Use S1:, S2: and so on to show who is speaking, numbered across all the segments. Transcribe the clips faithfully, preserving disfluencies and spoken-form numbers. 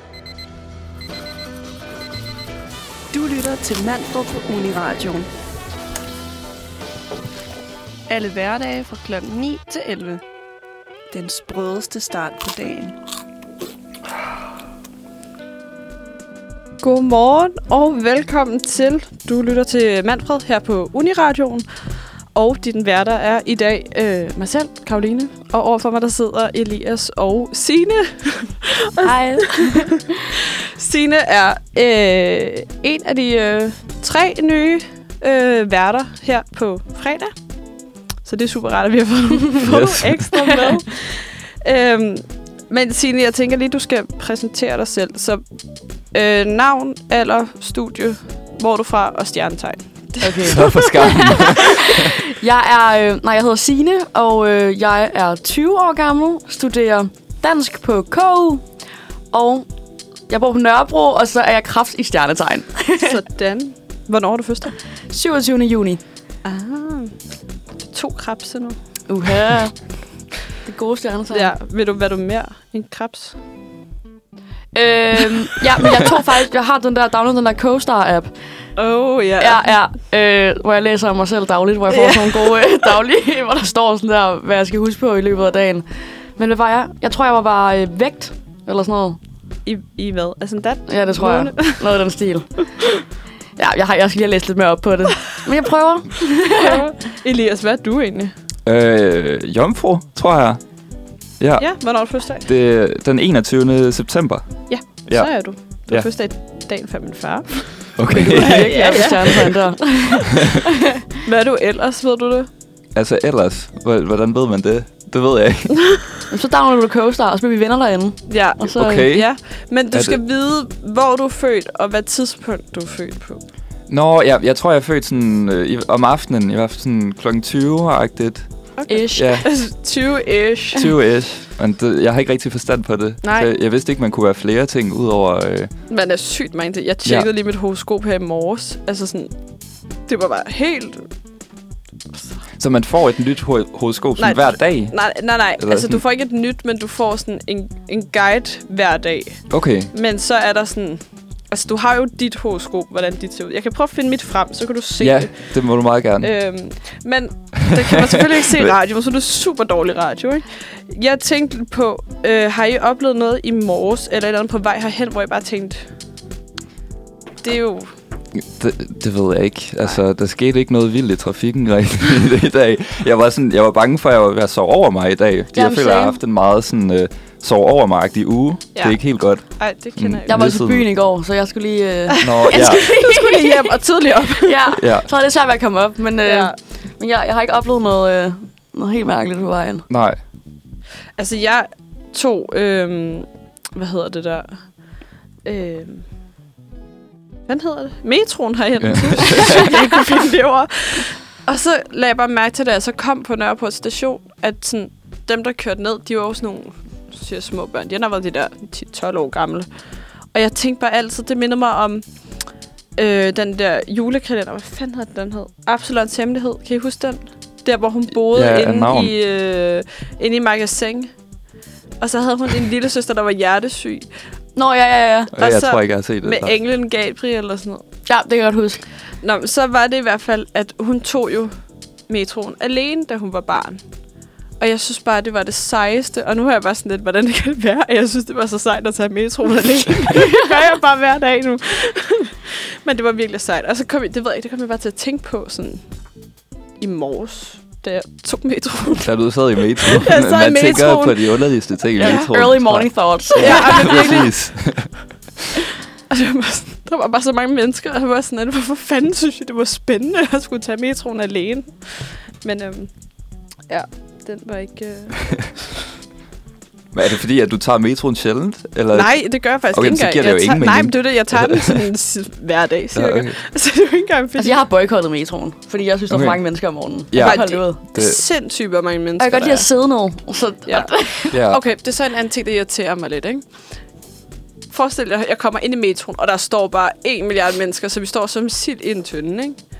S1: Du lytter til Manfred på Uniradioen. Alle hverdage fra klokken ni til elleve. Den sprødeste start på dagen.
S2: Godmorgen og velkommen til. Du lytter til Manfred her på Uniradioen. Og din værter er i dag øh, mig selv, Karoline. Og overfor mig der sidder Elias og Signe.
S3: Hej.
S2: Signe er øh, en af de øh, tre nye øh, værter her på fredag. Så det er super rart, at vi har fået nogle yes. ekstra med. øhm, men Signe, jeg tænker lige, du skal præsentere dig selv. Så øh, navn, alder, studie, hvor er du fra og stjernetegn.
S3: Okay.
S4: Så for skammen.
S3: jeg er, øh, nej, jeg hedder Signe, og øh, jeg er tyve år gammel, studerer dansk på K U, og jeg bor på Nørrebro, og så er jeg kræft i stjernetegn.
S2: Sådan. Hvornår er du fødselsdag?
S3: syvogtyvende juni.
S2: Ah, to krebse nu.
S3: Uha. Det gode stjernetegn.
S2: Ja, ved du, hvad du mere end krebs?
S3: Øhm, ja, men jeg tog faktisk, jeg har den der, downloadet den der CoStar-app.
S2: Oh, yeah.
S3: Ja. Ja, øh, hvor jeg læser om mig selv dagligt, hvor jeg får yeah. sådan nogle gode øh, daglige, hvor der står sådan der, hvad jeg skal huske på i løbet af dagen. Men hvad var jeg? Jeg tror, jeg var bare øh, vægt, eller sådan noget.
S2: I, i hvad? Altså en dat?
S3: Ja, det tror jeg. Noget af den stil. Ja, jeg, har, jeg skal lige have læst lidt mere op på det. Men jeg prøver.
S2: Elias, hvad er du egentlig?
S4: Øh, jomfru, tror jeg. Ja,
S2: Ja, hvornår er du fødselsdag?
S4: det er den enogtyvende september.
S2: Ja,
S4: Ja.
S2: så er du. Du er
S4: Ja.
S2: fødselsdag dagen før min far.
S4: Okay.
S3: Du er ikke ja, stjernetegn der.
S2: Hvad er du ellers, ved du det?
S4: Altså ellers, h- hvordan ved man det? Det ved jeg ikke.
S3: Så downloader du CoStar, og så bliver vi venner derinde.
S2: Ja,
S3: Og så,
S4: Okay.
S2: ja. Men du
S4: Er
S2: skal
S4: det-
S2: vide, hvor du er født, og hvad tidspunkt du er født på.
S4: Nå, jeg, jeg tror, jeg er født sådan, øh, i, om aftenen, i hvert fald sådan klokken tyve-agtigt.
S3: Ish.
S4: Ja,
S2: Altså tyve-ish.
S4: tyve-ish. Men det, jeg har ikke rigtig forstand på det.
S2: Nej.
S4: Så jeg, jeg vidste ikke, man kunne være flere ting, udover... Øh,
S2: Man er sygt mange ting. Jeg tjekkede ja. lige mit horoskop her i morges. Altså sådan, det var bare helt...
S4: så man får et nyt ho- horoskop sådan
S2: Nej,
S4: hver dag?
S2: Nej, nej, nej.
S4: Eller
S2: Altså,
S4: sådan-
S2: du får ikke et nyt, men du får sådan en, en guide hver dag.
S4: Okay.
S2: Men så er der sådan... Altså, du har jo dit horoskop, hvordan dit ser ud. Jeg kan prøve at finde mit frem, så kan du se
S4: Ja,
S2: det.
S4: det må du meget gerne.
S2: Øhm, men det kan man selvfølgelig ikke se i radio, så det er super dårlig radio, ikke? Jeg tænkte på, øh, har I oplevet noget i morges, eller et eller andet på vej herhen, hvor I bare tænkte, det er jo...
S4: Det, det ved jeg ikke. Altså, der skete ikke noget vildt i trafikken rigtig i dag. Jeg var, sådan, jeg var bange for, at jeg var ved at sove over mig i dag. Fordi jeg føler, at jeg har haft en meget sådan, øh, sove over mig-agtig uge.
S2: Ja.
S4: Det er ikke helt godt.
S2: Ej, det kender
S4: Mm.
S2: jeg
S3: Jeg
S2: ikke.
S3: var også i byen i går, så jeg skulle lige... Øh...
S4: Nå,
S3: jeg
S4: ja.
S3: skulle
S2: Du skulle lige hjem og tidligt op.
S3: ja,
S4: ja.
S3: så er det svært ved at komme op, men, øh,
S2: Ja.
S3: men jeg, jeg har ikke oplevet noget, øh, noget helt mærkeligt på vejen.
S4: Nej.
S2: Altså, jeg tog... Øh, hvad hedder det der? Øh, hvad hedder det? Metroen herhen.
S4: Ja.
S2: Jeg ikke kunne finde det ord. Og så lagde jeg bare mærke til, da jeg så kom på Nørreport station, at sådan, dem, der kørte ned, de var også sådan nogle siger, små børn. De har været de der ti til tolv år gamle. Og jeg tænkte bare altid, det minder mig om øh, den der julekalender. Hvad fanden hed den hed? Absolut Hemmelighed. Kan I huske den? Der, hvor hun boede
S4: Ja, af
S2: inde,
S4: navn.
S2: i, øh, inde i magasin. Og så havde hun en lille søster, der var hjertesyg.
S3: Nå, ja, ja, ja.
S4: Og jeg
S2: så
S4: tror ikke, jeg har set det.
S2: Med
S4: der.
S2: englen Gabriel eller sådan noget.
S3: Ja, det kan jeg godt huske.
S2: Nå, men så var det i hvert fald, at hun tog jo metroen alene, da hun var barn. Og jeg synes bare, det var det sejeste. Og nu har jeg bare sådan lidt, hvordan det kan være. Jeg synes, det var så sejt at tage metroen alene. Det gør jeg bare hver dag nu. Men det var virkelig sejt. Og så kom jeg, det ved jeg ikke, det kom jeg bare til at tænke på sådan i morges, da jeg tog metroen.
S4: Da du sad i metro.
S2: Jeg sad i
S4: Man tænker
S2: metroen.
S4: på de underligste ting i
S2: Ja.
S4: metroen.
S3: Early morning thoughts.
S2: Ja, men virkelig.
S4: Præcis.
S2: Og det var bare sådan, der var bare så mange mennesker, og jeg var sådan, at hvorfor fanden synes jeg, det var spændende at skulle tage metroen alene. Men øhm, ja, den var ikke... Øh...
S4: Men er det fordi, at du tager metroen sjældent? Eller?
S2: Nej, det gør jeg faktisk
S4: Okay,
S2: ikke
S4: så
S2: engang.
S4: giver det jo
S2: Jeg
S4: ingen
S2: tager, nej,
S4: mening.
S2: men det er det, jeg tager den sådan s- hver dag, cirka.
S4: Ja, okay.
S2: Så det er jo ikke engang fordi...
S3: Altså, jeg har boykottet metroen, fordi jeg synes, der er
S4: Okay.
S3: for mange mennesker om morgenen.
S4: Ja.
S3: Jeg kan ikke holde det ud.
S2: Det er sindssygt, hvor mange
S3: Og
S2: mennesker
S3: jeg kan godt
S2: der
S3: lide
S2: er.
S3: at sidde ned. Så,
S2: Ja.
S4: Ja.
S2: Okay, det er så en anden ting, der irriterer mig lidt, ikke? Forestil dig, at jeg kommer ind i metroen, og der står bare en milliard mennesker, så vi står som sild i en tynde, ikke?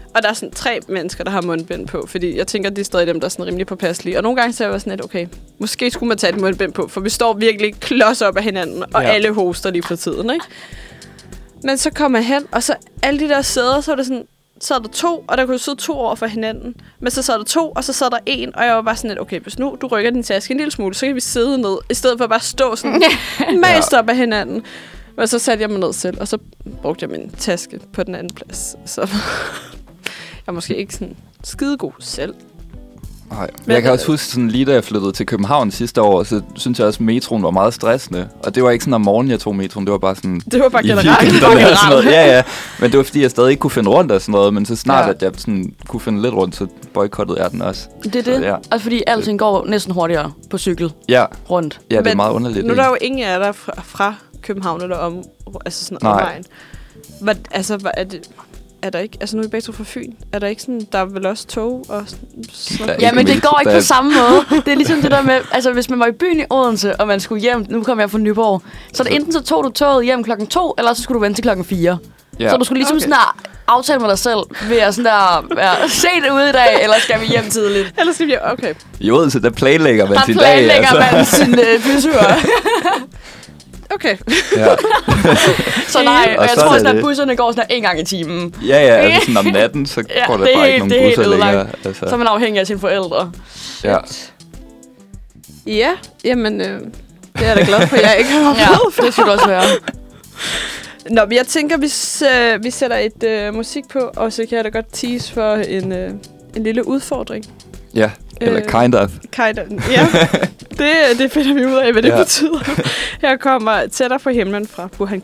S2: Og der er sådan tre mennesker, der har mundbind på, fordi jeg tænker, det er stadig dem, der er sådan rimelig påpasselige. Og nogle gange så er jeg sådan lidt, okay, måske skulle man tage et mundbind på, for vi står virkelig klods op af hinanden, og ja. alle hoster lige for tiden, ikke? Men så kom jeg hen, og så alle de der sæder, så var det sådan, så er der to, og der kunne sidde to over for hinanden. Men så sad der to, og så sad der en, og jeg var bare sådan lidt, okay, hvis nu du rykker din taske en lille smule, så kan vi sidde ned, i stedet for at bare stå sådan mast op af hinanden. Men så satte jeg mig ned selv, og så brugte jeg min taske på den anden plads. Så jeg er måske ikke sådan skidegod selv.
S4: Nej. Men jeg kan også huske, sådan, lige da jeg flyttede til København sidste år, så synes jeg også, at metroen var meget stressende. Og det var ikke sådan om morgenen, jeg tog metroen. Det var bare sådan...
S2: Det var bare generelt.
S4: Ja, ja. Men det var, fordi jeg stadig ikke kunne finde rundt og sådan noget. Men så snart, ja. at jeg sådan, kunne finde lidt rundt, så boykottede jeg den også.
S3: Det er det. Så, ja. Altså, fordi alting går næsten hurtigere på cykel
S4: ja.
S3: rundt.
S4: Ja, det er
S2: men
S4: meget underligt.
S2: Nu er der jo ingen af der fra, fra København eller om... Altså sådan omvejen. Hvad, altså, hvad er det... Er der ikke, altså nu er vi begge to fra Fyn, er der ikke sådan, der er vel også tog og sådan?
S3: Ja, men det går ikke på samme måde. Det er ligesom det der med, altså hvis man var i byen i Odense, og man skulle hjem, nu kommer jeg fra Nyborg, så er det enten så tog du toget hjem klokken to, eller så skulle du vente til klokken fire. Ja. Så du skulle ligesom okay. sådan der aftale med dig selv, ved at sådan der, ja, se det ude i dag, eller skal vi hjem tidligt?
S2: Eller skal vi hjem, okay.
S4: I Odense, der planlægger man
S3: der
S4: sin dag. Der
S3: planlægger altså. man sin øh, bytur.
S2: Okay.
S4: Ja.
S3: Så nej, og jeg tror sådan, at busserne går sådan en gang i timen.
S4: Ja, ja, altså sådan om natten, så ja, går der bare helt, ikke nogen busser længere.
S3: Altså. Så er man afhængig af sine forældre.
S4: Ja.
S2: Ja, jamen, øh, det er jeg da glad for, at jeg ikke har oplevet.
S3: Ja, det skulle også være.
S2: Nå, men jeg tænker, vi, øh, vi sætter et øh, musik på, og så kan jeg da godt tease for en, øh, en lille udfordring.
S4: Ja, eller øh, kind of.
S2: Kind of, ja. Det, det finder vi ud af, hvad det ja. betyder. Her kommer Tættere på himlen fra Burhan G.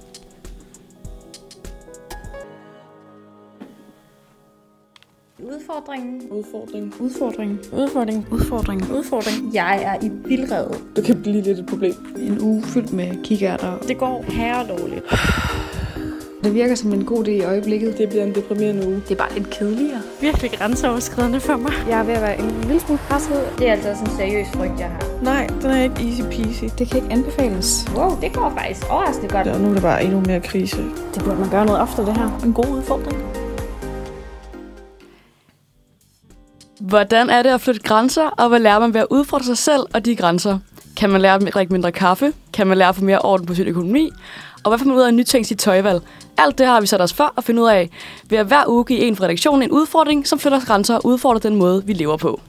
S5: Udfordringen.
S2: Udfordring.
S5: Udfordring.
S2: Udfordring.
S5: Udfordring. Udfordring. Jeg er i vildrede.
S2: Det kan blive lidt et problem.
S5: En uge fyldt med kikærter.
S2: Det går herredårligt.
S5: Det virker som en god idé i øjeblikket.
S2: Det bliver en deprimerende uge.
S5: Det er bare lidt kedeligere.
S6: Virkelig grænseoverskridende for mig.
S5: Jeg er ved at være en lille smule presset. Det er altså sådan en seriøs frygt, jeg har.
S2: Nej, den er ikke easy peasy.
S5: Det kan ikke anbefales.
S6: Wow, det går faktisk overraskende godt.
S2: Og nu er det bare endnu mere krise.
S6: Det burde man gøre noget ofte, det her. En god udfordring.
S3: Hvordan er det at flytte grænser, og hvad lærer man ved at udfordre sig selv og de grænser? Kan man lære at drikke mindre kaffe? Kan man lære at få mere orden på sin økonomi? Og hvad får man ud af at nytænke sit tøjvalg? Alt det har vi sat os for at finde ud af ved at hver uge give en fra redaktionen en udfordring, som flytter grænser og udfordrer den måde, vi lever på.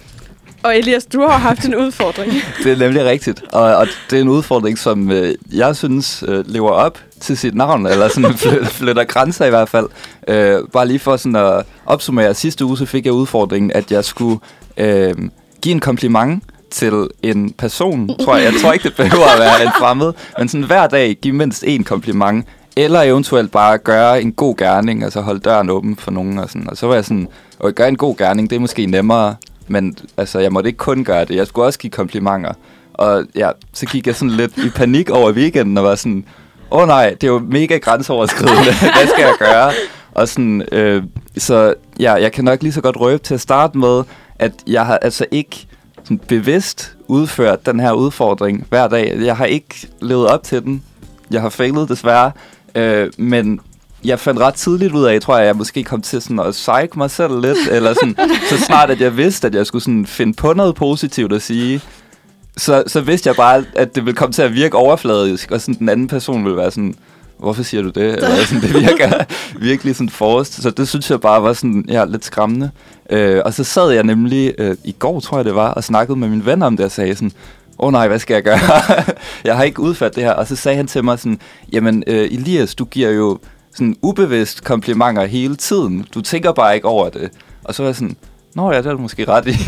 S2: Og Elias, du har haft en udfordring.
S4: Det er nemlig rigtigt, og, og det er en udfordring, som øh, jeg synes øh, lever op til sit navn, eller sådan flytter grænser i hvert fald. Øh, bare lige for sådan at opsummere, sidste uge så fik jeg udfordringen, at jeg skulle øh, give en kompliment til en person. Tror jeg, jeg tror ikke, det behøver at være en fremmed, men sådan hver dag give mindst én kompliment, eller eventuelt bare gøre en god gerning, altså holde døren åben for nogen. Og, sådan. Og så var jeg sådan, at gøre en god gerning, det er måske nemmere, men altså, jeg måtte ikke kun gøre det. Jeg skulle også give komplimenter. Og ja, så gik jeg sådan lidt i panik over weekenden og var sådan, åh oh, nej, det er jo mega grænseoverskridende. Hvad skal jeg gøre? Og sådan, øh, så ja, jeg kan nok lige så godt røbe til at starte med, at jeg har altså ikke sådan bevidst udført den her udfordring hver dag. Jeg har ikke levet op til den. Jeg har fejlet desværre. Øh, men jeg fandt ret tidligt ud af, tror jeg, at jeg måske kom til sådan at psyche mig selv lidt, eller sådan, så snart at jeg vidste, at jeg skulle sådan finde på noget positivt at sige, så, så vidste jeg bare, at det ville komme til at virke overfladisk, og sådan den anden person ville være sådan, hvorfor siger du det? Eller sådan, det virker virkelig sådan forrest. Så det synes jeg bare var sådan, ja, lidt skræmmende. Øh, og så sad jeg nemlig øh, i går, tror jeg det var, og snakkede med min ven om det, og sagde sådan, åh oh, nej, hvad skal jeg gøre? Jeg har ikke udført det her. Og så sagde han til mig sådan, jamen øh, Elias, du giver jo sådan ubevidst komplimenter hele tiden. Du tænker bare ikke over det. Og så var jeg sådan, nå ja, det er du måske ret i.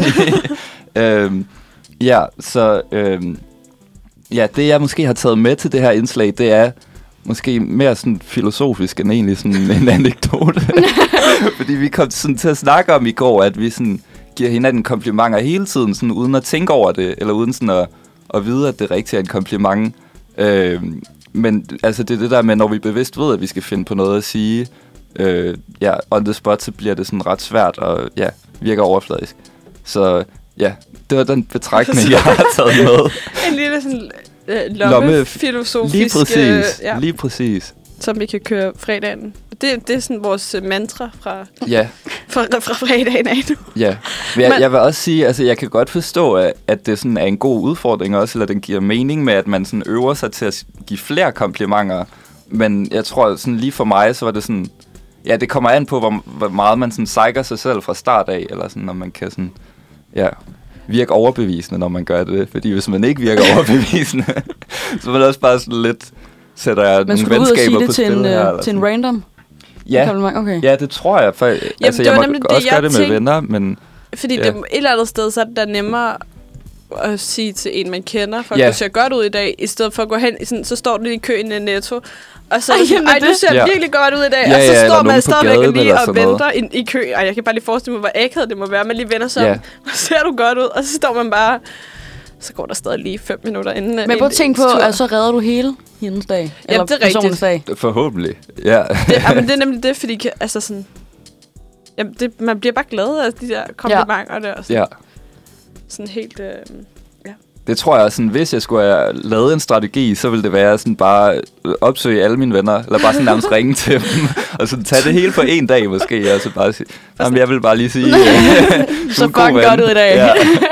S4: øhm, ja, så øhm, ja, det jeg måske har taget med til det her indslag, det er måske mere sådan filosofisk end egentlig sådan en anekdote. Fordi vi kom sådan til at snakke om i går, at vi sådan giver hinanden komplimenter hele tiden, sådan uden at tænke over det, eller uden sådan at, at vide, at det rigtig er en kompliment. Øhm, men altså det er det der med, når vi bevidst ved, at vi skal finde på noget at sige, øh, ja, on the spot, så bliver det sådan ret svært og ja, virker overfladisk. Så ja, det var den betragtning, jeg har taget med.
S2: En lille sådan øh, lommefilosofisk...
S4: Lige præcis, øh, ja, lige præcis.
S2: Som vi kan køre fredagen. Det, det er sådan vores mantra fra,
S4: Ja,
S2: fra, fra fredagen af nu.
S4: ja. Men jeg,
S2: Men-
S4: jeg vil også sige, altså jeg kan godt forstå, at, at det sådan er en god udfordring også, eller den giver mening med, at man sådan øver sig til at give flere komplimenter. Men jeg tror, sådan lige for mig, så var det sådan... Ja, det kommer an på, hvor, hvor meget man sådan psyker sig selv fra start af, eller sådan, når man kan sådan... Ja, virke overbevisende, når man gør det. Fordi hvis man ikke virker overbevisende, så er man også bare sådan lidt... Sætter jeg
S3: Men
S4: nogle
S3: skulle du ud og
S4: venskaber
S3: sige
S4: på
S3: det til
S4: spil
S3: en,
S4: her,
S3: øh,
S4: eller
S3: til en
S4: sådan.
S3: random?
S4: Ja,
S3: Kompliment? Okay.
S4: ja, det tror jeg. For, altså,
S2: det
S4: jeg
S2: var
S4: må
S2: nemlig det,
S4: også
S2: jeg
S4: gøre det med
S2: tænkte.
S4: venner, men...
S2: Fordi
S4: Ja.
S2: det, et eller andet sted, så er det da nemmere at sige til en, man kender, for
S4: Ja.
S2: du ser godt ud i dag, i stedet for at gå hen, i sådan, så står du lige i køen i Netto, og så er
S3: Ej,
S2: det sådan,
S3: jamen,
S2: ej, du
S3: det-
S2: ser
S4: Ja.
S2: virkelig godt ud i dag,
S4: Ja,
S2: og så
S4: ja, eller
S2: står
S4: nogen
S2: man
S4: på
S2: stadigvæk
S4: gaden
S2: lige
S4: eller
S2: og
S4: sådan noget.
S2: venter i, i kø. Ej, jeg kan bare lige forestille mig, hvor akavet det må være, man lige vender sig
S4: Ja.
S2: om, og ser du godt ud, og så står man bare, så går der stadig lige fem minutter inden.
S3: Men prøv at tænke på, at så redder du hele hendes dag.
S2: Ja,
S3: eller
S2: det er rigtigt.
S3: personens dag.
S4: Forhåbentlig, ja.
S2: Det, ja, men det er nemlig det, fordi altså sådan, jamen, det, man bliver bare glad af de der komplimenter der, og sådan,
S4: ja.
S2: sådan helt... Øh,
S4: Det tror jeg, sådan, hvis jeg skulle have lavet en strategi, så ville det være sådan bare øh, opsøge alle mine venner, eller bare sådan nærmest ringe til dem, og sådan tage det hele på en dag måske, og så bare sige, jamen, jeg vil bare lige sige, øh, du er
S3: Så
S4: en god
S3: fucking
S4: ven."
S3: godt ud i dag.
S4: Ja.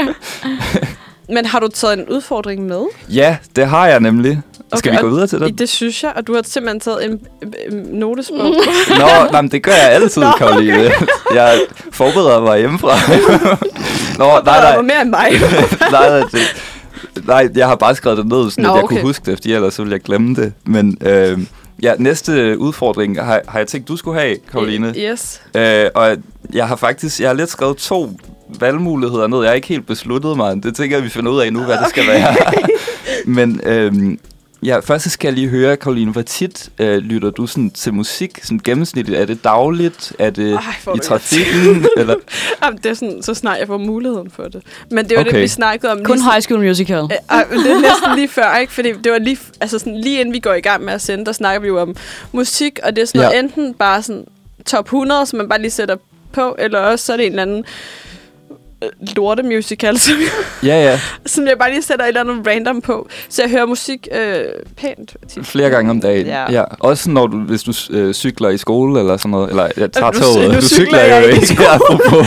S2: Men har du taget en udfordring med?
S4: Ja, det har jeg nemlig. Skal
S2: Okay,
S4: vi gå
S2: og
S4: videre til det?
S2: Det synes jeg, og du har simpelthen taget en, en notesbog.
S4: Nå, nej, men det gør jeg altid, Karoline. Jeg forbereder mig hjemmefra. Nå, nej,
S2: Der
S4: nej.
S2: var mere end mig.
S4: nej, nej, det, nej, jeg har bare skrevet det ned, sådan
S2: Nå,
S4: at jeg
S2: okay.
S4: kunne huske det, fordi ellers så ville jeg glemme det. Men øh, ja, næste udfordring har, har jeg tænkt, du skulle have, Karoline.
S2: Yes.
S4: Øh, og jeg har faktisk, jeg har lidt skrevet to valgmuligheder ned. Jeg har ikke helt besluttet mig. Det tænker jeg, vi finder ud af nu, hvad det skal være. Men øhm, ja, først så skal jeg lige høre, Karoline, hvor tit øh, lytter du sådan til musik, sådan gennemsnitligt? Er det dagligt? Er det
S2: Ej, hvor
S4: i
S2: er det
S4: trafikken? eller?
S2: Jamen, det er sådan, så snart jeg får muligheden for det. Men det var
S4: Okay.
S2: det, vi snakkede om.
S3: Kun
S2: lige
S3: High School Musical.
S2: Øh, ej, men det er næsten lige før, ikke? Fordi det var lige, altså sådan, lige inden vi går i gang med at sende, der snakker vi jo om musik, og det er sådan noget,
S4: Ja.
S2: enten bare sådan top hundrede, som man bare lige sætter på, eller også så er det en eller anden øh, lortemusical, som,
S4: Ja, ja.
S2: som jeg bare lige sætter et eller andet random på. Så jeg hører musik øh, pænt. tit.
S4: Flere gange om dagen.
S2: Ja.
S4: Ja. Også når du, hvis du øh, cykler i skole eller sådan noget. Eller jeg tager
S2: Nu-
S4: toget.
S2: nu
S4: Du
S2: cykler
S4: cykler
S2: jeg
S4: jo
S2: ikke i
S4: ikke.
S2: skole.
S4: Apropos.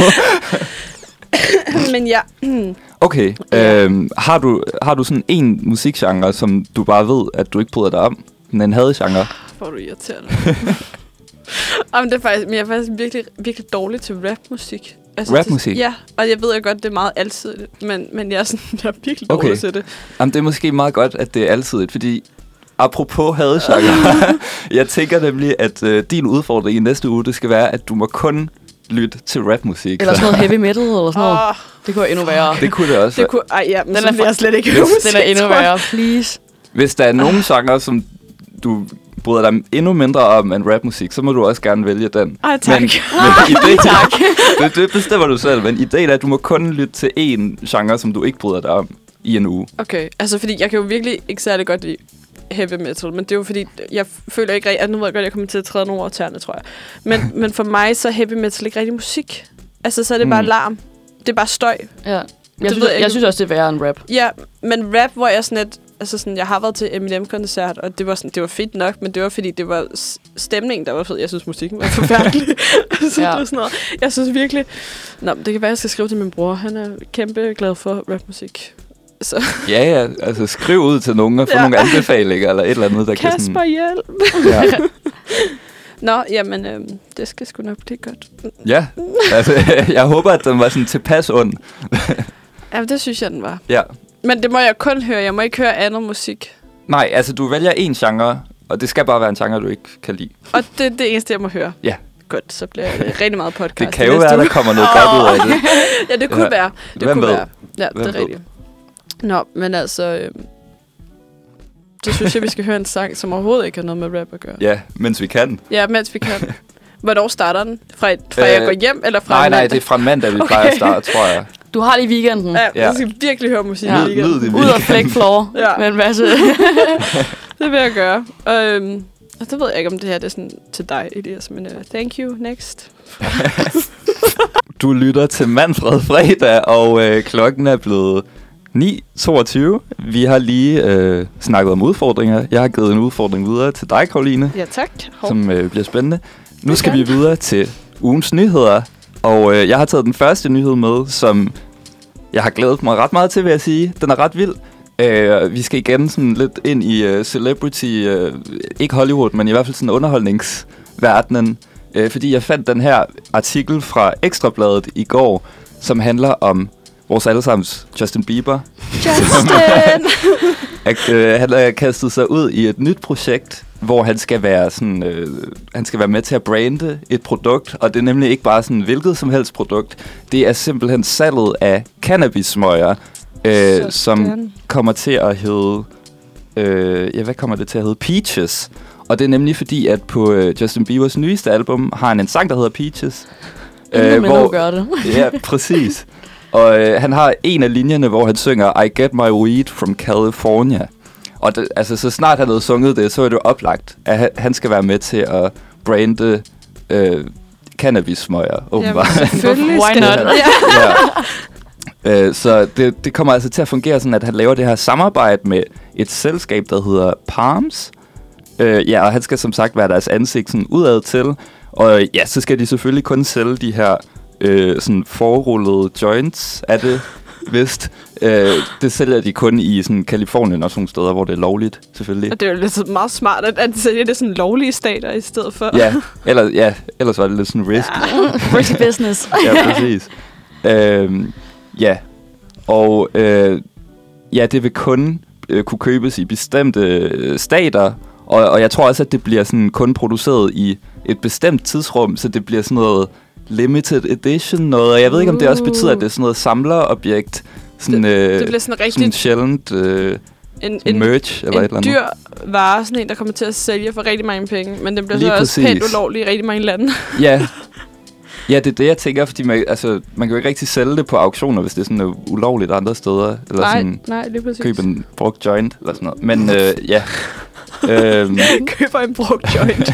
S2: Men ja,
S4: Okay.
S2: Ja.
S4: Øhm, har, du, har du sådan en musikgenre, som du bare ved, at du ikke bryder dig om? En hadgenre?
S2: får du irriterende. Jamen, det er faktisk, men jeg er faktisk virkelig, virkelig dårlig til rapmusik. Altså,
S4: Rapmusik?
S2: til- Ja, og jeg ved jo godt, det er meget altid, men, men jeg, er sådan, jeg er virkelig dårlig
S4: Okay.
S2: til det.
S4: Jamen, det er måske meget godt, at det er altid, fordi apropos hadgenre, jeg tænker nemlig, at øh, din udfordring i næste uge, det skal være, at du må kun lytte til rapmusik.
S3: Eller sådan noget heavy metal eller sådan noget.
S2: Åh,
S3: Det kunne være endnu værre.
S4: Det kunne det også.
S2: det kunne, ej, ja, men
S3: Den
S2: så
S3: er
S2: vil
S3: for-
S2: jeg slet ikke høre musik,
S3: Den er endnu
S2: tror jeg.
S3: værre, please.
S4: Hvis der er nogen sanger, som du bryder dig endnu mindre om end rapmusik, så må du også gerne vælge den.
S2: Ej, tak.
S4: Men, men ideen, tak. det, det bestemmer du selv, men ideen er, at du må kun lytte til én genre, som du ikke bryder dig om i en uge.
S2: Okay, altså fordi jeg kan jo virkelig ikke særlig godt lide heavy metal, men det er jo fordi, jeg føler ikke rigtig, at nu ved jeg godt, at jeg kommer til at træde nogle over tæerne, tror jeg. Men, men for mig så er heavy metal ikke rigtig musik. Altså, så er det bare
S4: Mm.
S2: larm. Det er bare støj.
S3: Ja. Jeg,
S2: ved
S3: synes,
S2: jeg
S3: jeg,
S2: ikke.
S3: jeg synes også, det er værre end rap.
S2: Ja, men rap, hvor jeg sådan lidt, altså sådan, jeg har været til Eminem-koncert, og det var, sådan, det var fedt nok, men det var fordi, det var s- stemningen, der var fed. Jeg synes, musikken var forfærdelig. så
S3: Ja.
S2: det var sådan noget. Jeg synes virkelig... Nå, men det kan være, jeg skal skrive til min bror. Han er kæmpe glad for rapmusik. Så
S4: Ja, ja, altså skriv ud til nogen og få
S2: Ja.
S4: ja. nogle anbefalinger, eller et eller andet, der
S2: Kasper,
S4: kan sådan...
S2: hjælp!
S4: Ja,
S2: Nå, jamen, øhm, det skal sgu nok blive godt.
S4: ja. Altså, jeg håber, at den var sådan tilpas ond.
S2: Ja, det synes jeg, den var.
S4: Ja.
S2: Men det må jeg kun høre. Jeg må ikke høre andet musik.
S4: Nej, altså du vælger en genre, og det skal bare være en genre, du ikke kan lide.
S2: Og det er det eneste, jeg må høre.
S4: Ja.
S2: Godt, så bliver det rigtig meget podcast.
S4: Det kan
S2: i
S4: jo
S2: næste
S4: være,
S2: uge.
S4: der kommer noget godt ud af det.
S2: Ja, det kunne
S4: Ja.
S2: være. Det
S4: Hvem
S2: kunne
S4: ved?
S2: være. Ja,
S4: Hvem
S2: det er
S4: ved?
S2: rigtigt. Nå, men altså... Øhm, så synes jeg, vi skal høre en sang, som overhovedet ikke har noget med rap at gøre.
S4: Ja, mens vi kan.
S2: Ja, mens vi kan. Hvornår starter den? Fra, fra
S4: Øh,
S2: jeg går hjem, eller fra
S4: Nej, nej,
S2: mandag?
S4: det er fra mandag, vi
S2: Okay.
S4: plejer at starte, tror jeg.
S3: Du har det i weekenden.
S2: Ja,
S4: Ja.
S2: jeg skal virkelig høre musik
S3: Ja.
S2: i weekenden.
S4: Nyd det
S3: Ud og flæk floor
S2: Ja.
S3: med en masse...
S2: Det vil jeg gøre. Og, øhm, og så ved jeg ikke, om det her det er sådan til dig, Elias, men uh, thank you, next.
S4: Du lytter til Manfred Fredag, og øh, klokken er blevet ni toogtyve. Vi har lige øh, snakket om udfordringer. Jeg har givet en udfordring videre til dig, Karoline,
S2: Ja, tak. Hov.
S4: som øh, bliver spændende. nu skal vi videre til ugens nyheder. Og øh, jeg har taget den første nyhed med, som jeg har glædet mig ret meget til, vil jeg sige. Den er ret vild. Øh, vi skal igen sådan lidt ind i uh, celebrity, uh, ikke Hollywood, men i hvert fald sådan underholdningsverdenen. Øh, fordi jeg fandt den her artikel fra Ekstrabladet i går, som handler om vores allesammens Justin Bieber.
S2: Justin!
S4: at, øh, han har kastet sig ud i et nyt projekt, hvor han skal være sådan, øh, han skal være med til at brande et produkt, og det er nemlig ikke bare sådan hvilket som helst produkt. Det er simpelthen salget af cannabis-smøger, øh, som kommer til at hedde, øh, ja, hvad kommer det til at hedde? Peaches. Og det er nemlig fordi, at på øh, Justin Biebers nyeste album har han en sang, der hedder Peaches.
S3: Øh, hvor gør det.
S4: Ja, præcis. Og øh, han har en af linjerne, hvor han synger I get my weed from California. Og det, altså, så snart han havde sunget det, så er det jo oplagt, at han skal være med til at brande øh, cannabis-smøger, åbenbart.
S2: Jamen, selvfølgelig
S3: Why not?
S4: Ja. Ja. Øh, så det, det kommer altså til at fungere sådan, at han laver det her samarbejde med et selskab, der hedder Palms. Øh, ja, og han skal som sagt være deres ansigt sådan udad til. Og ja, så skal de selvfølgelig kun sælge de her øh, sådan forrullede joints af det, vist. Øh, det sælger de kun i sådan Californien og sådan steder, hvor det er lovligt, selvfølgelig.
S2: Og det er jo lidt meget smart, at de sælger det sådan lovlige stater i stedet for.
S4: Ja, eller, ja, ellers var det lidt sådan risk.
S3: Ja. Risky business.
S4: Ja, præcis. Øhm, ja, og øh, ja, det vil kun øh, kunne købes i bestemte øh, stater, og, og jeg tror også, at det bliver sådan kun produceret i et bestemt tidsrum, så det bliver sådan noget limited edition noget, og jeg ved ikke, om det også betyder, at det er sådan noget samlerobjekt, sådan,
S2: det,
S4: øh,
S2: det bliver sådan rigtig
S4: sådan sjældent øh,
S2: en,
S4: en merch eller
S2: en
S4: et eller andet.
S2: dyr vare, sådan en, der kommer til at sælge for rigtig mange penge, men den bliver
S4: Lige
S2: så også
S4: præcis.
S2: pænt ulovlig i rigtig mange lande.
S4: Ja. Ja, det er det, jeg tænker, fordi man, altså, man kan jo ikke rigtig sælge det på auktioner, hvis det er sådan uh, ulovligt andre steder. Eller
S2: nej,
S4: sådan,
S2: nej, lige præcis.
S4: købe en brugt joint eller sådan noget. Men øh, ja. øhm,
S2: Køber en brugt joint.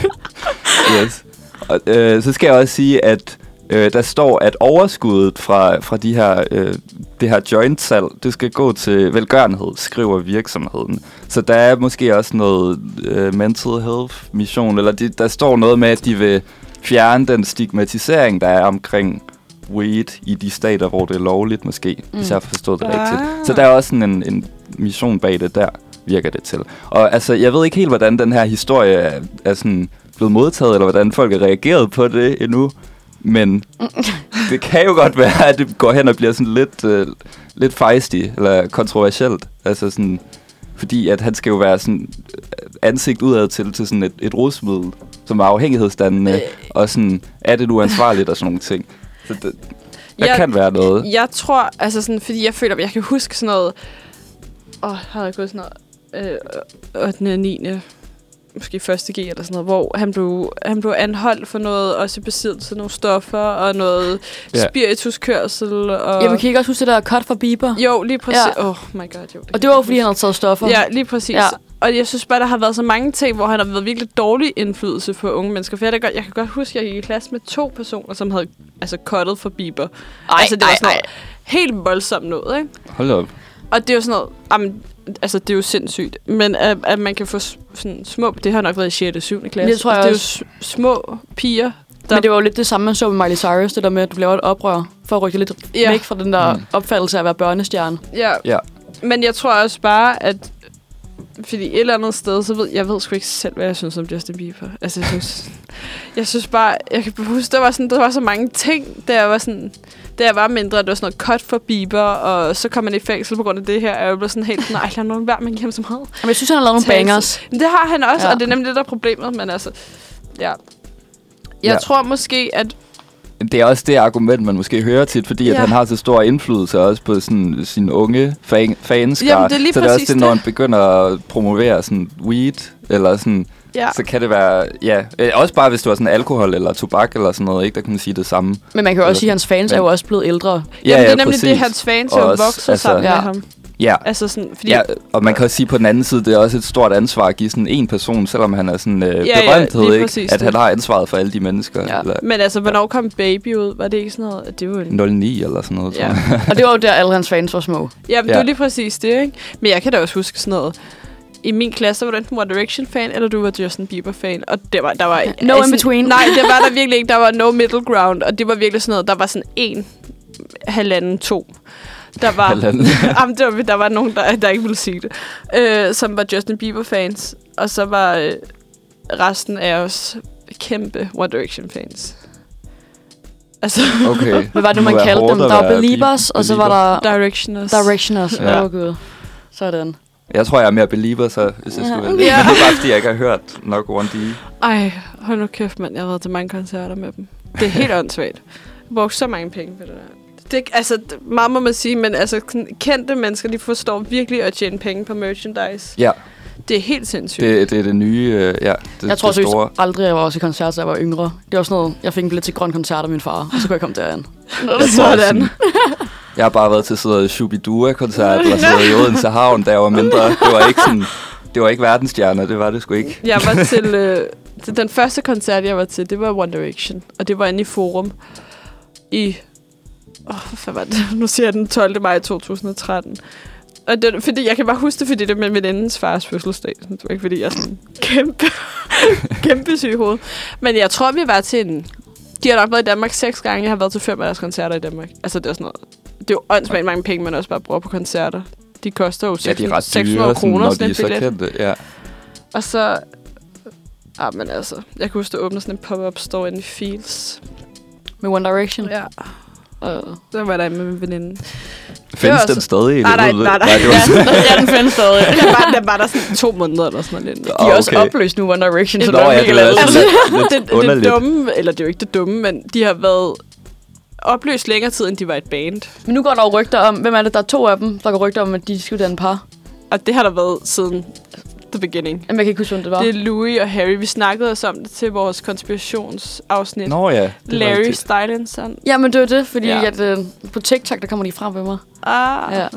S4: yes. Og, øh, så skal jeg også sige, at øh, der står, at overskuddet fra, fra de her, øh, det her joint-salg, det skal gå til velgørenhed, skriver virksomheden. Så der er måske også noget øh, mental health-mission, eller de, der står noget med, at de vil fjerne den stigmatisering, der er omkring weed i de stater, hvor det er lovligt måske, mm. hvis jeg har forstået det ah. rigtigt. Så der er også sådan en, en mission bag det der, virker det til. Og altså, jeg ved ikke helt, hvordan den her historie er, er sådan blevet modtaget, eller hvordan folk har reageret på det endnu, men det kan jo godt være, at det går hen og bliver sådan lidt, uh, lidt feisty, eller kontroversielt. Altså sådan, fordi at han skal jo være sådan ansigt udad til, til sådan et, et rusmiddel, som er afhængighedsdannende, øh. og sådan, er det uansvarligt og sådan nogle ting. Så det, der jeg, kan være noget.
S2: Jeg tror, altså sådan, fordi jeg føler, at jeg kan huske sådan noget, åh, oh, har jeg gået sådan noget, øh, ottende og niende måske første G eller sådan noget, hvor han blev, han blev anholdt for noget, også i besiddelse af nogle stoffer, og noget ja. spirituskørsel. Og
S3: Jamen, kan I ikke også huske det der cut for Bieber?
S2: Jo, lige præcis. Åh,
S3: Ja.
S2: oh my god, jo.
S3: Og det var fordi, han havde taget stoffer.
S2: Ja, lige præcis.
S3: Ja.
S2: Og jeg synes bare, der har været så mange ting, hvor han har været virkelig dårlig indflydelse på unge mennesker. For jeg, godt, jeg kan godt huske, at jeg gik i klasse med to personer, som havde altså cuttet for Bieber.
S3: Ej,
S2: altså, det var
S3: ej,
S2: sådan noget
S3: ej.
S2: helt voldsomt noget, ikke?
S4: Hold op.
S2: Og det er jo sådan noget, jamen, altså det er jo sindssygt. Men at, at man kan få s- sådan små, det har nok været i sjette og syvende klasse.
S3: Det tror jeg
S2: altså, det er jo s- små piger. Der
S3: Men det var jo lidt det samme, man så med Miley Cyrus, det der med, at du laver et oprør for at rykke lidt
S2: Ja.
S3: væk fra den der
S4: Mm.
S3: opfattelse af at være børnestjerne.
S2: Ja.
S4: Ja.
S2: Men jeg tror også bare, at fordi et eller andet sted, så ved jeg ved sgu ikke selv, hvad jeg synes om Justin Bieber. Altså, jeg synes, jeg synes bare, jeg kan huske, der var, sådan, der var så mange ting, der var sådan, da jeg var mindre, det var sådan noget cut for Bieber, og så kom man i fængsel på grund af det her, og jeg blev sådan helt, nej, lad nu være med hjem så meget.
S3: Men jeg synes, han har lavet nogle bangers.
S2: Men det har han også,
S3: Ja.
S2: og det er nemlig det, der er problemet, men altså, ja. Jeg
S4: Ja.
S2: tror måske, at
S4: Det er også det argument, man måske hører tit, fordi ja. at
S2: Ja.
S4: han har så stor indflydelse også på sådan, sin unge fan, fanskar.
S2: Jamen, det er lige
S4: så det er også
S2: præcis
S4: det, når
S2: det.
S4: han begynder at promovere sådan weed, eller sådan,
S2: ja.
S4: så kan det være, ja, øh, også bare hvis det var sådan alkohol eller tobak eller sådan noget, ikke, der kan man sige det samme.
S3: Men man kan jo også sige, at hans fans
S4: Men-
S3: er jo også blevet ældre.
S2: Jamen, det er nemlig
S4: præcis.
S2: det, hans fans er
S4: Og
S2: jo
S4: også,
S2: vokset
S4: altså-
S2: sammen
S3: Ja.
S2: med ham.
S4: Ja.
S2: Altså sådan, fordi
S4: Ja, og man kan også sige på den anden side, det er også et stort ansvar at give sådan en person, selvom han er sådan øh,
S2: Ja, ja,
S4: berømthed,
S2: lige
S4: ikke?
S2: præcis
S4: At
S2: det.
S4: han har ansvaret for alle de mennesker.
S3: Ja.
S4: Eller
S2: Men altså, hvornår kom Baby ud? Var det ikke sådan noget? Det var en...
S4: nul ni eller sådan noget,
S2: Ja.
S4: tror jeg.
S3: Og det var jo der, alle hans fans var små.
S2: Ja, men
S4: Ja.
S2: det var lige præcis det, ikke? Men jeg kan da også huske sådan noget... i min klasse var du enten One Direction-fan, eller du var Justin Bieber-fan. Og det var, der var...
S3: No
S2: altså,
S3: in between.
S2: Nej, det var der virkelig ikke. Der var no middle ground, og det var virkelig sådan noget, der var sådan en, halvanden, to. Der var, jamen, det var, der var nogen, der, der ikke ville sige det, øh, som var Justin Bieber-fans. Og så var øh, resten af os kæmpe One Direction-fans. Altså,
S4: Okay.
S3: Hvad var det, man kaldte dem? Der var Beliebers, og så var der...
S2: Directioners.
S3: Directioners. Åh,
S4: Ja.
S3: oh, gud. Sådan.
S4: Jeg tror, jeg er mere believer, så hvis jeg skulle vælge.
S2: Ja.
S4: Men det er bare, fordi jeg ikke har hørt nok One D.
S2: Ej, hold nu kæft, mand. Jeg har været til mange koncerter med dem. Det er helt åndssvagt. Jeg brugte så mange penge på det der. Det, altså, meget må man sige, men altså, kendte mennesker, de forstår virkelig at tjene penge på merchandise.
S4: Ja.
S2: Det er helt sindssygt.
S4: Det, det er det nye, øh, ja, det,
S3: Jeg tror
S4: det
S3: seriøst
S4: store.
S3: aldrig, jeg var også i koncert, så jeg var yngre. Det var sådan noget, jeg fik en billet til grøn koncert af min far, og så kunne jeg komme derind.
S2: Nå, det
S4: Jeg tror
S2: sådan.
S4: sådan, jeg har bare været til sådan noget Shubidua-koncert, eller sådan noget i Odense Havn, da jeg var mindre. Det var ikke sådan, det var ikke verdensstjerner, det var det sgu ikke.
S2: Jeg var til, øh, til den første koncert, jeg var til, det var One Direction. Og det var inde i Forum i... Åh, oh, hvad var det? Nu siger jeg den tolvte maj to tusind og tretten. Og det, fordi jeg kan bare huske det, fordi det er med min andens fars fødselsdag. Det var ikke, fordi jeg er sådan kæmpe, kæmpe syg i hovedet. Men jeg tror, vi var til en... De har nok været i Danmark seks gange. Jeg har været til fem af deres koncerter i Danmark. Altså, det er sådan noget... Det er jo åndssvagt mange penge, man også bare bruger på koncerter. De koster jo
S4: Ja, de er ret
S2: seks
S4: dyre,
S2: hundrede
S4: sådan,
S2: kroner,
S4: når
S2: sådan
S4: de
S2: en
S4: er så
S2: billet.
S4: kendte. Ja.
S2: Og så... Ah, men altså... Jeg kan huske, at åbne sådan en pop-up store inde i Fields.
S3: Med One Direction.
S2: Ja.
S3: Og
S2: Så var der med min veninde.
S4: Findes
S2: også-
S4: den stadig?
S2: Nej, nej,
S4: Det ved-
S2: nej, nej.
S4: det var
S3: ja, den findes stadig.
S2: Den var, den var der sådan to måneder eller sådan noget.
S3: De er også
S4: okay.
S3: opløst nu, One Direction, så
S4: Nå,
S3: der er
S4: ja,
S3: virkelig
S4: det er
S3: lavet.
S4: altså lidt,
S2: det,
S4: lidt
S2: det
S4: underligt.
S2: dumme, eller det er jo ikke det dumme, men de har været opløst længere tid, end de var et band.
S3: Men nu går der jo rygter om, hvem er det? Der er to af dem, der går rygter om, at de skulle danne par.
S2: Og det har der været siden the beginning.
S3: Jamen, jeg kan ikke huske, hvem det var.
S2: Det er Louis og Harry. Vi snakkede os om det til vores konspirationsafsnit.
S4: Nå ja. det var
S2: Larry
S4: rigtigt.
S2: Stylinson.
S3: Ja, men det var det, fordi
S2: Ja.
S3: ja. at, øh, på TikTok, der kommer de frem ved mig.
S2: Ah.
S3: Ja.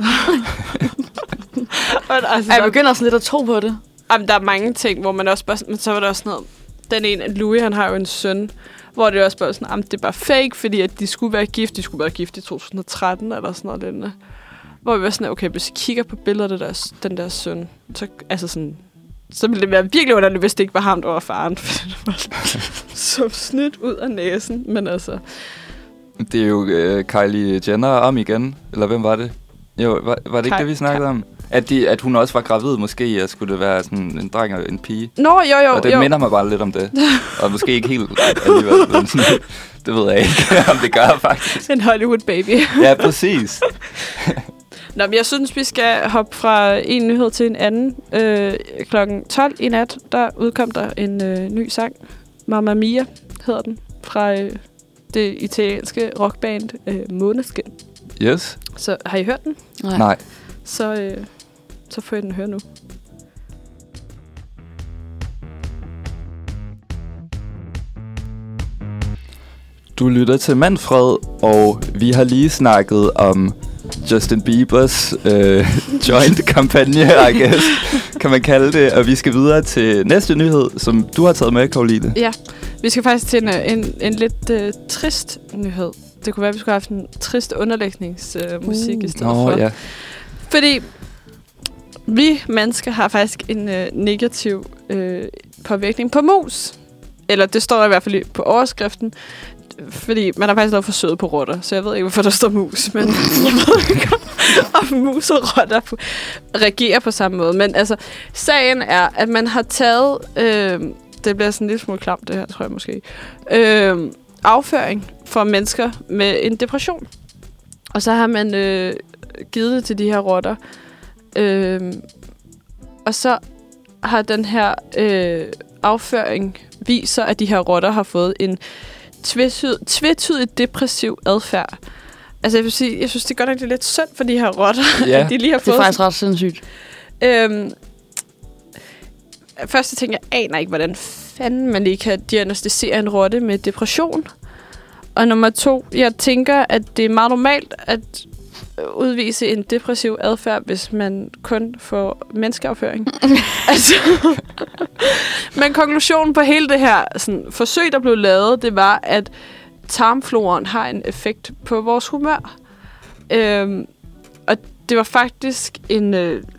S2: Og, altså,
S3: Og jeg
S2: der,
S3: begynder sådan lidt at tro på det.
S2: jamen, der er mange ting, hvor man også bare... Men så var der også noget... Den ene, Louis, han har jo en søn, hvor det også bare sådan, jamen, det er bare fake, fordi at de skulle være gift. De skulle være gift i to tusind og tretten, eller sådan noget lignende. Hvor vi var sådan, okay, hvis I kigger på billeder af der, den der søn, så, altså sådan, så ville det være virkelig underligt, hvis det ikke var ham, der var faren. For det var så snydt ud af næsen, men altså...
S4: Det er jo øh, Kylie Jenner om igen. Eller hvem var det? Jo, var, var det ikke
S2: Ky-
S4: det, vi snakkede
S2: Ky-
S4: om? At, de, at hun også var gravid måske, og skulle det være sådan en dreng og en pige.
S2: Nå, jo, jo,
S4: og det
S2: jo.
S4: minder mig bare lidt om det. Og måske ikke helt alligevel, men sådan, det ved jeg ikke, om det gør faktisk.
S2: En Hollywood baby.
S4: Ja, præcis.
S2: Nå, men jeg synes, vi skal hoppe fra en nyhed til en anden. Øh, klokken tolv i nat, der udkom der en øh, ny sang. Mamma Mia hedder den. Fra øh, det italienske rockband øh, Måneskin.
S4: Yes.
S2: Så har I hørt den?
S3: Nej.
S4: Nej.
S2: Så, øh, så får I den høre nu.
S4: Du lytter til Manfred, og vi har lige snakket om Justin Biebers øh, joint-kampagne, I guess, kan man kalde det. Og vi skal videre til næste nyhed, som du har taget med, Karoline.
S2: Ja, vi skal faktisk til en, en, en lidt øh, trist nyhed. Det kunne være, at vi skulle have haft en trist underlægningsmusik øh, musik
S3: Uh.
S2: i stedet
S4: Nå,
S2: for.
S4: ja.
S2: Fordi vi mennesker har faktisk en øh, negativ øh, påvirkning på mus. Eller det står der i hvert fald på overskriften. Fordi man har faktisk lavet forsøget på rotter, så jeg ved ikke, hvorfor der står mus. Men jeg ved ikke, om mus og rotter reagerer på samme måde. Men altså, sagen er, at man har taget... Øh, det bliver sådan lidt smule klamt, det her, tror jeg måske. Øh, afføring for mennesker med en depression. Og så har man øh, givet det til de her rotter. Øh, og så har den her øh, afføring viser, at de her rotter har fået en tvetydig, tvetydig depressiv adfærd. Altså jeg vil sige, jeg synes det er godt nok, det er lidt synd for de her rotter,
S4: Ja.
S2: at de lige har
S3: Det er
S2: fået...
S3: faktisk ret sindssygt.
S2: Øhm, første ting, jeg aner ikke, hvordan fanden man lige kan diagnostisere en rotte med depression. Og nummer to, jeg tænker, at det er meget normalt at udvise en depressiv adfærd, hvis man kun får menneskeafføring. altså, men konklusionen på hele det her sådan, forsøg, der blev lavet, det var, at tarmfloren har en effekt på vores humør. Øhm, og det var faktisk en... Øh,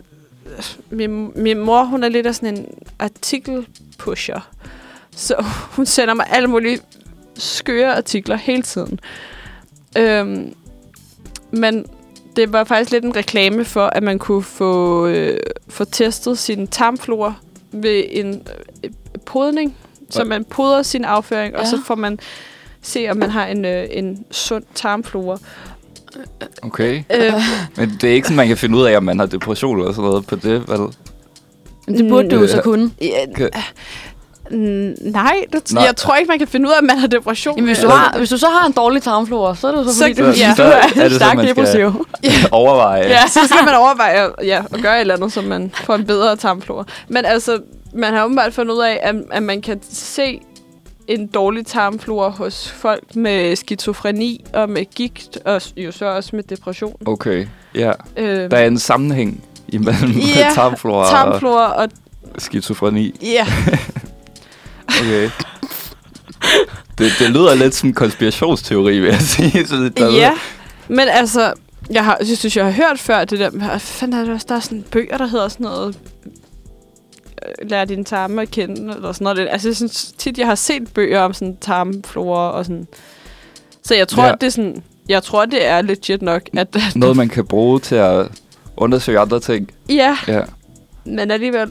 S2: min, min mor, hun er lidt af sådan en artikelpusher. Så hun sender mig alle mulige skøre artikler hele tiden. Øhm, men det var faktisk lidt en reklame for, at man kunne få, øh, få testet sin tarmflora ved en øh, podning. Så man podrer sin afføring, ja. Og så får man se, om man har en, øh, en sund tarmflora.
S4: Okay. Øh, Men det er ikke sådan, man kan finde ud af, om man har depression eller sådan noget på det, vel?
S3: Det burde du jo så kunne.
S2: Okay. Nej, det, Nej, jeg tror ikke, man kan finde ud af, om man har depression.
S3: Jamen, hvis, du har, hvis du så har en dårlig tarmflora, så er det jo så, fordi,
S2: så,
S3: du,
S2: ja.
S3: du er, er stærkt depressiv.
S4: Overveje.
S2: Ja, så skal man overveje ja, at gøre et eller andet, så man får en bedre tarmflora. Men altså, man har åbenbart fundet ud af, at, at man kan se en dårlig tarmflora hos folk med skizofreni og med gigt, og jo så også med depression.
S4: Okay, ja.
S2: Øhm,
S4: Der er en sammenhæng imellem
S2: ja,
S4: tarmflora,
S2: tarmflora og,
S4: og skizofreni.
S2: Ja.
S4: Okay. Det, det lyder lidt som en konspirationsteori, vil jeg sige. Så det, der
S2: ja, ved. Men altså, jeg, har, jeg synes, jeg har hørt før det der, hvad fanden er det også, der er sådan bøger, der hedder sådan noget, lær din tarme at kende, eller sådan noget. Altså, jeg synes tit, jeg har set bøger om sådan tarmflora og sådan. Så jeg tror, ja. det er sådan, jeg tror, det er legit nok, at...
S4: Noget, man kan bruge til at undersøge andre ting.
S2: Ja,
S4: ja.
S2: Men alligevel...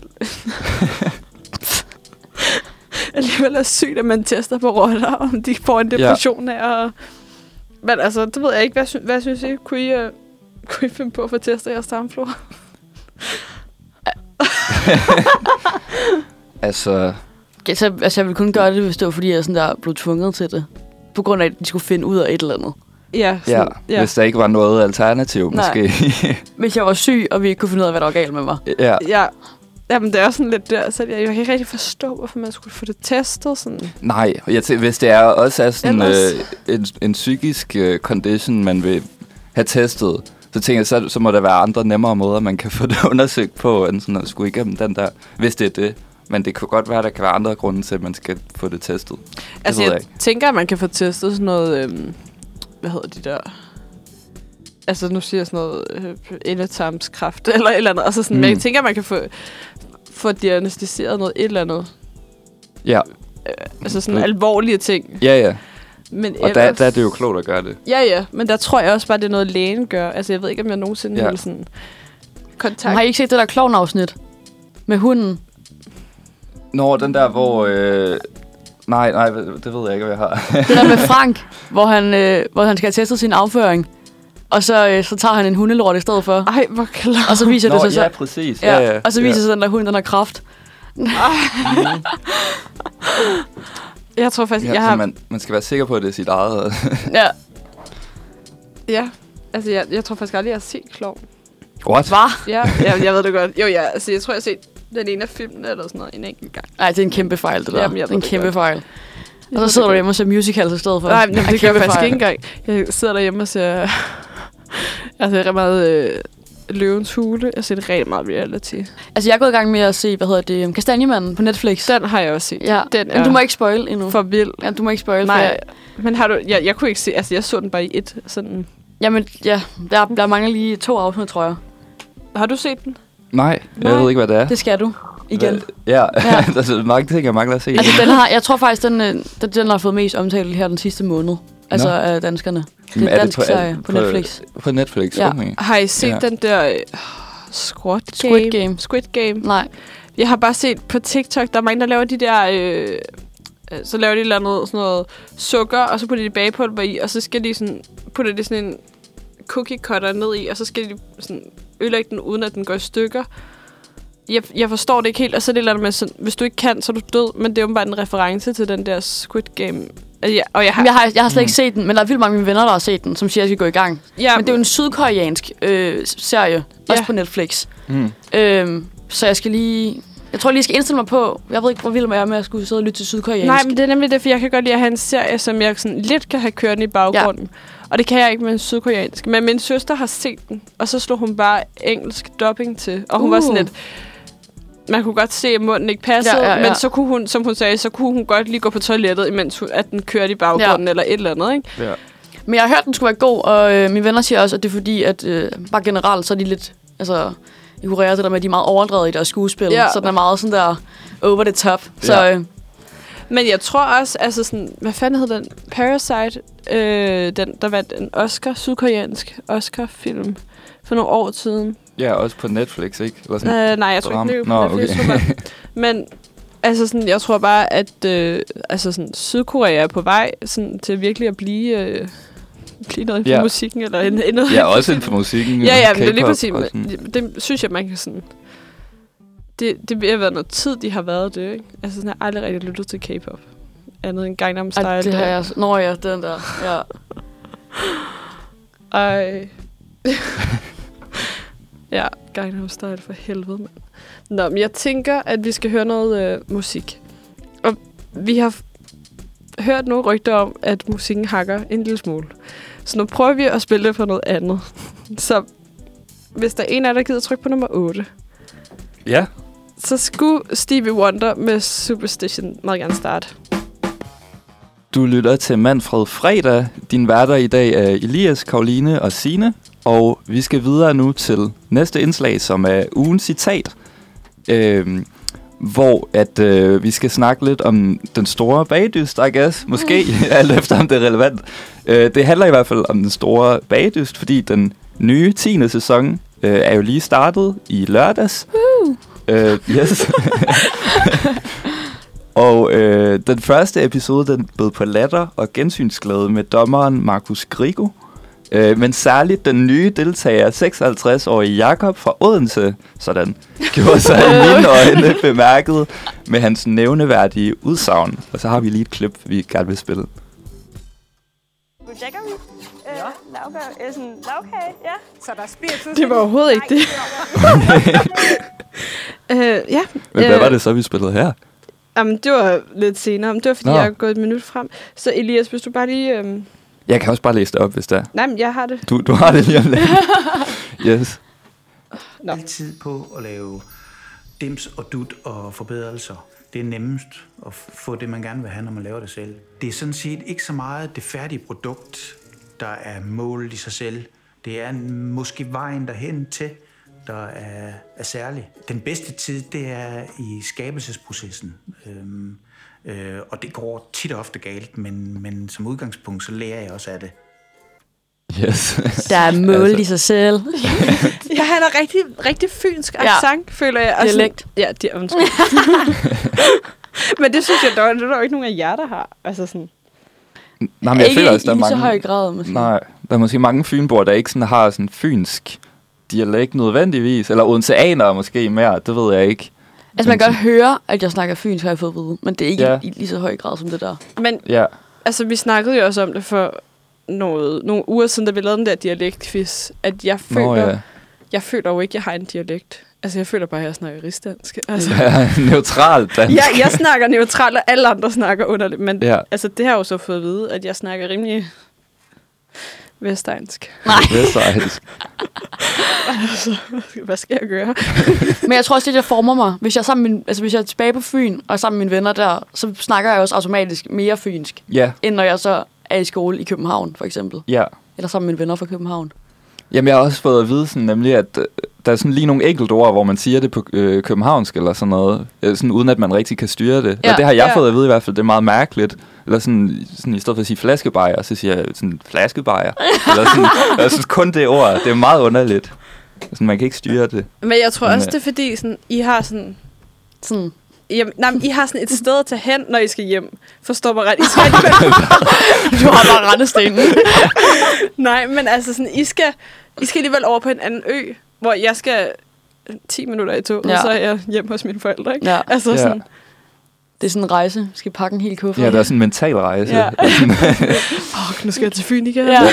S2: alligevel er sygt, at man tester på rotter, om de får en depression ja. af. Og... Men altså, det ved jeg ikke. Hvad, sy- hvad synes I? Kunne I, uh, kunne I finde på at få testet jeres tarmflora?
S4: altså...
S3: Altså, altså, jeg ville kun gøre det, hvis det var, fordi jeg sådan der blev tvunget til det. På grund af, at de skulle finde ud af et eller andet.
S2: Ja,
S4: sådan, ja, ja. Hvis der ikke var noget alternativ,
S3: Nej.
S4: måske.
S3: Hvis jeg var syg, og vi ikke kunne finde ud af, hvad der var galt med mig.
S4: Ja.
S2: Ja. Jamen, det er også sådan lidt der, så jeg, jeg kan ikke rigtig forstå, hvorfor man skulle få det testet. Sådan.
S4: Nej, jeg tæ- hvis det er også er sådan
S2: Ellers...
S4: øh, en, en psykisk øh, condition, man vil have testet, så tænker jeg, så, så må der være andre nemmere måder, man kan få det undersøgt på, end sådan at skulle igennem den der, hvis det er det. Men det kan godt være, at der kan være andre grunde til, at man skal få det testet. Det
S2: altså, jeg,
S4: jeg
S2: tænker, at man kan få testet sådan noget, øhm, hvad hedder de der... Altså, nu siger jeg sådan noget øh, endetarmskræft eller et eller andet. Altså, sådan, mm. jeg tænker, at man kan få, få diagnostiseret noget et eller andet.
S4: Ja.
S2: Øh, altså sådan det. Alvorlige ting.
S4: Ja, ja.
S2: Men
S4: og ellers, der, der er det jo klogt at gøre det.
S2: Ja, ja. Men der tror jeg også bare, det er noget, lægen gør. Altså, jeg ved ikke, om jeg nogensinde ja. vil sådan... Kontakt.
S3: Har I ikke set det der klovn-afsnit? Med hunden?
S4: Nå, den der, hvor... Øh, nej, nej, det ved jeg ikke, hvad jeg har.
S3: Det der med Frank, hvor han, øh, hvor han skal have testet sin afføring. Og så, øh, så tager han en hundelort i stedet for.
S2: Ej, hvor klart.
S3: Og så viser
S4: Nå,
S3: det sig så...
S4: ja, præcis. Ja, ja,
S3: og så viser
S4: ja.
S3: det sig, at den der hund, den har kræft.
S2: Jeg tror faktisk,
S4: ja,
S2: jeg har...
S4: Man, man skal være sikker på, at det er sit eget.
S3: ja.
S2: Ja, altså jeg, jeg tror faktisk aldrig, jeg har set klovn.
S4: What?
S3: Hva?
S2: Ja, jeg, jeg ved det godt. Jo, ja, altså jeg tror, jeg har set den ene af filmene eller sådan noget en enkelt gang.
S3: Nej, det er en kæmpe fejl, det der.
S2: Jamen,
S3: det er en
S2: det
S3: kæmpe
S2: godt.
S3: fejl. Og så sidder du hjemme og ser musicals i stedet for.
S2: Nej, men det gør jeg faktisk
S3: fejl.
S2: ikke engang. Jeg sidder derhjemme og ser... jeg ser rigtig meget øh, Løvens Hule. Jeg ser rigtig meget reality.
S3: Altså, jeg er gået i gang med at se, hvad hedder det, Kastanjemanden på Netflix.
S2: Den har jeg også set.
S3: Ja,
S2: den er
S3: men du må ikke spoil endnu.
S2: For vild.
S3: Ja, du må ikke spoil.
S2: Nej,
S3: jeg...
S2: men har du... Jeg, jeg kunne ikke se... Altså, jeg så den bare i et sådan...
S3: Jamen, ja. Der, der mangler lige to afsnit, tror jeg.
S2: Har du set den?
S4: Nej, jeg
S2: Nej.
S4: ved ikke, hvad det er.
S3: Det skal du. Igen.
S4: Hvad? Ja,
S3: ja.
S4: altså mange ting, jeg mangler at se.
S3: Altså, den har, jeg tror faktisk, den, den, den har fået mest omtale her den sidste måned. Altså
S4: Nå.
S3: af danskerne. Det
S4: Men
S3: er
S4: er
S3: dansk
S4: det på,
S3: serie på, på Netflix.
S4: På Netflix,
S3: ja.
S4: okay.
S2: Har I set ja. den der... Uh, Squid Game?
S3: Squid Game.
S2: Squid Game.
S3: Nej.
S2: Jeg har bare set på TikTok, der er mange, der laver de der... Øh, så laver de et eller andet sådan noget sukker, og så putter de bagepulver i, og så skal de sådan... Putter de sådan en cookie cutter ned i, og så skal de sådan ødelægge den, uden at den går i stykker. Jeg, jeg forstår det ikke helt, og så er det et eller andet med sådan, hvis du ikke kan, så er du død, men det er jo bare en reference til den der Squid Game. Altså, jeg, og jeg har,
S3: jeg har, jeg har slet ikke set den, men der er vildt mange af mine venner, der har set den, som siger, at jeg skal gå i gang.
S2: Ja,
S3: men det er jo en sydkoreansk øh, serie, også
S2: ja.
S3: på Netflix.
S4: Mm.
S3: Øhm, så jeg skal lige... Jeg tror lige, jeg skal indstille mig på... Jeg ved ikke, hvor vild jeg er med at skulle sidde og lytte til sydkoreansk.
S2: Nej, men det er nemlig det, for jeg kan godt lide at have en serie, som jeg sådan lidt kan have kørende i baggrunden. Ja. Og det kan jeg ikke med en sydkoreansk. Men min søster har set den, og så slog hun bare engelsk dubbing til. Og hun uh. var sådan lidt... Man kunne godt se, at munden ikke passede, ja, ja, ja. Men så kunne hun, som hun sagde, så kunne hun godt lige gå på toilettet, imens hun, at den kørte i baggrunden, ja. Eller et eller andet, ikke?
S4: Ja.
S3: Men jeg har hørt, at den skulle være god, og øh, mine venner siger også, at det er fordi, at øh, bare generelt, så er de lidt... Altså, i Korea, det der med, at de er meget overdrevet i deres skuespil.
S2: Ja.
S3: Så den er meget sådan der over the top. Så
S4: Ja.
S3: øh,
S2: Men jeg tror også, altså sådan, hvad fanden hed den? Parasite, øh, den, der vandt en Oscar, sydkoreansk Oscar-film for nogle år siden.
S4: Ja, også på Netflix, ikke? Eller sådan.
S2: Øh, nej, jeg tror
S4: Dram.
S2: ikke, det
S4: Nå,
S2: er på Netflix.
S4: okay.
S2: Okay. Men altså sådan, jeg tror bare, at øh, altså sådan, Sydkorea er på vej sådan, til virkelig at blive, øh, blive noget inden for
S4: Ja.
S2: musikken. Eller en, en noget
S4: Ja, også inden for musikken.
S2: Ja, ja, men det er lige
S4: K-pop
S2: præcis.
S4: og sådan.
S2: Det, det synes jeg, man kan sådan... Det, det vil have været noget tid, de har været det, ikke? Altså, sådan, jeg har aldrig rigtig lyttet til K-pop. Andet end Gangnam Style.
S3: ej, det har
S2: der.
S3: jeg... Nå ja, den der. Ja.
S2: Ej. Ja, Gangnam Style for helvede, mand. Nå, men jeg tænker, at vi skal høre noget øh, musik. Og vi har f- hørt nogle rygter om, at musikken hakker en lille smule. Så nu prøver vi at spille det for noget andet. Så hvis der er en af jer, der gider trykke på nummer otte,
S4: Ja,
S2: så skulle Stevie Wonder med Superstition meget gerne starte.
S4: du lytter til Manfred Fredag. Din værter i dag er Elias, Karoline og Signe. Og vi skal videre nu til næste indslag, som er ugens citat. Øhm, hvor at øh, vi skal snakke lidt om den store bagdyst, I guess. Måske, alt efter om det er relevant. Øh, det handler i hvert fald om den store bagdyst, fordi den nye tiende sæson øh, er jo lige startet i lørdags. Øh, yes. Og øh, den første episode, den bød på latter og gensynsglæde med dommeren Markus Grigo. Øh, men særligt den nye deltager, seksoghalvtreds-årige Jakob fra Odense, sådan, gjorde sig i mine øjne bemærket med hans nævneværdige udsagn. Og så har vi lige et klip, vi gerne vil spille.
S7: Tjekker vi? Øh, ja. Lavkage, øh, sådan, lavkage, ja. Så der er spiritus.
S2: Det var overhovedet ikke det. øh, ja.
S4: Men hvad var det så, vi spillede her?
S2: Jamen, det var lidt senere. Men det var, fordi
S4: Nå.
S2: jeg er gået et minut frem. Så Elias, hvis du bare lige... Øhm...
S4: Jeg kan også bare læse det op, hvis det er.
S2: Nej, men jeg har det.
S4: Du, du har det lige om lidt. Yes.
S2: Nå.
S8: Altid på at lave dims og dut og forbedrelser. Det er nemmest at få det, man gerne vil have, når man laver det selv. Det er sådan set ikke så meget det færdige produkt, der er målet i sig selv. Det er måske vejen derhen til, der er, er særlig. Den bedste tid, det er i skabelsesprocessen. Øhm, øh, og det går tit og ofte galt, men, men som udgangspunkt, så lærer jeg også af det.
S4: Yes.
S3: Der er mål altså. I sig selv.
S2: Ja, han er rigtig, rigtig fynsk accent, ja. Føler jeg. Og
S3: Dialekt.
S2: Sådan, ja, det er Men det synes jeg, der er, der er jo ikke nogen af jer, der har. Altså sådan...
S4: Nej, men jeg
S3: ikke
S4: føler også, der
S3: i
S4: er mange...
S3: så høj grad, måske.
S4: Nej, der er måske mange fynboer, der ikke sådan har sådan fynsk dialekt nødvendigvis. Eller odenseanere måske mere, det ved jeg ikke.
S3: Altså, man kan godt høre, at jeg snakker fynsk, har jeg fået at vide. Men det er ikke
S4: Ja.
S3: i lige så høj grad som det der.
S2: Men
S4: Ja,
S2: altså, vi snakkede jo også om det for noget, nogle uger siden, da vi lavede den der dialektquiz, at jeg føler,
S4: Nå, ja.
S2: jeg føler jo ikke, at jeg har en dialekt. Altså, jeg føler bare, at jeg snakker rigsdansk. Altså,
S4: Ja, neutralt dansk.
S2: ja, jeg snakker neutralt, og alle andre snakker underligt. Men
S4: Ja.
S2: altså, det har jeg jo så fået at vide, at jeg snakker rimelig vestegns.
S4: Vestegns.
S2: Altså, hvad skal jeg gøre?
S3: Men jeg tror også, det der former mig. Hvis jeg, er sammen med min, altså, hvis jeg er tilbage på Fyn, og er sammen med mine venner der, så snakker jeg også automatisk mere fynsk,
S4: Ja,
S3: end når jeg så er i skole i København, for eksempel.
S4: ja.
S3: Eller sammen med mine venner fra København.
S4: Jamen, jeg har også fået at vide sådan, nemlig, at øh, der er sådan lige nogle enkelte ord, hvor man siger det på øh, københavnsk eller sådan noget, øh, sådan, uden at man rigtig kan styre det.
S3: Ja,
S4: og det har jeg
S2: ja.
S4: fået at vide i hvert fald, det er meget mærkeligt. Eller sådan, sådan i stedet for at sige flaskebajer, så siger jeg sådan flaskebajer. eller sådan, jeg synes kun det ord, det er meget underligt. Sådan, man kan ikke styre det.
S2: Men jeg tror
S4: Men,
S2: også,
S4: øh,
S2: det er fordi, sådan, I har sådan...
S3: Sådan.
S2: Jamen, nej, men I har sådan et sted at tage hen, når I skal hjem. Forstår mig ret. I skal alligevel...
S3: Du har bare rendestenen.
S2: Nej, men altså sådan, I skal, I skal alligevel over på en anden ø, hvor jeg skal ti minutter i toget,
S3: Ja.
S2: ja. så er jeg hjemme hos mine forældre, ikke?
S3: Ja.
S2: Altså
S4: Ja.
S2: sådan...
S3: Det er sådan en rejse. Jeg skal pakke en hel kuffert.
S4: Ja, der er sådan en mental rejse.
S2: Ja. Åh, nu skal jeg til Fyn igen.
S3: Ja.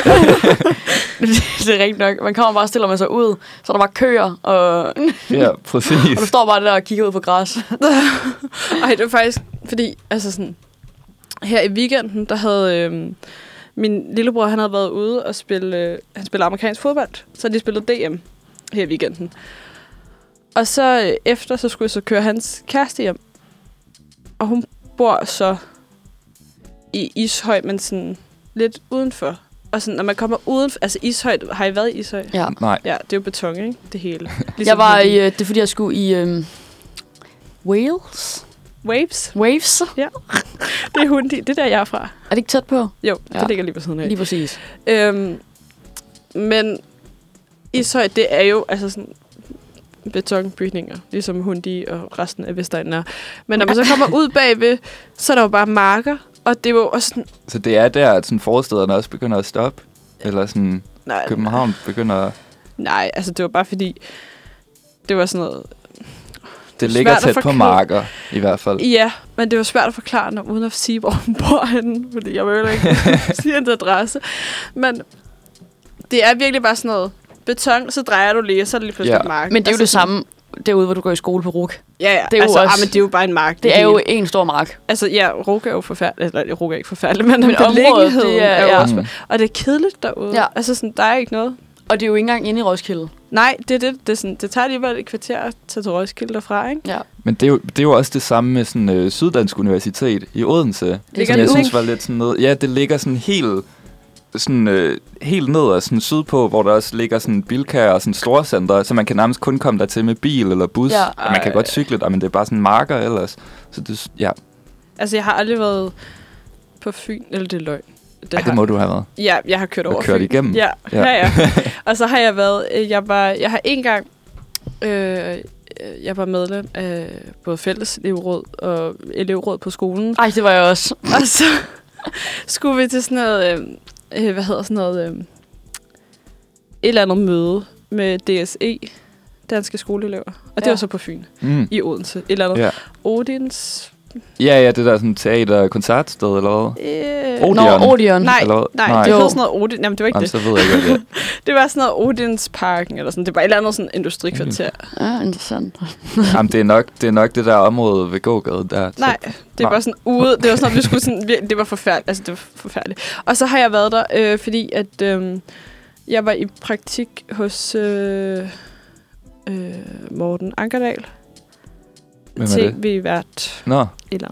S3: Det er rigtigt nok. Man kommer bare og stiller man sig ud, så er der bare køer, og,
S4: Ja, præcis.
S3: og du står bare der og kigger ud på græs.
S2: Ej, det var faktisk, fordi, altså sådan, her i weekenden, der havde øhm, min lillebror, han havde været ude og spille, øh, han spiller amerikansk fodbold, så de spillede D M her i weekenden. Og så øh, efter, så skulle jeg så køre hans kæreste hjem. Og hun bor så i Ishøj, men sådan lidt udenfor Og sådan, når man kommer uden... Altså Ishøj, har I været i Ishøj?
S3: Ja.
S4: Nej.
S2: Ja, det er jo beton, ikke? Det hele. Ligesom
S3: Jeg var
S2: Hundi.
S3: i... Øh, det er fordi, jeg skulle i... Øh, Wales?
S2: Waves.
S3: Waves?
S2: Ja. Det er Hundi. Det er der, jeg er fra.
S3: Er det ikke tæt på?
S2: Jo,
S3: Ja.
S2: det ligger lige på siden af.
S3: Lige præcis.
S2: Øhm, men Ishøj, det er jo altså sådan betonbygninger, ligesom Hundi og resten af Vestegnen er. Men når man så kommer ud bagved, så er der jo bare marker, og det er jo også sådan...
S4: Så det er der, at sådan forstederne også begynder at stoppe? Eller sådan
S2: Nej,
S4: København begynder at...
S2: nej, altså det var bare fordi, det var sådan noget...
S4: Det ligger
S2: svært at
S4: tæt på
S2: forklare.
S4: marker, i hvert fald.
S2: Ja, men det var svært at forklare, når, uden at sige, hvor hun bor henne, fordi jeg vil jo ikke sige en adresse. Men det er virkelig bare sådan noget beton, så drejer du lige, og så er det lige pludselig
S4: Ja.
S2: ja. mark.
S3: Men det er jo
S2: altså,
S3: det samme derude, hvor du går i skole på RUK.
S2: Ja, ja.
S3: Det er jo
S2: altså,
S3: også-
S2: ah, men det er jo bare en mark.
S3: Det er jo
S2: hele.
S3: en stor mark.
S2: Altså, ja, RUK er jo forfærdeligt. Eller, RUK er ikke forfærdeligt, men,
S3: Men
S2: men
S3: området,
S2: beliggenheden
S3: det er-
S2: er jo
S3: ja.
S2: også...
S4: Mm.
S2: Og det er kedeligt derude.
S3: Ja.
S2: Altså, sådan, der er ikke noget.
S3: Og det er jo ikke engang inde i Roskilde.
S2: Nej, det er det. Det, er sådan, det tager alligevel et kvarter at tage til Roskilde derfra, ikke?
S3: Ja.
S4: Men det er, jo, det er jo også det samme med sådan, øh, Syddansk Universitet i Odense.
S2: Ligger
S4: Som jeg
S2: det
S4: synes
S2: ude?
S4: var lidt sådan noget... Ja, det ligger sådan helt... Sådan, øh, helt ned og sådan sydpå, hvor der også ligger sådan Bilka og sådan store centre, så man kan nærmest kun komme der til med bil eller bus.
S3: Ja.
S4: Og man kan godt cykle der, men det er bare sådan marker ellers. Så det, ja,
S2: Altså, jeg har aldrig været på Fyn, eller det er løgn.
S4: Ej, det må du have været.
S2: Ja, jeg har kørt
S4: Og
S2: over
S4: kørt
S2: Fyn.
S4: igennem.
S2: Ja,
S4: Ja.
S2: ja, ja. Og så har jeg været, øh, jeg var, jeg har en gang, øh, jeg var medlem af både fælleselevråd og elevråd på skolen.
S3: Ej, det var jeg også.
S2: Og så skulle vi til sådan noget, øh, øh, hvad hedder sådan noget, øh, et eller andet møde med D S E, Danske Skoleelever. Og det
S3: Ja.
S2: var så på Fyn,
S4: Mm.
S2: i Odense. Et eller andet.
S4: Ja.
S2: Odins...
S4: Ja, ja, det der sådan teater-koncertsted, eller hvad?
S2: Øh,
S4: Odeon.
S3: Nå, Odeon.
S2: nej,
S4: Eller hvad?
S2: nej,
S4: Nej.
S2: det
S3: Jo.
S2: hed sådan noget Odin. Jamen, det var ikke
S4: Jamen,
S2: det.
S4: så ved jeg ikke, hvad det er.
S2: Det var sådan noget Odinsparken, eller sådan. Det var et eller andet sådan industrikvarter.
S3: Ja, interessant.
S4: Jamen, det er, nok, det er nok det der område ved gågaden der.
S2: Nej, det er
S4: Nej.
S2: bare sådan ude. Det var sådan, at vi skulle sådan... vir- Det var forfærdeligt. Altså, det var forfærdeligt. Og så har jeg været der, øh, fordi at øh, jeg var i praktik hos øh, øh, Morten Ankerdal.
S4: Hvem er det?
S2: Tv-vært.
S4: Nå,
S2: Eller.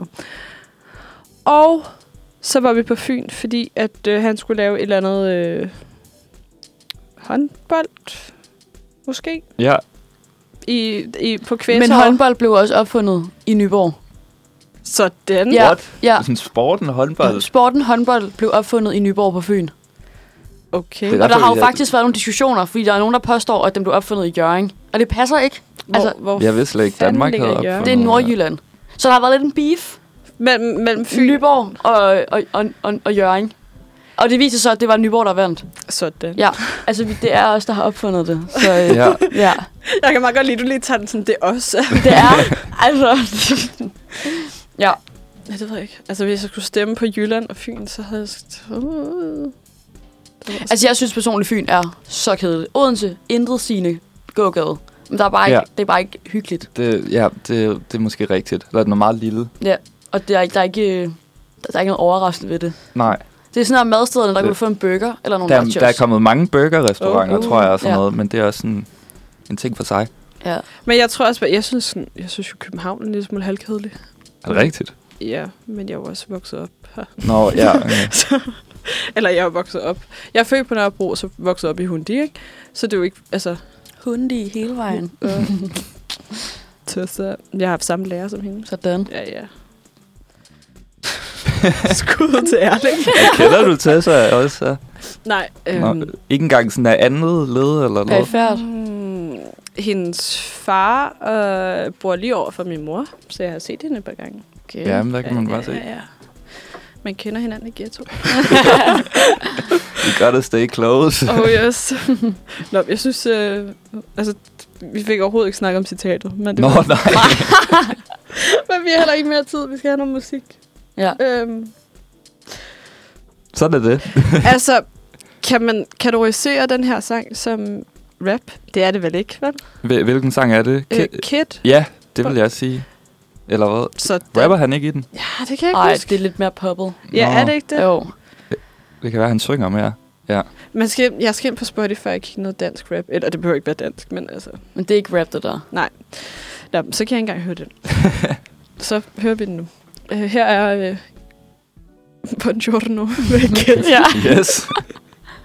S2: Og så var vi på Fyn, fordi at øh, han skulle lave et eller andet øh, håndbold, måske,
S3: Mm.
S4: ja.
S2: i, i, på Kvæsår.
S3: Men håndbold blev også opfundet i Nyborg.
S2: Sådan.
S3: Ja.
S4: What?
S3: Ja.
S4: Sådan sporten og håndbold.
S3: Sporten håndbold blev opfundet i Nyborg på Fyn.
S2: Okay.
S4: Det er
S3: Og der
S4: derfor,
S3: har jo
S4: jeg-
S3: faktisk været nogle diskussioner, fordi der er nogen, der påstår, at den blev opfundet i Hjørring. Og det passer ikke.
S2: Hvor,
S3: altså,
S2: hvor
S4: Jeg vidste slet ikke,
S2: fanden
S4: Danmark
S2: ligger
S4: havde
S2: Hjørring?
S4: opfundet
S3: Det er Nordjylland. Så der har været lidt en beef
S2: Mellem, mellem Fyn.
S3: Nyborg og, og, og, og, og Hjørring. Og det viser så, at det var Nyborg, der vandt.
S2: Sådan.
S3: Ja, altså vi- det er os, der har opfundet det. Så øh,
S4: Ja.
S3: ja,
S2: Jeg kan meget godt lide, at du lige tager den sådan, det er os.
S3: det er altså... ja.
S2: Ja, det ved jeg ikke. Altså, hvis jeg skulle stemme på Jylland og Fyn, så havde jeg... sagt, Uh, det var
S3: Altså jeg synes personligt, Fyn er så kedeligt. Odense, intet sigende gågade. Men der er bare ikke,
S4: Ja.
S3: det er bare ikke hyggeligt.
S4: Det, ja, det, det er måske rigtigt. Der er noget meget lille.
S3: Ja, og der er, der er ikke... Der er ikke noget overraskende ved det.
S4: Nej.
S3: Det er sådan noget madstederne, der
S4: Det-
S3: kan du få en burger eller nogle
S4: Der,
S3: nachos.
S4: der er kommet mange burgerrestauranter,
S2: Oh, uh,
S4: tror jeg, og sådan
S3: ja.
S4: noget. Men det er også sådan en ting for sig.
S3: Ja.
S2: Men jeg tror også, jeg synes, sådan, jeg synes jo, København er en lille smule halvkedelig.
S4: Er det rigtigt?
S2: Ja, men jeg er jo også vokset op her.
S4: Nå, ja. Okay.
S2: Så, eller jeg er jo vokset op. Jeg er født på Nørrebro, og så vokset op i Hundi, ikke? Så det er jo ikke, altså...
S3: Hundi hele vejen.
S2: Øh, så jeg har haft samme lærer som hende.
S3: Sådan.
S2: Ja, ja. Skud til Erling.
S4: Kender du Tessa også? Ja.
S2: Nej,
S4: Nå,
S2: øhm,
S4: ikke engang sådan af andet led eller noget?
S3: Perifært.
S2: mm, hendes far øh, bor lige over for min mor, så jeg har set hende et par gange.
S3: Okay.
S4: Ja, men der kan man
S2: ja,
S4: bare se.
S2: Ja, ja. Man kender hinanden i ghetto.
S4: You gotta stay close.
S2: Oh yes. Nå, jeg synes, øh, altså, vi fik overhovedet ikke snakket om citatet. Men det
S4: Nå,
S2: var,
S4: nej.
S2: men vi har heller ikke mere tid, vi skal have noget musik.
S3: Ja.
S2: Øhm,
S4: Sådan er det.
S2: altså, kan man kategorisere den her sang som rap? Det er det vel ikke, vel?
S4: Hvil- Hvilken sang er det?
S2: Øh,
S4: Ki-
S2: Kid?
S4: ja, det vil jeg sige. Eller hvad?
S2: Så
S4: Rapper han ikke i den?
S2: Ja, det kan jeg ikke
S3: Ej,
S2: huske.
S3: det er lidt mere poppet.
S2: Ja,
S4: Nå.
S2: er det ikke det?
S3: Jo.
S4: Det kan være, han synger mere. Ja.
S2: Man skal, jeg skal ind på Spotify og kigge noget dansk rap. Eller det behøver ikke være dansk, men altså...
S3: Men det er ikke rap, det der.
S2: Nå, så kan jeg ikke engang høre den. Så hører vi den nu. Uh, her er uh, Buongiorno med Kid.
S3: Ja.
S4: Yes.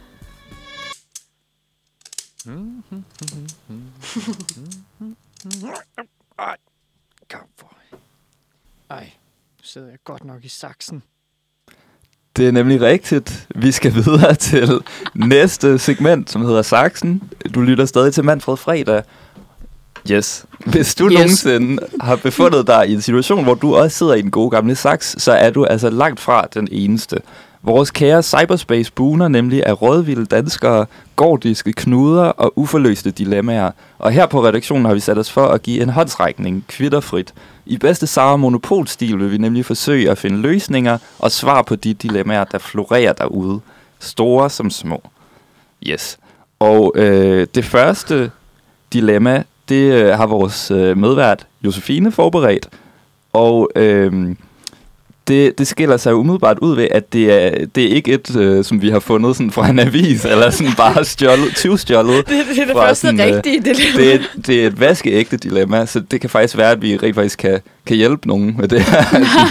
S9: Ej, kom for. Ej, nu sidder jeg godt nok i saksen.
S4: Det er nemlig rigtigt. Vi skal videre til næste segment, som hedder Saksen. Du lytter stadig til Manfred Fredag. Yes. Hvis du yes. nogensinde har befundet dig i en situation, hvor du også sidder i den gode gamle saks, så er du altså langt fra den eneste. Vores kære cyberspace buner nemlig af rådvilde danskere, gordiske knuder og uforløste dilemmaer. Og her på redaktionen har vi sat os for at give en håndsrækning kvitterfrit. I bedste Sara Monopol-stil vil vi nemlig forsøge at finde løsninger og svar på de dilemmaer, der florerer derude. Store som små. Yes. Og øh, det første dilemma, det øh, har vores øh, medvært Josefine forberedt. Og øh, det, det skiller sig umiddelbart ud ved, at det er, det er ikke et, øh, som vi har fundet sådan fra en avis, eller sådan bare stjålet, tyvstjålet.
S2: Det, det er det første sådan, rigtige
S4: øh,
S2: dilemma.
S4: Det er, det er et vaskeægte dilemma, så det kan faktisk være, at vi rigtig faktisk kan, kan hjælpe nogen med det her.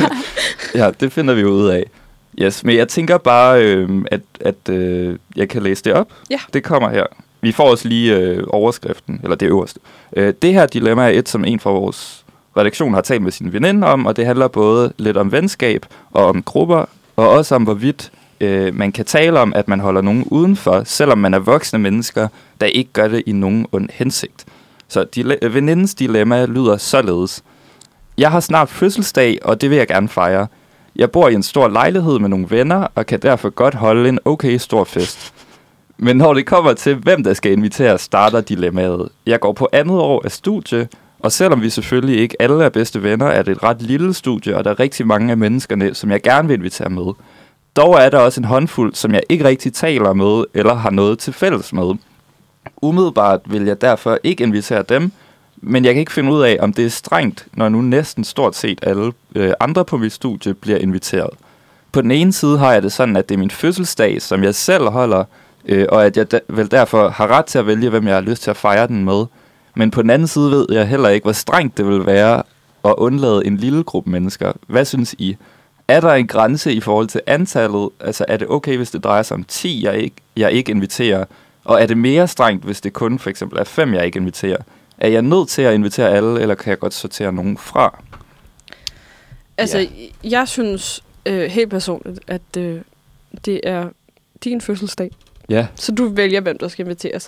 S4: Ja, det finder vi ud af. Yes, men jeg tænker bare, øh, at, at øh, jeg kan læse det op.
S2: Ja.
S4: Det kommer her. Vi får også lige øh, overskriften, eller det øverste. Øh, det her dilemma er et, som en fra vores redaktion har talt med sin veninde om, og det handler både lidt om venskab og om grupper, og også om, hvorvidt øh, man kan tale om, at man holder nogen udenfor, selvom man er voksne mennesker, der ikke gør det i nogen ond hensigt. Så dile- venindens dilemma lyder således. Jeg har snart fødselsdag, og det vil jeg gerne fejre. Jeg bor i en stor lejlighed med nogle venner, og kan derfor godt holde en okay stor fest. Men når det kommer til, hvem der skal inviteres, starter dilemmaet. Jeg går på andet år af studie, og selvom vi selvfølgelig ikke alle er bedste venner, er det et ret lille studie, og der er rigtig mange af menneskerne, som jeg gerne vil invitere med. Dog er der også en håndfuld, som jeg ikke rigtig taler med, eller har noget til fælles med. Umiddelbart vil jeg derfor ikke invitere dem, men jeg kan ikke finde ud af, om det er strengt, når nu næsten stort set alle øh, andre på mit studie bliver inviteret. På den ene side har jeg det sådan, at det er min fødselsdag, som jeg selv holder, øh, og at jeg da- vel derfor har ret til at vælge, hvem jeg har lyst til at fejre den med. Men på den anden side ved jeg heller ikke, hvor strengt det vil være at undlade en lille gruppe mennesker. Hvad synes I? Er der en grænse i forhold til antallet? Altså er det okay, hvis det drejer sig om ti, jeg ikke, jeg ikke inviterer? Og er det mere strengt, hvis det kun for eksempel er fem, jeg ikke inviterer? Er jeg nødt til at invitere alle, eller kan jeg godt sortere nogen fra?
S2: Altså,
S4: Ja.
S2: jeg synes øh, helt personligt, at øh, det er din fødselsdag.
S4: Ja.
S2: Så du vælger, hvem der skal inviteres.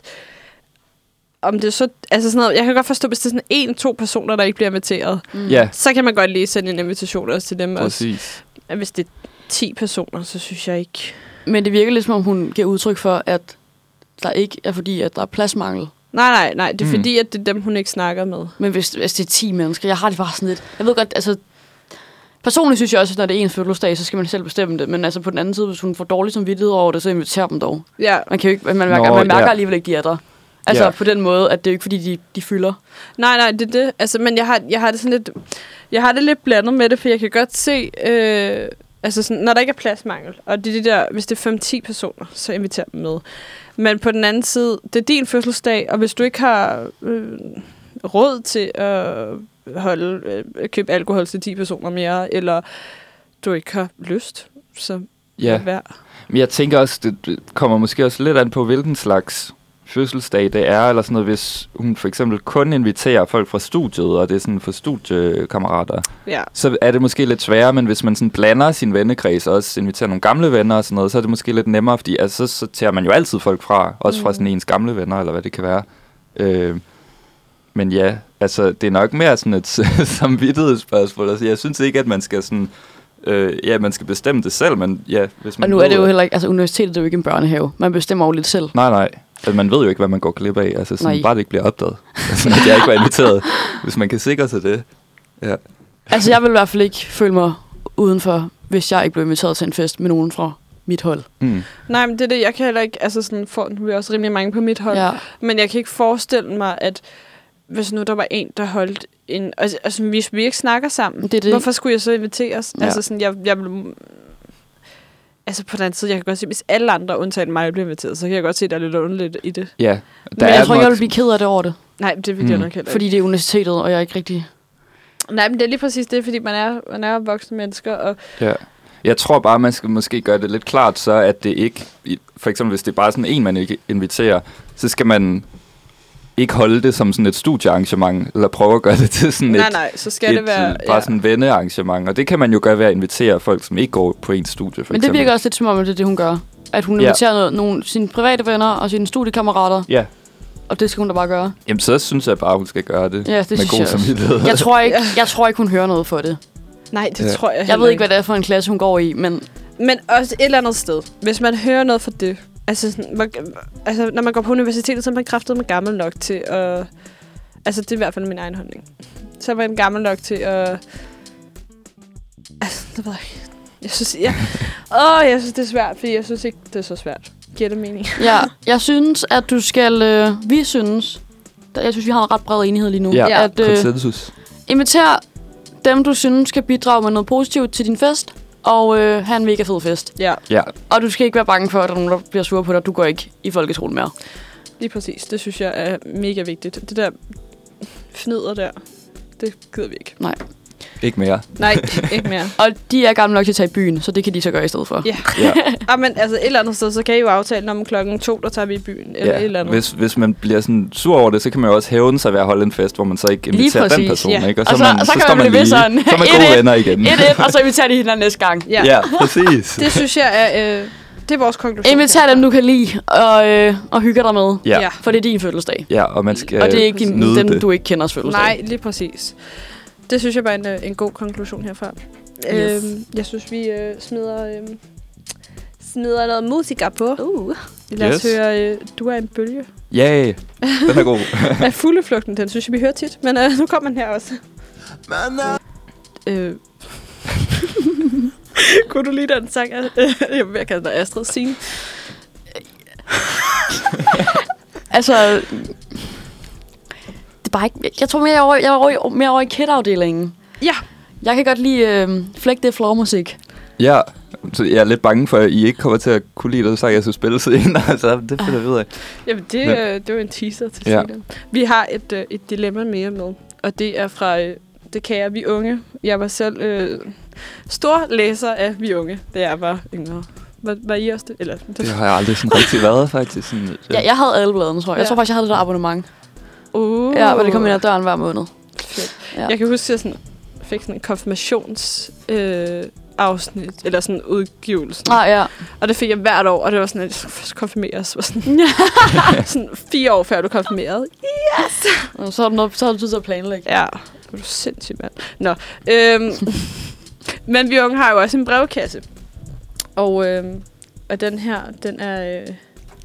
S2: Om det er så, altså sådan noget, jeg kan godt forstå, hvis det er sådan en, to personer, der ikke bliver inviteret,
S4: Mm. Ja.
S2: så kan man godt lige sende en invitation også til dem.
S4: Præcis.
S2: Også. Hvis det er ti personer, så synes jeg ikke.
S3: Men det virker lidt som om, hun giver udtryk for, at der ikke er fordi, at der er pladsmangel.
S2: Nej, nej, nej. Det er
S3: Mm.
S2: fordi, at det er dem, hun ikke snakker med.
S3: Men hvis, hvis det er ti mennesker, jeg har det bare sådan lidt. Jeg ved godt, altså. Personligt synes jeg også, at når det er ens fødselsdag, så skal man selv bestemme det. Men altså på den anden side, hvis hun får dårlig samvittighed over det, så inviterer dem dog.
S2: Ja.
S3: Man kan jo ikke, man mærker,
S4: Nå,
S3: man mærker
S4: ja.
S3: alligevel ikke de andre. Altså
S2: Ja.
S3: på den måde, at det er jo ikke fordi, de, de fylder.
S2: Nej, nej, det er det. Altså, men jeg har, jeg har det sådan lidt, jeg har det lidt blandet med det, for jeg kan godt se, øh, altså sådan, når der ikke er pladsmangel, og det er de der, hvis det er fem til ti personer, så inviterer dem med. Men på den anden side, det er din fødselsdag, og hvis du ikke har øh, råd til at holde, øh, købe alkohol til ti personer mere, eller du ikke har lyst, så
S4: Ja.
S2: lad være.
S4: Men jeg tænker også, det det kommer måske også lidt an på, hvilken slags fødselsdag det er, eller sådan noget, hvis hun for eksempel kun inviterer folk fra studiet, og det er sådan for studiekammerater,
S2: Ja.
S4: så er det måske lidt sværere, men hvis man sådan blander sin vennekreds, og også inviterer nogle gamle venner og sådan noget, så er det måske lidt nemmere, fordi altså, så, så tager man jo altid folk fra, også fra
S2: Mm.
S4: sådan ens gamle venner, eller hvad det kan være. Øh, men ja, altså, det er nok mere sådan et samvittighedsspørgsmål. Altså, jeg synes ikke, at man skal sådan, øh, ja, man skal bestemme det selv, men ja, hvis man
S3: Og nu
S4: ved,
S3: er det jo
S4: at-
S3: heller ikke, altså universitetet er jo ikke en børnehave. Man bestemmer jo lidt selv.
S4: Nej, nej. Altså, man ved jo ikke, hvad man går glip af. Altså, sådan,
S3: Nej.
S4: bare det ikke bliver opdaget. Altså, at jeg ikke var inviteret. Hvis man kan sikre sig det. Ja.
S3: Altså jeg vil i hvert fald ikke føle mig udenfor, hvis jeg ikke blev inviteret til en fest med nogen fra mit hold.
S4: Mm.
S2: Nej, men det er det, jeg kan heller ikke, altså sådan, for, nu er jeg også rimelig mange på mit hold,
S3: Ja.
S2: men jeg kan ikke forestille mig, at hvis nu der var en, der holdt en, altså, altså hvis vi ikke snakker sammen,
S3: Det er det.
S2: hvorfor skulle jeg så inviteres?
S3: Ja.
S2: Altså sådan, jeg, jeg vil, altså på den anden side, jeg kan godt se, hvis alle andre undtagen mig bliver inviteret, så kan jeg godt se, at der er lidt underligt i det.
S4: Ja.
S3: Men jeg tror ikke, jeg vil blive ked af det over det.
S2: Nej, det vil jeg
S4: Mm.
S2: nok heller
S3: Fordi
S2: ikke.
S3: det er universitetet, og jeg er ikke rigtig...
S2: Nej, men det er lige præcis det, fordi man er, man er voksne mennesker, og
S4: Ja. Jeg tror bare, man skal måske gøre det lidt klart, så at det ikke, for eksempel hvis det er bare sådan en, man ikke inviterer, så skal man ikke holde det som sådan et studiearrangement, eller prøve at gøre det til sådan
S2: nej,
S4: et,
S2: nej, så skal
S4: et,
S2: det være...
S4: bare sådan et vennearrangement. Og det kan man jo gøre ved at invitere folk, som ikke går på en studie, for
S3: Men det
S4: eksempel.
S3: virker også lidt som om, det er det, hun gør. At hun
S4: Ja.
S3: inviterer noget, nogle sine private venner og sine studiekammerater.
S4: Ja.
S3: Og det skal hun da bare gøre.
S4: Jamen, så synes jeg bare, hun skal gøre det
S3: Ja, det
S4: med
S3: synes
S4: god
S3: jeg også.
S4: samvittighed.
S3: Jeg tror, ikke, jeg tror ikke, hun hører noget for det.
S2: Nej, det
S4: Ja.
S2: tror jeg
S3: Jeg
S2: heller
S3: ved ikke, hvad det er for en klasse, hun går i, men...
S2: Men også et eller andet sted. Hvis man hører noget for det. Altså, sådan, hvor, altså når man går på universitetet, så er man kraftet med gammel nok til at... Altså, det er i hvert fald min egen holdning. Så er man gammel nok til at... Altså, det ved jeg ikke. Jeg synes, jeg, åh, jeg synes, det er svært, fordi jeg synes ikke, det er så svært. Giver det mening?
S3: Ja, jeg synes, at du skal... Øh, vi synes... Jeg synes, vi har en ret bred enighed lige nu.
S4: Ja,
S3: at, øh,
S4: konsensus.
S3: Inviter dem, du synes skal bidrage med noget positivt til din fest, og øh, have en mega fed fest.
S2: Ja.
S4: Ja.
S3: Og du skal ikke være bange for, at der er nogen, der bliver sure på dig. Du går ikke i folkeskolen mere.
S2: Lige præcis. Det synes jeg er mega vigtigt. Det der fnider der, det gider vi ikke.
S3: Nej.
S4: Ikke mere.
S2: Nej, ikke mere.
S3: Og de er gamle nok til at tage i byen, så det kan de så gøre i stedet for.
S2: Ja.
S4: Ja.
S2: Ah, men altså et eller andet sted, så kan I jo aftale om klokken to, der tager vi i byen. Eller
S4: Ja.
S2: et eller andet.
S4: Hvis, hvis man bliver sådan sur over det, så kan man jo også hævne sig ved at holde en fest, hvor man så ikke inviterer den person,
S3: ja.
S4: ikke?
S3: Og så,
S4: man,
S3: og så, så
S4: står
S3: kan man blive ved sådan.
S4: så er man gode venner igen.
S3: et et, og så inviterer de hinanden næste gang.
S2: Ja,
S4: Ja, præcis.
S2: det synes jeg er, øh, det er vores konklusion.
S3: Inviter dem, du kan lide, og, øh, og hygge dig med.
S4: Ja.
S2: Ja.
S3: For det er din fødselsdag.
S4: Ja, og man skal
S3: Og det er ikke din,
S4: nyde
S3: dem,
S4: det.
S3: du ikke kenders fødselsdag.
S2: Nej, lige præcis. Det synes jeg bare er en, øh, en god konklusion herfra.
S3: Yes.
S2: Øhm, jeg synes, vi øh, smider, øh, smider noget musiker på.
S3: Uh.
S2: Lad os
S4: Yes.
S2: høre, øh, du er en bølge.
S4: Ja, yeah, den er god.
S2: Af fugleflugten, den synes jeg, vi hører tit. Men øh, nu kommer den her også. øh. Kunne du lide den sang? Jeg vil ved at kalde dig Astrid Signe.
S3: Altså, det er bare ikke... Jeg tror mere, jeg er over, jeg er over, mere over i kid-afdelingen.
S2: Ja.
S3: Jeg kan godt lide øh, Flæk det flormusik.
S4: Ja, så jeg er lidt bange for, at I ikke kommer til at kunne lide det, så jeg skulle spille senere. Så det finder jeg ud af.
S2: Jamen, det,
S4: Men-
S2: øh, det var en teaser til
S4: Ja.
S2: senere. Vi har et, øh, et dilemma mere med, og det er fra øh, det kære Vi Unge. Jeg var selv øh, stor læser af Vi Unge, da jeg var yngre. Var, var I også det? Eller,
S4: Det har jeg aldrig sådan rigtig været, faktisk. Sådan,
S3: Ja, jeg havde alle bladene, tror jeg. Jeg
S2: Ja.
S3: tror faktisk, jeg havde det der abonnement.
S2: Uh.
S3: Ja, hvor det kom ind ad døren hver måned.
S2: Fedt.
S3: Ja.
S2: Jeg kan huske, at jeg sådan, fik sådan en konfirmations... Øh, afsnit, eller sådan udgivelsen.
S3: Ah, ja.
S2: Og det fik jeg hvert år, og det var sådan, at jeg skulle først konfirmeres. Var sådan, sådan fire år før du konfirmerede. Yes!
S3: Og så har du, noget, så har du tid til at planlægge.
S2: Ja, det er du sindssygt, mand. Nå, øhm, men Vi Unge har jo også en brevkasse. Og, øhm, og den her, den er... Øh,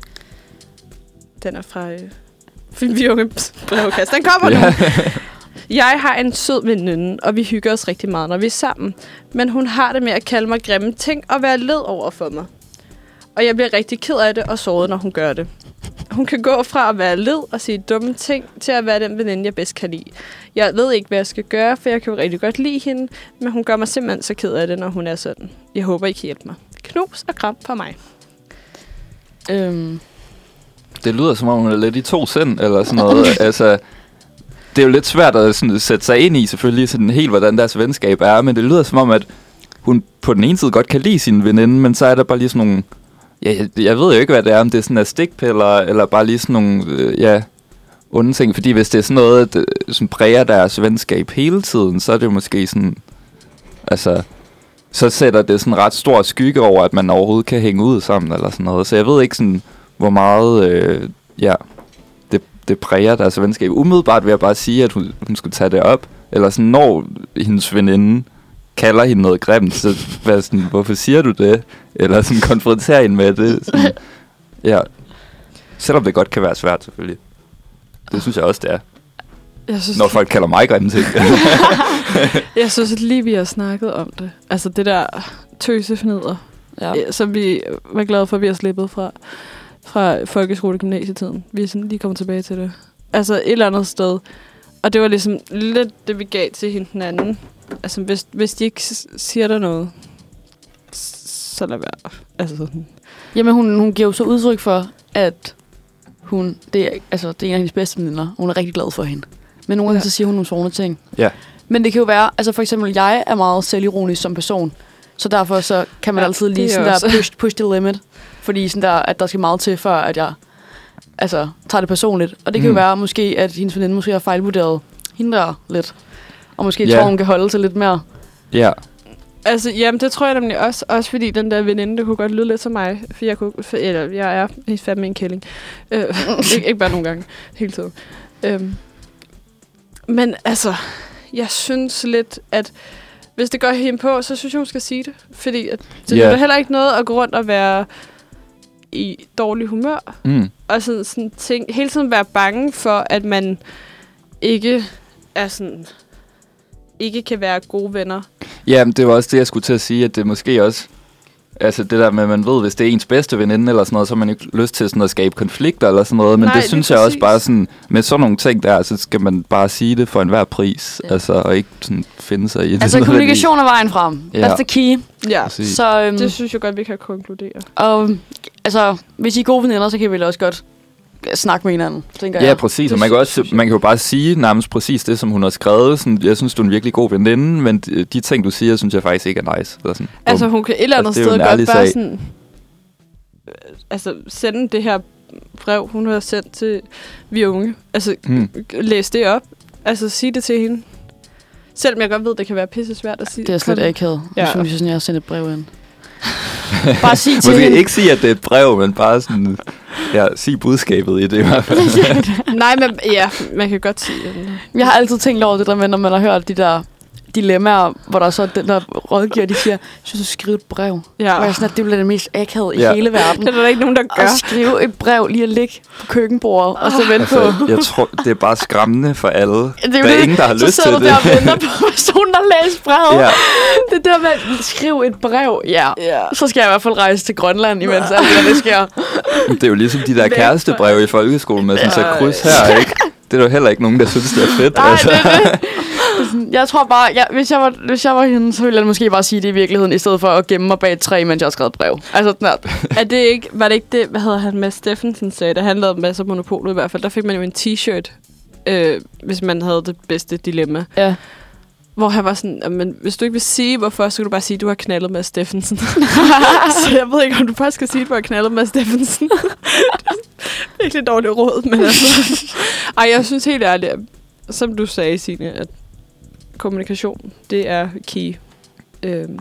S2: den er fra... Øh, fra Vi Unge brevkasse. Den kommer nu! Jeg har en sød veninde, og vi hygger os rigtig meget, når vi er sammen. Men hun har det med at kalde mig grimme ting og være led over for mig. Og jeg bliver rigtig ked af det og såret, når hun gør det. Hun kan gå fra at være led og sige dumme ting, til at være den veninde, jeg bedst kan lide. Jeg ved ikke, hvad jeg skal gøre, for jeg kan jo rigtig godt lide hende, men hun gør mig simpelthen så ked af det, når hun er sådan. Jeg håber, I kan hjælpe mig. Knus og kram fra mig.
S3: Øhm.
S4: Det lyder som om, hun er lidt i to sind, eller sådan noget. Altså, det er jo lidt svært at sådan, sætte sig ind i, selvfølgelig, sådan helt, hvordan deres venskab er, men det lyder som om, at hun på den ene side godt kan lide sin veninde, men så er der bare lige sådan nogle... Ja, jeg, jeg ved jo ikke, hvad det er, om det er sådan er stikpiller, eller bare lige sådan nogle, øh, ja, onde ting. Fordi hvis det er sådan noget, der, som præger deres venskab hele tiden, så er det jo måske sådan... Altså, så sætter det sådan ret stor skygge over, at man overhovedet kan hænge ud sammen, eller sådan noget. Så jeg ved ikke sådan, hvor meget, øh, ja, det, det præger deres venskab. Umiddelbart vil jeg bare sige, at hun, hun skulle tage det op. Eller sådan, når hendes veninde kalder hende noget grimt, så hvad sådan, hvorfor siger du det? Eller sådan konfronterer hende med det. Sådan, ja. Selvom det godt kan være svært, selvfølgelig. Det synes jeg også, det er.
S2: Jeg synes,
S4: når folk kalder mig grimme ting.
S2: Jeg synes at lige, vi har snakket om det. Altså det der tøsefnider, ja. Som vi var glade for, at vi har slippet fra, fra folkeskole- og gymnasietiden. Vi er sådan lige kommet tilbage til det. Altså et eller andet sted. Og det var ligesom lidt det, vi gav til hende den anden. Altså hvis, hvis de ikke siger der noget, så lad være. Altså sådan.
S3: Jamen hun, hun giver jo så udtryk for, at hun, det er, altså, det er en af hendes bedste veninder. Hun er rigtig glad for hende. Men nogle gange ja. så siger hun nogle sårende ting.
S4: Ja.
S3: Men det kan jo være, altså for eksempel, jeg er meget selvironisk som person. Så derfor så kan man ja, altid lige sådan der push, push the limit. Fordi sådan der, at der skal meget til, før at jeg altså, tager det personligt. Og det kan
S4: Mm.
S3: jo være måske, at hendes veninde måske har fejlvurderet hende der lidt. Og måske
S4: Ja.
S3: tror, hun kan holde sig lidt mere.
S4: Ja.
S2: Altså, jamen, det tror jeg nemlig også. Også fordi den der veninde, det kunne godt lyde lidt som mig. For jeg, kunne, for, eller, jeg er helt fandme en kælling. Øh, ikke, ikke bare nogle gange. Hele tiden. Øhm. Men altså, jeg synes lidt, at hvis det går hende på, så synes jeg, hun skal sige det. Fordi at det
S4: Ja.
S2: er heller ikke noget at gå rundt og være i dårlig humør.
S4: Mm.
S2: Og sådan, sådan ting, hele tiden være bange for, at man ikke er sådan, ikke kan være gode venner.
S4: Ja, men det var også det, jeg skulle til at sige, at det måske også... Altså det der med, at man ved, hvis det er ens bedste veninde eller sådan noget, så har man ikke lyst til sådan at skabe konflikter eller sådan noget. Men
S2: Nej,
S4: det synes
S2: det er
S4: jeg også
S2: præcis.
S4: bare sådan, med sådan nogle ting der, så skal man bare sige det for enhver pris.
S3: Ja.
S4: Altså, og ikke sådan finde sig i det.
S3: Altså, kommunikation er vejen frem.
S4: Ja.
S3: That's the key.
S2: Ja,
S4: Præcis.
S3: Så, øhm,
S2: det synes jeg godt, vi kan konkludere.
S3: og, altså, hvis I er gode veninder, så kan vi vel også godt snakke med hinanden, tænker
S4: Ja,
S3: jeg.
S4: præcis.
S2: Det
S4: Og man kan,
S2: synes-
S4: også,
S2: synes jeg.
S4: man kan jo bare sige nærmest præcis det, som hun har skrevet. Sådan, jeg synes, du er en virkelig god veninde, men de, de ting, du siger, synes jeg faktisk ikke er nice. Eller sådan.
S2: Altså,
S4: Bum.
S2: hun kan et eller andet
S4: Altså, det er jo
S2: sted
S4: en
S2: godt
S4: ærlig
S2: bare
S4: sag.
S2: sådan... øh, Altså, sende det her brev, hun har sendt til vi unge. Altså,
S4: Hmm.
S2: læs det op. Altså, sig det til hende. Selvom jeg godt ved, det kan være pisse svært at sige.
S3: Det er slet
S2: Kom.
S3: akavet.
S2: Ja.
S3: Jeg synes, jeg har sendt et brev ind. Bare sig til
S4: Måske
S3: hende.
S4: ikke sige, at det er et brev, men bare sådan... Ja, sig budskabet i det i hvert fald.
S2: Nej, men ja, man kan godt sige det.
S3: Jeg har altid tænkt over det der med, når man har hørt de der dilemmaer, hvor der så den der rådgiver, de siger, synes du skrive et brev?
S2: Ja.
S3: Og jeg er sådan, at det bliver det mest akavet i
S4: Ja.
S3: hele verden.
S2: Det er der ikke nogen, der gør.
S3: At skrive et brev lige at ligge på køkkenbordet, og så vente på...
S4: Altså, jeg tror, det er bare skræmmende for alle.
S3: Det er jo
S4: Der er
S3: det.
S4: ingen, der har
S3: så
S4: lyst til
S3: sidder du
S4: det.
S3: der og venter på personen, der læser brevet.
S4: Ja.
S3: Det der med at skrive et brev, ja.
S2: Ja.
S3: Så skal jeg i hvert fald rejse til Grønland, imens alt det, der, det sker.
S4: Det er jo ligesom de der
S2: Væk fra-
S4: kærestebreve i folkeskolen med sådan så
S2: Ja.
S4: kryds her, ikke? Det er der jo heller ikke nogen, der synes, det er fedt.
S3: Nej,
S4: altså.
S3: det er det. Jeg tror bare, jeg, hvis, jeg var, hvis jeg var hende, så ville jeg måske bare sige det i virkeligheden, i stedet for at gemme mig bag et træ, mens jeg har skrevet brev. Altså sådan der.
S2: Er det ikke, var det ikke det, hvad hedder han, Mads Steffensen sagde, der handlede om masser af Monopolet i hvert fald. Der fik man jo en t-shirt, øh, hvis man havde det bedste dilemma.
S3: Ja.
S2: Hvor han var sådan, men hvis du ikke vil sige, hvorfor, så kan du bare sige, at du har knaldet med Steffensen. Så jeg ved ikke, om du bare skal sige, at du har knaldet med Steffensen. Virkelig dårligt råd, men altså... Ej, jeg synes helt ærligt, at, som du sagde, Signe, at kommunikation, det er key. Øhm,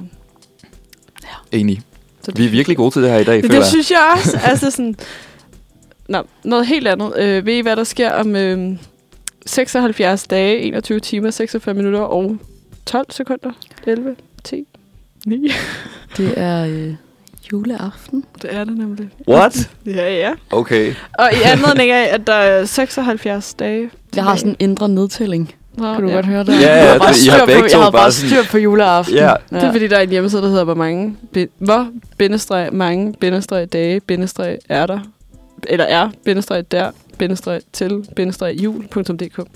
S4: Enig.
S2: så
S4: Vi er virkelig gode til det her i dag,
S2: det,
S4: føler
S2: det
S4: jeg.
S2: synes jeg også. Altså sådan... Nå, noget helt andet. Øh, ved I, hvad der sker om øh, seksoghalvfjerds dage, enogtyve timer, seksogfyrre minutter og tolv sekunder? elleve, ti, ni.
S3: Det er øh, juleaften.
S2: Det er det nemlig.
S4: What?
S2: Ja, ja.
S4: Okay.
S2: Og i anledning af, at der er seksoghalvfjerds dage.
S3: Jeg har sådan en indre nedtælling.
S2: Nå,
S3: Kan du
S2: ja.
S3: godt høre det?
S4: Ja,
S3: jeg
S4: ja,
S3: havde bare
S4: det- I har
S3: styr
S4: begge
S3: på,
S4: to
S3: jeg havde
S4: bare
S3: bare
S4: sådan-
S3: styr på juleaften.
S4: Ja.
S2: Det er fordi, der er en hjemmeside, der hedder, hvor mange, bi- hvor, bindestreg, mange, bindestreg, dage, bindestreg, er der, eller er, bindestreg, der, bindestreg, til, bindestreg, jul, punktum d k.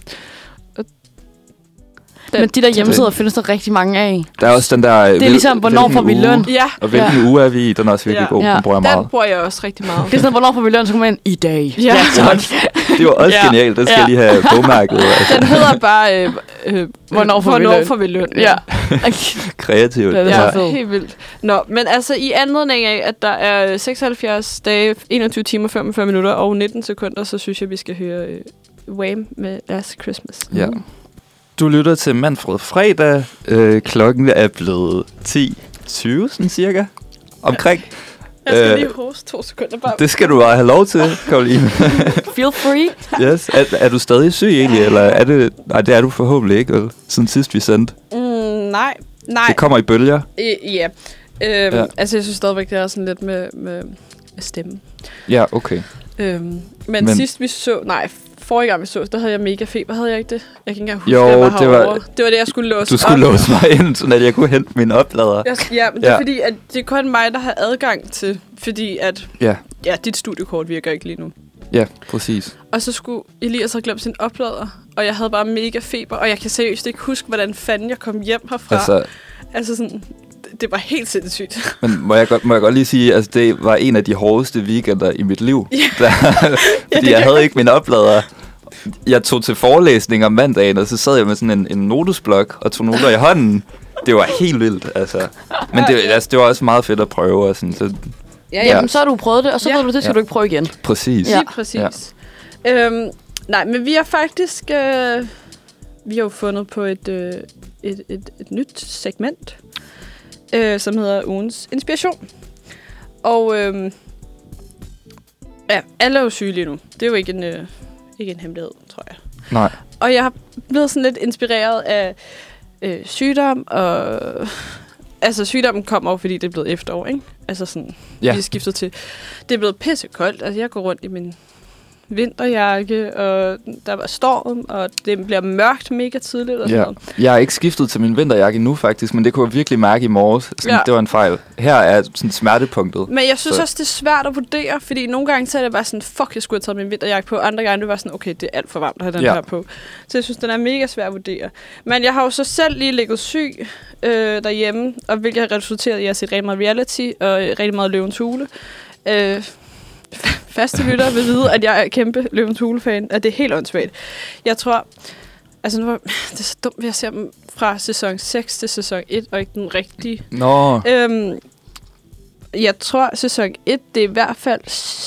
S2: Den-
S3: Men de der hjemmesider findes der rigtig mange af.
S4: Der er også den der...
S3: Det er ligesom, hvornår får vi løn?
S2: Ja,
S4: Og hvilken
S3: Ja.
S4: uge er vi i? Den er også virkelig
S2: Ja.
S4: god.
S3: Ja.
S4: Den bruger jeg
S2: den
S4: meget.
S2: bruger jeg også rigtig meget.
S3: Det er sådan, hvornår får vi løn, så kommer man ind i dag.
S2: Ja.
S3: tak.
S4: Det var også
S3: Ja.
S4: genialt. Den skal
S3: Ja.
S4: jeg lige have bogmærket. Altså.
S2: Den hedder bare, øh, øh,
S3: Hvornår får vi
S2: hvornår
S3: løn?
S2: får vi løn?
S3: Ja.
S4: Kreativt.
S3: Det er det
S2: Ja,
S3: så fedt.
S2: helt vildt. Nå, men altså i anledning af, at der er seksoghalvfjerds dage, enogtyve timer, femogfyrre minutter og nitten sekunder, så synes jeg, vi skal høre øh, Wham med Last Christmas.
S4: Ja. Du lytter til Manfred Fredag. Øh, klokken er blevet ti tyve, sådan cirka. Omkring.
S2: Jeg skal
S4: Øh,
S2: lige hoste to sekunder bare.
S4: Det skal du bare have lov til, Karoline.
S3: Feel free.
S4: Yes. Er, er du stadig syg egentlig, eller er det... Nej, det er du forhåbentlig ikke, vel? Siden sidst vi sendte.
S2: Mm, nej, nej.
S4: Det kommer i bølger.
S2: I, ja. Øhm,
S4: Ja.
S2: ja. Altså, jeg synes stadigvæk, det er sådan lidt med, med, med stemmen.
S4: Ja, okay.
S2: Øhm, men,
S4: Men-
S2: men sidst vi så... Nej, forrige gang vi så, der havde jeg mega feber. Havde jeg ikke det? Jeg kan ikke engang huske,
S4: Jo,
S2: jeg var
S4: det var-
S2: herovre. Det var det, jeg skulle låse
S4: Du skulle
S2: op.
S4: låse mig ind, så jeg kunne hente min oplader.
S2: Jeg, ja, men det er
S4: Ja.
S2: fordi, at det er kun mig, der har adgang til... Fordi at...
S4: Ja,
S2: Ja, dit studiekort virker ikke lige nu.
S4: ja, præcis.
S2: Og så skulle Elias have glemt sin oplader, og jeg havde bare mega feber, og jeg kan seriøst ikke huske, hvordan fanden jeg kom hjem herfra. Altså,
S4: Altså,
S2: altså sådan, det, det var helt sindssygt.
S4: men må jeg, godt, må jeg godt lige sige, altså det var en af de hårdeste weekender i mit liv.
S2: Ja.
S4: Der, fordi
S2: det
S4: jeg
S2: kan
S4: havde
S2: jeg
S4: ikke min oplader. Jeg tog til forelæsning om mandagen, og så sad jeg med sådan en, en notesblok og tog noter i hånden. Det var helt vildt, altså. Men det, altså, det var også meget fedt at prøve, og sådan, så
S3: Ja, jamen, så har du prøvet det, og så ja. ved du, det skal ja. du ikke prøve igen.
S4: Præcis.
S2: Ja, præcis. Ja. Øhm, nej, men vi har faktisk... Øh, vi har jo fundet på et, øh, et, et, et nyt segment, øh, som hedder Ugens Inspiration. Og øh, ja, alle er jo syge lige nu. Det er jo ikke en, øh, ikke en hemmelighed, tror jeg.
S4: Nej.
S2: Og jeg har blevet sådan lidt inspireret af øh, sygdom, og altså sygdommen kommer jo, fordi det er blevet efterår, ikke? Altså sådan, ja. Vi er skiftet til, det er blevet pissekoldt. Altså jeg går rundt i min vinterjakke, og der var storm, og det bliver mørkt mega tidligt og sådan
S4: ja.
S2: noget.
S4: Jeg har ikke skiftet til min vinterjakke nu faktisk, men det kunne jeg virkelig mærke i morges. Sådan, ja. Det var en fejl. Her er sådan smertepunktet.
S2: Men jeg synes
S4: så.
S2: også, det er svært at vurdere, fordi nogle gange så er det bare sådan, fuck, jeg skulle have taget min vinterjakke på. Andre gange det var sådan, okay, det er alt for varmt at have den ja. her på. Så jeg synes, den er mega svær at vurdere. Men jeg har jo så selv lige ligget syg øh, derhjemme, og hvilket har resulteret i, at jeg har set rigtig meget reality, og rigtig meget Løvens Hule. Øh, faste lyttere vil vide, at jeg er kæmpe Løvens Hule-fan, og det er helt åndssvagt. Jeg tror, altså nu var, det er så dumt, at jeg ser dem fra sæson seks til sæson et, og ikke den rigtige.
S4: Nå.
S2: Øhm, jeg tror, sæson et, det er i hvert fald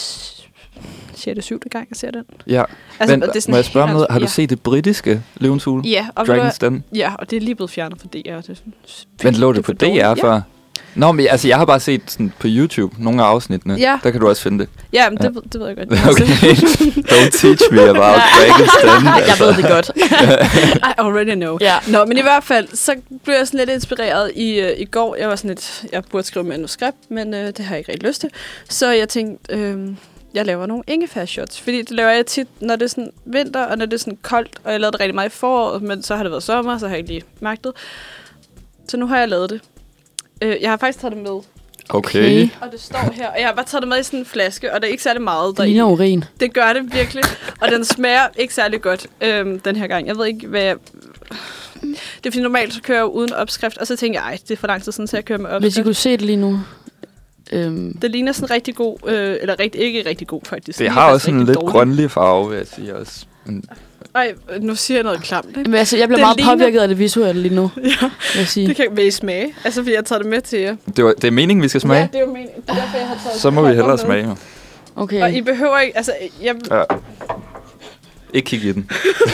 S2: sjette syvende gang, jeg ser den.
S4: Ja,
S2: altså,
S4: men det er sådan må jeg spørge noget? Har du ja. set det britiske Løvens Hule?
S2: Ja. Og
S4: Dragon's Den?
S2: Ja, og det er lige blevet fjernet fra D R. Det
S4: men lå det på D R før? Ja. Nå, men altså, jeg har bare set sådan på YouTube nogle af afsnittene.
S2: Ja.
S4: Der kan du også finde det.
S2: Ja, men det, ja. det ved jeg godt.
S4: Okay. Don't teach me about Dragon's Den.
S2: Altså. Jeg ved det godt. I already know. Ja. Nå, men i hvert fald, så blev jeg sådan lidt inspireret i, uh, i går. Jeg var sådan lidt, jeg burde skrive manuskript, men uh, det har jeg ikke rigtig lyst til. Så jeg tænkte, øh, jeg laver nogle ingefær-shots. Fordi det laver jeg tit, når det er sådan vinter, og når det er sådan koldt. Og jeg lavede det rigtig meget i foråret, men så har det været sommer, så har jeg ikke lige magtet. Så nu har jeg lavet det. Øh, jeg har faktisk taget det med.
S4: Okay.
S2: Og det står her, og jeg har bare taget det med i sådan en flaske, og der er ikke særlig meget deri.
S3: Det ligner urin.
S2: Det gør det virkelig, og den smager ikke særlig godt øhm, den her gang. Jeg ved ikke, hvad jeg... Det er fordi normalt, så kører jeg uden opskrift, og så tænker jeg, ej, det er for lang tid siden, så jeg kører med opskrift.
S3: Hvis I kunne se det lige nu. Øhm.
S2: Det ligner sådan rigtig god, øh, eller rigtig, ikke rigtig god faktisk.
S4: Det, det har også sådan en lidt grønlig farve, vil jeg sige også. Men
S2: ej, nu siger jeg noget klamt, ikke?
S3: Men altså, jeg bliver det meget ligner... påvirket af det visuelle lige nu.
S2: Ja, vil jeg sige. Det kan vil I smage. Altså, fordi jeg tager det med til jer.
S4: Det, var, det er meningen, vi skal smage?
S2: Ja, det er jo meningen. Det er derfor, jeg har taget
S4: så må vi hellere smage.
S2: Okay. Og I behøver ikke, altså, jeg...
S4: Ja. Ikke kigge i den.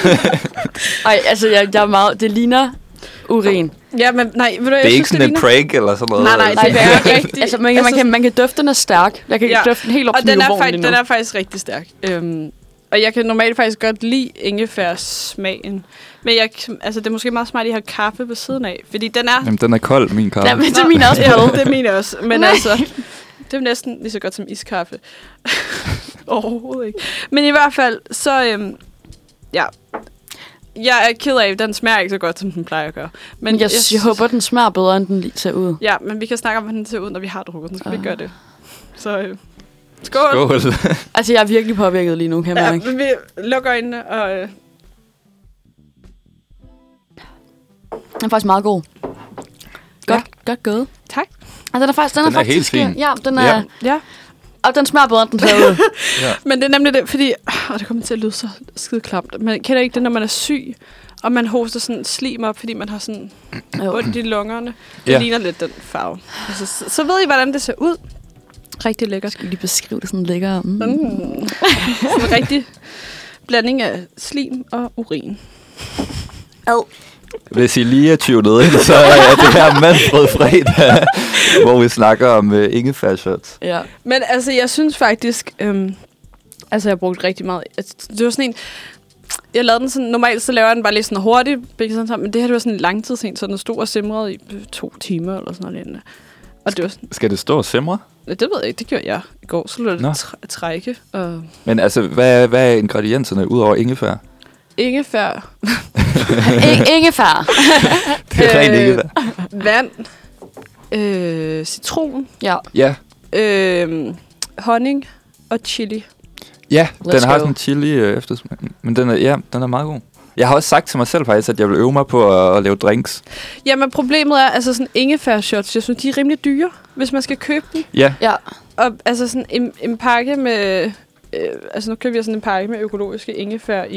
S3: Ej, altså, jeg, jeg er meget... Det ligner urin.
S2: Ja, men nej, ved du,
S4: det er
S2: jeg
S4: ikke
S2: synes,
S4: sådan en prank eller sådan noget.
S2: Nej, nej, det er rigtigt.
S3: Altså, man kan, man, kan, man kan døfte den er stærk. Jeg kan ja. døfte den helt op
S2: og
S3: til
S2: den
S3: niveauet
S2: er, den er faktisk rigtig stærk. Øhm, og jeg kan normalt faktisk godt lide ingefærsmagen. Men jeg, altså, det er måske meget smart, at I har kaffe ved siden af. Fordi den er...
S4: Jamen, den er kold, min kaffe.
S3: Ja, men det er min også.
S2: Ja, det er min også. Men nej. Altså, det er næsten lige så godt som iskaffe. Overhovedet ikke. Men i hvert fald, så... Øhm, ja... Jeg er ked af, at den smager ikke så godt, som den plejer at gøre. Men
S3: jeg, jeg, jeg håber, den smager bedre, end den lige ser ud.
S2: Ja, men vi kan snakke om, hvordan den ser ud, når vi har drukket den. Skal uh. vi ikke gøre det? Så øh, skål!
S4: Skål!
S3: Altså, jeg er virkelig påvirket lige nu, kan man
S2: ja,
S3: ikke?
S2: Vi lukker øjnene og... Øh.
S3: Den er faktisk meget god. Godt, ja. godt gået.
S2: Tak.
S3: Og den er faktisk... Den,
S4: den
S3: er,
S4: er
S3: faktisk,
S4: helt fin.
S3: Ja, den er...
S2: Ja. ja.
S3: Og den smager bedre, end den ser ud.
S2: Ja. Men det er nemlig det, fordi... Åh, det kommer til at lyde så skide klamt. Man kender ikke det, når man er syg, og man hoster sådan slim op, fordi man har sådan ondt i lungerne. Det ja. ligner lidt den farve. Altså, så, så ved I, hvordan det ser ud. Rigtig lækkert.
S3: Skal vi lige beskrive det sådan lækkert? Mm.
S2: Mm. Sådan en rigtig blanding af slim og urin.
S3: Ad.
S4: Hvis I lige er tunet ind, så er det her Manfred fredag, hvor vi snakker om uh, ingefær-shots.
S2: Ja. Men altså, jeg synes faktisk... Øhm, altså, jeg har brugt rigtig meget... Altså, det var sådan en... Jeg lavede den sådan... Normalt så laver jeg den bare lidt sådan hurtigt, sådan, men det her det var sådan en langtidsen, så den stod og simrede i to timer eller sådan noget. Og det var sådan,
S4: skal det stå og simre?
S2: Det ved jeg ikke, det gjorde jeg i går. Så lå det tr- trække. Og
S4: men altså, hvad, hvad er ingredienserne udover ingefær?
S2: Ingefær.
S3: I- ingefær.
S4: Det er rent ingefær.
S2: Vand. Øh, citron.
S3: Ja.
S4: Ja.
S2: Øh, honning og chili.
S4: Ja,
S3: Let's
S4: den har
S3: go.
S4: sådan en chili øh, eftersmag. Men den er, ja, den er meget god. Jeg har også sagt til mig selv faktisk, at jeg vil øve mig på at, at lave drinks.
S2: Jamen problemet er, altså sådan ingefær-shots, jeg synes, de er rimelig dyre, hvis man skal købe dem.
S4: Ja.
S3: Ja.
S2: Og altså sådan en, en pakke med... Øh, altså nu køber jeg sådan en pakke med økologiske ingefær i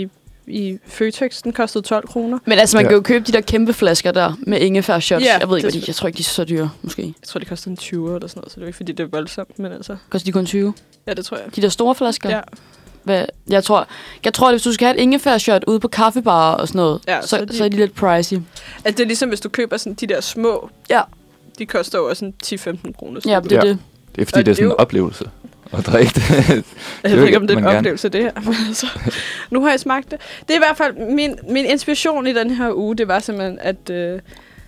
S2: i Føtex. Den kostede tolv kroner.
S3: Men altså, man
S4: Ja.
S3: kan jo købe de der kæmpe flasker der med ingefær shots.
S2: Ja,
S3: jeg ved ikke,
S2: det
S3: hvad de, jeg tror ikke, de er så dyre, måske.
S2: Jeg tror, det kostede en tyve eller sådan noget, så det er ikke, fordi det er voldsomt, men altså...
S3: Koster de kun tyve?
S2: Ja, det tror jeg.
S3: De der store flasker?
S2: Ja.
S3: Hvad? Jeg tror, jeg tror, at hvis du skal have et ingefær shot ude på kaffebarer og sådan noget,
S2: Ja,
S3: så,
S2: så
S3: så,
S2: er de-
S3: så er de lidt pricey.
S2: Altså, det er ligesom, hvis du køber sådan de der små...
S3: Ja.
S2: De koster jo også sådan ti til femten kroner.
S3: Ja, det er
S4: Ja.
S3: det.
S4: Det er fordi,
S2: Og
S4: det er
S2: det er
S4: sådan en
S2: jo-
S4: oplevelse at drikke det.
S2: Jeg ved ikke, om det er en
S4: man gerne-
S2: oplevelse, det her. Men altså, nu har jeg smagt det. Det er i hvert fald min, min inspiration i den her uge. Det var simpelthen, at, øh,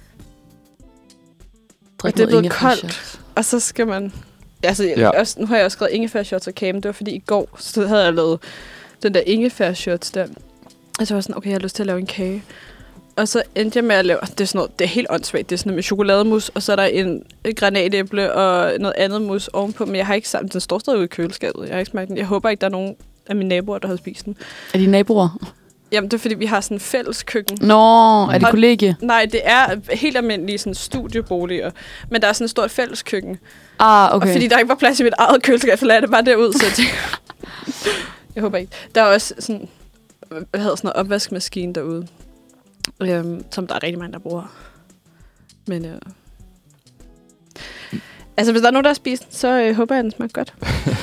S3: Drik
S2: at det er
S3: noget
S2: blevet
S3: ingefær
S2: koldt.
S3: shots.
S2: Og så skal man... Altså,
S4: Ja.
S2: ja. også, nu har jeg også skrevet ingefær shots og kage, men det var fordi i går, så havde jeg lavet den der ingefær shots der. Og så var jeg sådan, okay, jeg har lyst til at lave en kage. Og så endte jeg med at lave, det er sådan noget, det er helt åndssvagt, det er sådan noget med chokolademus, og så er der en granatæble og noget andet mus ovenpå, men jeg har ikke sammen, den står stadig ude i køleskabet, jeg har ikke smagt den. Jeg håber ikke, der er nogen af mine naboer, der har spist den.
S3: Er de naboer?
S2: Jamen, det er fordi, vi har sådan en fælles køkken.
S3: Nå, er det
S2: Og-
S3: kollegie?
S2: Nej, det er helt almindelige sådan studieboliger, men der er sådan et stort fælles køkken.
S3: Ah, okay.
S2: Og fordi der ikke var plads i mit eget køleskab, så lagde jeg det bare derud, så jeg tænker... jeg håber ikke. Der er også sådan, hvad hedder sådan noget opvaskemaskine derude, øhm, som der er rigtig mange, der bruger. Men øh, altså, hvis der er nogen, der har spist den, så øh, håber jeg, at den smager godt.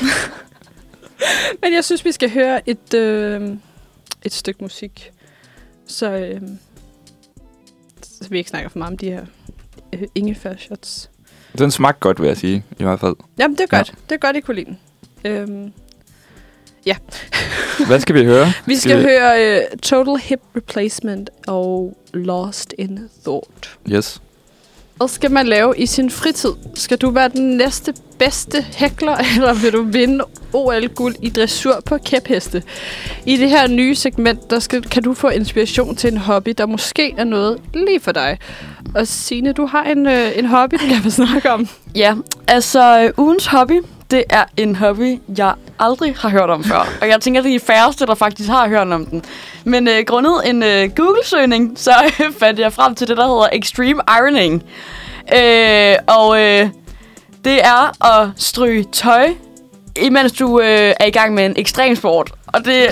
S2: Men jeg synes, vi skal høre et, øh, et stykke musik. Så, øh, så vi ikke snakker for meget om de her øh, ingefær shots.
S4: Den smagte godt, vil jeg sige, i hvert fald.
S2: Jamen, det er godt.
S4: Ja.
S2: Det er godt, I kunne lide den. Øhm, ja.
S4: Hvad skal vi høre?
S2: Vi skal høre uh, Total Hip Replacement og Lost in Thought.
S4: Yes.
S2: Hvad skal man lave i sin fritid? Skal du være den næste bedste hækler, eller vil du vinde O L-guld i dressur på kæpheste? I det her nye segment, der skal, kan du få inspiration til en hobby, der måske er noget lige for dig. Og Signe, du har en, øh, en hobby, du kan snakke om.
S3: Ja, altså øh, ugens hobby, det er en hobby, jeg aldrig har hørt om før. Og jeg tænker, det er de færreste, der faktisk har hørt om den. Men øh, grundet en øh, Google-søgning, så øh, fandt jeg frem til det, der hedder Extreme Ironing. Øh, og øh, det er at stryge tøj, imens du øh, er i gang med en ekstremsport. Og det...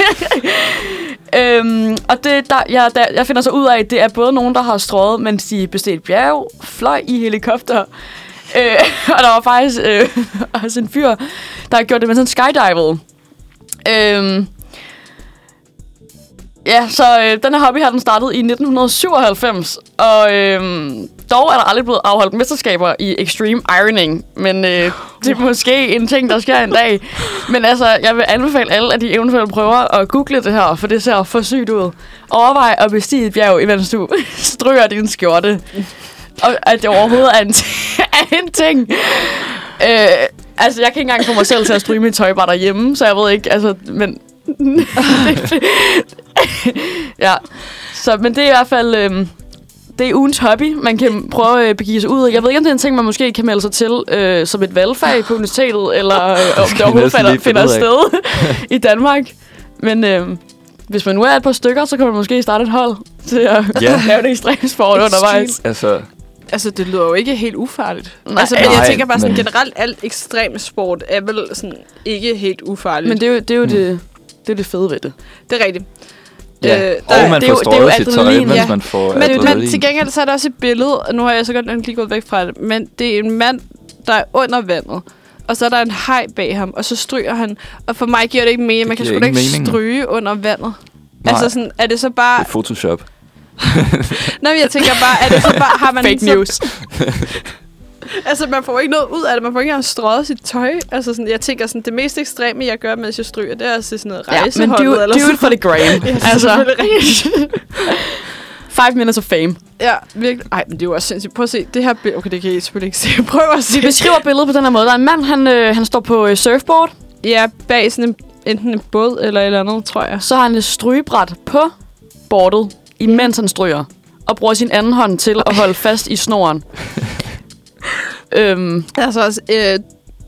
S3: øhm, og det, der, jeg, der, jeg finder så ud af, at det er både nogen, der har strøget, mens de bestilte bjerg, fløj i helikopter. Øh, og der var faktisk øh, også en fyr, der har gjort det med sådan skydivede. Øhm, ja, så øh, den her hobby har den startet i nitten syvoghalvfems. Og øh, dog er der aldrig blevet afholdt mesterskaber i extreme ironing. Men øh, det er måske en ting, der sker en dag. Men altså, jeg vil anbefale alle, at de eventuelt prøver at google det her, for det ser for sygt ud. Overvej at bestige et bjerg, imens du stryger din skjorte. Og at det overhovedet er en, t- er en ting. Øh, altså, jeg kan ikke engang få mig selv til at stryge mit tøj bare derhjemme, så jeg ved ikke, altså, men... ja, så, men det er i hvert fald... Øh, det er ugens hobby, man kan prøve at begive sig ud af. Jeg ved ikke, om det er en ting, man måske kan melde sig til øh, som et valgfag på universitetet, eller øh, om det overhovedet finder, finder sted i Danmark. Men øh, hvis man nu er et par stykker, så kan man måske starte et hold til at
S4: Ja.
S3: lave det ekstremsport undervejs.
S4: Altså,
S2: Altså, det lyder jo ikke helt ufarligt.
S3: Nej.
S2: Altså, men jeg
S4: Nej,
S2: tænker bare sådan,
S4: men-
S2: generelt alt ekstrem sport er vel sådan ikke helt ufarligt.
S3: Men det er jo det, er jo det, det, er det fede ved det.
S2: det er rigtigt.
S4: ja.
S2: Øh,
S4: Og man
S3: det er
S4: får
S3: jo- det er jo
S4: strøget sit tøj,
S3: adrenalin,
S4: mens
S2: ja.
S4: man får
S2: Men,
S4: adrenalin.
S2: men til gengæld så er der også et billede, og nu har jeg så godt nok lige gået væk fra det, men det er en mand, der er under vandet, og så er der en haj bag ham, og så stryger han. Og for mig giver det ikke mening. Man kan
S4: giver
S2: sgu da
S4: ikke
S2: ikke
S4: mening.
S2: stryge under vandet.
S4: Nej.
S2: Altså sådan, er det så bare...
S4: Det er Photoshop.
S2: Nå, men jeg tænker bare, er det så bare... Har man
S3: Fake
S2: så,
S3: news.
S2: Altså, man får jo ikke noget ud af det. Man får ikke engang strøget sit tøj. Altså, sådan, jeg tænker sådan, det mest ekstreme, jeg gør, mens jeg stryger, det er at se sådan noget
S3: Ja, men
S2: rejseholdet.
S3: do,
S2: eller
S3: do
S2: sådan
S3: it for the gram.
S2: Ja,
S3: altså,
S2: selvfølgelig rigtigt.
S3: five minutes of fame.
S2: Ja, virkelig. Ej, men det er jo også sindssygt. Prøv at se, det her billede... Okay, det kan I selvfølgelig ikke se. Prøv at se.
S3: Vi beskriver billedet på den her måde. Der er en mand, han, øh, han står på øh, surfboard.
S2: Ja, bag sådan en, enten en båd eller et eller andet, tror jeg.
S3: Så har han et strygebræt på bordet, imens han stryger. Og bruger sin anden hånd til at holde fast i snoren. øhm,
S2: Der er så også... Øh,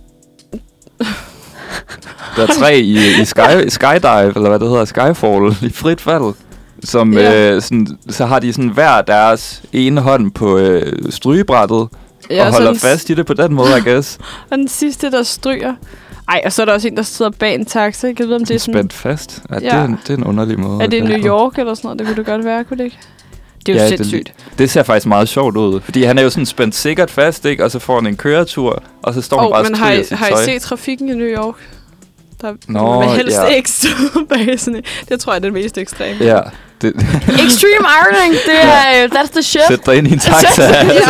S4: Der er tre i, i sky, skydive, eller hvad det hedder, skyfall, i frit fald. Som,
S2: Ja.
S4: øh, sådan, så har de sådan hver deres ene hånd på øh, strygebrættet,
S2: ja,
S4: og holder
S2: sådan-
S4: fast i det på den måde, I guess.
S2: Og den sidste, der stryger. Ej, og så er der også en, der sidder bag en taxa. Jeg vide, om det er sådan...
S4: Spændt fast. Ja,
S2: Ja.
S4: Det, er en, det er en underlig måde.
S2: Er det i
S4: at
S2: New
S4: gøre på.
S2: York eller sådan noget? Det kunne det godt være, kunne det ikke? Det er jo
S4: Ja,
S2: sindssygt.
S4: Det, det ser faktisk meget sjovt ud. Fordi han er jo sådan spændt sikkert fast, ikke? Og så får han en køretur, og så står han
S2: Åh,
S4: bare og
S2: men har
S4: stryger
S2: I,
S4: sit
S2: har
S4: tøj.
S2: I set trafikken i New York? Der
S4: Nå,
S2: vil helst
S4: ja.
S2: ikke stå bag sådan en- Det tror jeg er det mest ekstreme.
S4: Ja. Det,
S3: Extreme ironing, det er, uh, that's the shit.
S4: sæt dig ind i en taxa.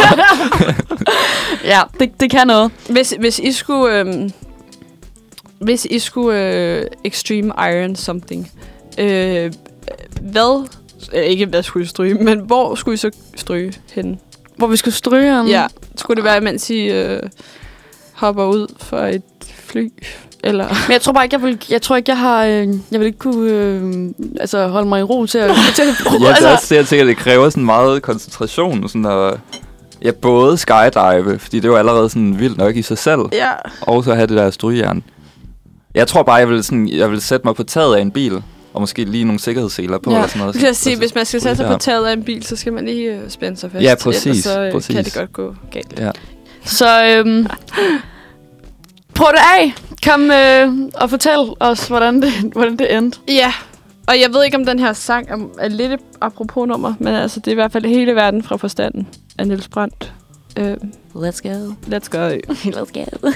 S3: Ja, det, det kan noget.
S2: Hvis, hvis I skulle... Øhm, hvis I skulle øh, extreme iron something, øh, hvad... Øh, ikke hvad skulle I stryge, men hvor skulle I så stryge henne?
S3: Hvor vi skulle stryge ham.
S2: Ja, skulle det være, mens I øh, hopper ud for et fly? Eller?
S3: Men jeg tror bare ikke, jeg vil, jeg tror ikke, jeg har, øh, jeg vil ikke kunne øh, altså holde mig i ro til at, til at bruge.
S4: Ja, det er
S3: altså,
S4: også det, jeg tænker, det kræver sådan meget koncentration. Sådan at, ja, både skydive, fordi det er jo allerede sådan vildt nok i sig selv,
S2: Ja.
S4: og så have det der strygejern. Jeg tror bare, jeg vil, sådan, jeg vil sætte mig på taget af en bil, og måske lige nogle sikkerhedsseler på.
S2: Ja.
S4: Eller sådan noget.
S2: Jeg kan sige, hvis man skal sætte sig
S4: Ja.
S2: på taget af en bil, så skal man lige øh, spænde sig fast.
S4: Ja, præcis,
S2: Ellers så øh,
S4: præcis.
S2: kan det godt gå galt.
S4: Ja.
S3: så øhm, prøv det af. Kom øh, og fortæl os, hvordan det, hvordan det endte.
S2: Ja, og jeg ved ikke, om den her sang er, er lidt et apropos nummer, men altså, det er i hvert fald hele verden fra forstanden af Niels Brandt. Øh,
S3: Let's go.
S2: let's go.
S3: Let's go.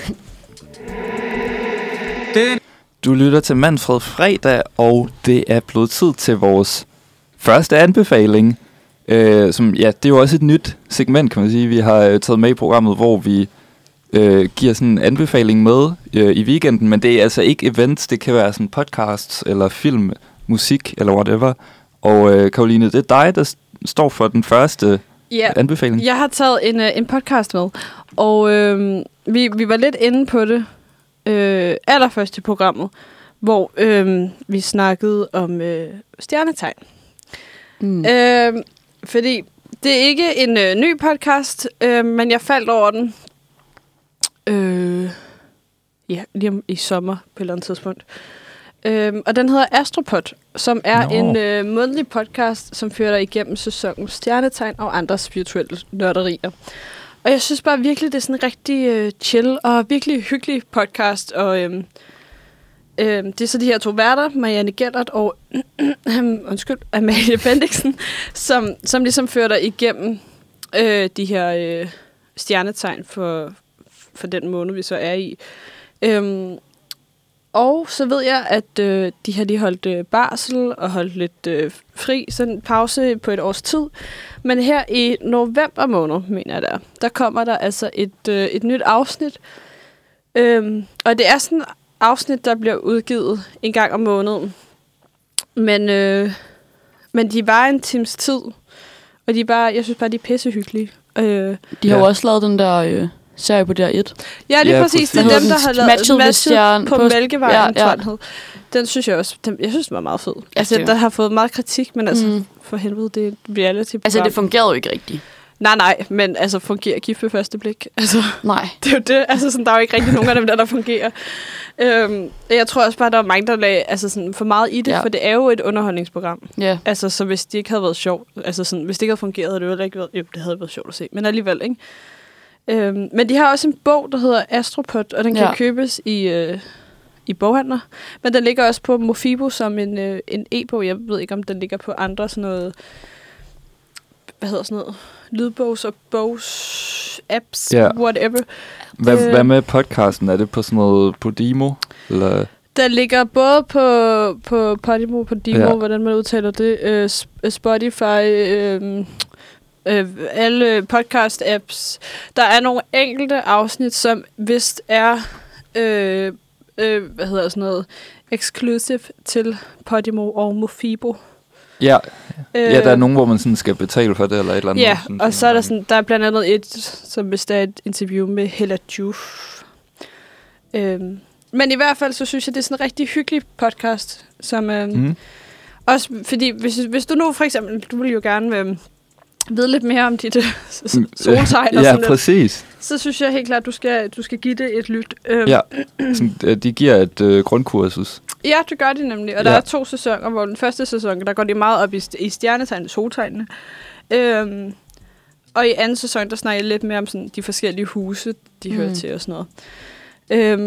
S4: Du lytter til Manfred Fredag, og det er blevet tid til vores første anbefaling. Øh, som, ja, det er jo også et nyt segment, kan man sige. Vi har øh, taget med i programmet, hvor vi øh, giver sådan en anbefaling med øh, i weekenden, men det er altså ikke events, det kan være sådan podcasts eller film, musik eller whatever. Og øh, Karoline, det er dig, der s- står for den første
S2: Ja,
S4: anbefaling.
S2: jeg har taget en, øh, en podcast med, og øh, vi, vi var lidt inde på det øh, allerførst i programmet, hvor øh, vi snakkede om øh, stjernetegn.
S3: Mm.
S2: Øh, fordi det er ikke en øh, ny podcast, øh, men jeg faldt over den øh, ja, lige om, i sommer på et eller andet tidspunkt. Øh, og den hedder Astropod, som er
S4: Nå.
S2: en øh, månedlig podcast, som fører dig igennem sæsonens stjernetegn og andre spirituelle nørderier. Og jeg synes bare virkelig, det er sådan en rigtig øh, chill og virkelig hyggelig podcast. Og øh, øh, det er så de her to værter, Marianne Gellert og undskyld, Amalie Bendiksen, som, som ligesom fører dig igennem øh, de her øh, stjernetegn for, for den måned, vi så er i. Øhm, og så ved jeg, at øh, de har lige holdt øh, barsel og holdt lidt øh, fri, sådan en pause på et års tid. Men her i november måned, mener jeg der, der kommer der altså et, øh, et nyt afsnit. Øhm, og det er sådan et afsnit, der bliver udgivet en gang om måneden. Men, øh, men de var en times tid, og de er bare, jeg synes bare, de er pissehyggelige. Øh,
S3: De har
S4: Ja.
S3: jo også lavet den der øh, serie på D R et.
S2: Ja, lige
S4: Ja,
S2: ja, præcis. Det er
S3: præcis.
S2: dem, der har lavet
S3: Matchet ved
S2: matchet
S3: stjerne-
S2: på
S3: på-
S2: Mælkevejen,
S3: ja,
S2: ja,
S3: ja.
S2: ja. Den, hed. Den synes jeg også, den, jeg synes, den var meget fed. Altså,
S3: det-
S2: der har fået meget kritik, men altså,
S3: Mm.
S2: mm. for helvede, det er et reality-program.
S3: Altså, det fungerede jo ikke rigtigt.
S2: Nej, nej, men altså, fungerer gift ved første blik. Altså,
S3: Nej.
S2: det er jo det. Altså, sådan, der er jo ikke rigtig nogen af dem, der, der fungerer. Øhm, jeg tror også bare, der var mange, der lagde altså, sådan, for meget i det,
S3: Ja.
S2: ja. for det er jo et underholdningsprogram.
S3: Ja.
S2: Altså, så hvis det ikke havde været sjovt, altså sådan, hvis det ikke havde fungeret, havde det jo ikke været, jo, det havde været sjovt at se, men alligevel, ikke? Øhm, men de har også en bog, der hedder Astropod, og den kan
S3: Ja.
S2: ja. købes i, øh, i boghandler. Men den ligger også på Mofibo som en, øh, en e-bog. Jeg ved ikke, om den ligger på andre sådan noget, hvad hedder sådan noget, lydbogs og bogs, apps,
S4: Ja.
S2: whatever.
S4: Hvad,
S2: Øh.
S4: hvad med podcasten? Er det på sådan noget Podimo? Eller?
S2: Der ligger både på, på Podimo, på Dimo,
S4: Ja.
S2: ja. hvordan man udtaler det, øh, Sp- Spotify, øh, øh, alle podcast-apps. Der er nogle enkelte afsnit, som vist er, øh, øh, hvad hedder sådan noget, exclusive til Podimo og Mofibo.
S4: Ja.
S2: Øh,
S4: ja, der er nogen, hvor man sådan skal betale for det, eller et eller andet.
S2: Ja,
S4: sådan,
S2: og så er der sådan, der er blandt andet et, som vist er et interview med Hella Juf. Øhm, men i hvert fald, så synes jeg, det er sådan en rigtig hyggelig podcast, som øhm,
S4: Mm.
S2: også, fordi hvis, hvis du nu for eksempel, du vil jo gerne øhm, vide lidt mere om dit øh, soltegn og
S4: Ja,
S2: sådan lidt,
S4: præcis.
S2: så synes jeg helt klart, du skal, du skal give det et lyt. Øhm,
S4: Ja. Sådan, øh, de giver et øh, grundkursus.
S2: Ja, det gør de nemlig. Og der
S4: Ja.
S2: er to sæsoner, hvor den første sæson, der går de meget op i, st- i stjernetegnene, soltegnene. Øhm, og i anden sæson, der snakker jeg lidt mere om sådan, de forskellige huse, de mm. hører til og sådan noget. Øhm,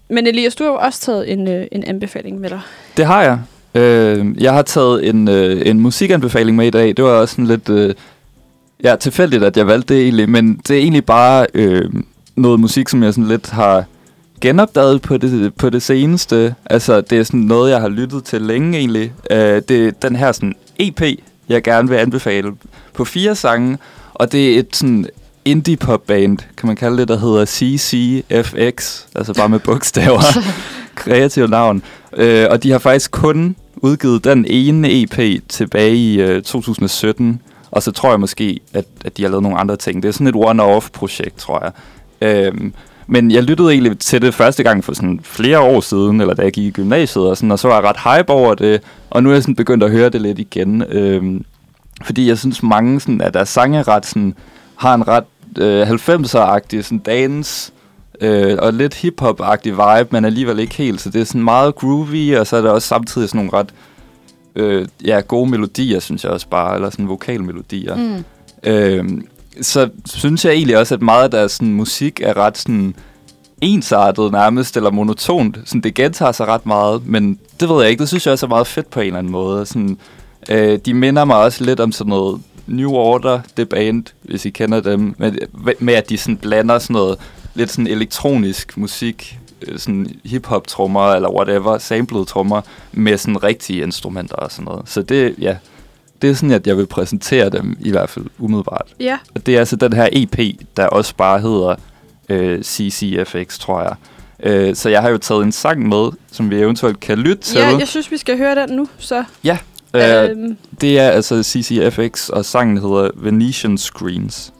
S2: Men Elias, du har jo også taget en, øh, en anbefaling med dig.
S4: Det har jeg. Øh, jeg har taget en, øh, en musikanbefaling med i dag. Det var også sådan lidt øh, ja, tilfældigt, at jeg valgte det egentlig. Men det er egentlig bare øh, noget musik, som jeg sådan lidt har genopdaget på det, på det seneste. Altså, det er sådan noget, jeg har lyttet til længe egentlig. Øh, det er den her sådan E P, jeg gerne vil anbefale på fire sange. Og det er et sådan indie-pop-band, kan man kalde det, der hedder C C F X. Altså bare med bogstaver. Kreativt navn. Øh, og de har faktisk kun udgivet den ene E P tilbage i øh, to tusind og sytten. Og så tror jeg måske, at, at de har lavet nogle andre ting. Det er sådan et one-off-projekt, tror jeg. Øh, men jeg lyttede egentlig til det første gang for sådan flere år siden, eller da jeg gik i gymnasiet, og, sådan, og så var jeg ret hype over det. Og nu er jeg sådan begyndt at høre det lidt igen. Øh, fordi jeg synes, mange sådan, at deres sange ret, sådan, har en ret øh, halvfemser-agtig sådan dance øh, og lidt hip-hop-agtig vibe, men alligevel ikke helt. Så det er sådan meget groovy, og så er der også samtidig sådan nogle ret øh, ja, gode melodier, synes jeg også bare, eller sådan vokalmelodier. Mm. Øh, så synes jeg egentlig også, at meget af deres sådan, musik er ret sådan ensartet nærmest, eller monotont. Sådan, det gentager sig ret meget, men det ved jeg ikke. Det synes jeg også er meget fedt på en eller anden måde. Sådan, øh, de minder mig også lidt om sådan noget New Order, det band, hvis I kender dem, med, med at de sådan blander sådan noget lidt sådan elektronisk musik, sådan hip-hop-trommer eller whatever, samplede trommer, med sådan rigtige instrumenter og sådan noget. Så det, ja, det er sådan, at jeg vil præsentere dem i hvert fald umiddelbart.
S2: Ja. Og
S4: det er altså den her E P, der også bare hedder øh, C C F X, tror jeg. Øh, så jeg har jo taget en sang med, som vi eventuelt kan lytte til.
S2: Ja, jeg synes, vi skal høre den nu, så...
S4: Ja. Uh, um. Det er altså C C F X, og sangen hedder Venetian Screens.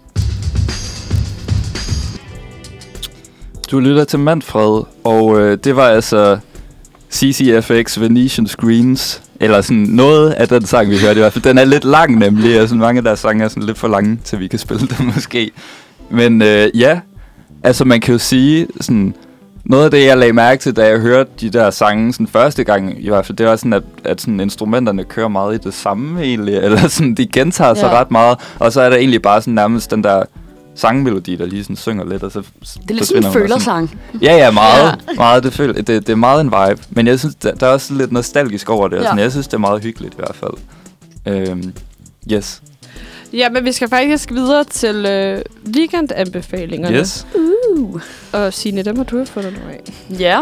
S4: Du lytter til Manfred, og uh, det var altså C C F X Venetian Screens, eller sådan noget af den sang, vi hørte i hvert fald. Den er lidt lang nemlig, og sådan mange af deres sange er sådan lidt for lange, til vi kan spille dem måske. Men uh, ja, altså man kan jo sige sådan... Noget af det, jeg lagde mærke til, da jeg hørte de der sange sådan første gang, i hvert fald, det var sådan, at, at sådan instrumenterne kører meget i det samme egentlig, eller sådan, de gentager sig ja. ret meget, og så er der egentlig bare sådan nærmest den der sangmelodi, der lige sådan synger lidt, og så
S3: det er lidt sådan en følersang.
S4: Ja, ja, meget, ja. meget det, føl- det, det er meget en vibe, men jeg synes, der, der er også lidt nostalgisk over det, ja. og sådan, jeg synes, det er meget hyggeligt i hvert fald. Øhm, yes.
S2: Ja, men vi skal faktisk videre til øh, weekendanbefalingerne.
S4: Yes.
S2: Uh. Og Signe, dem har du fundet noget af.
S3: Ja.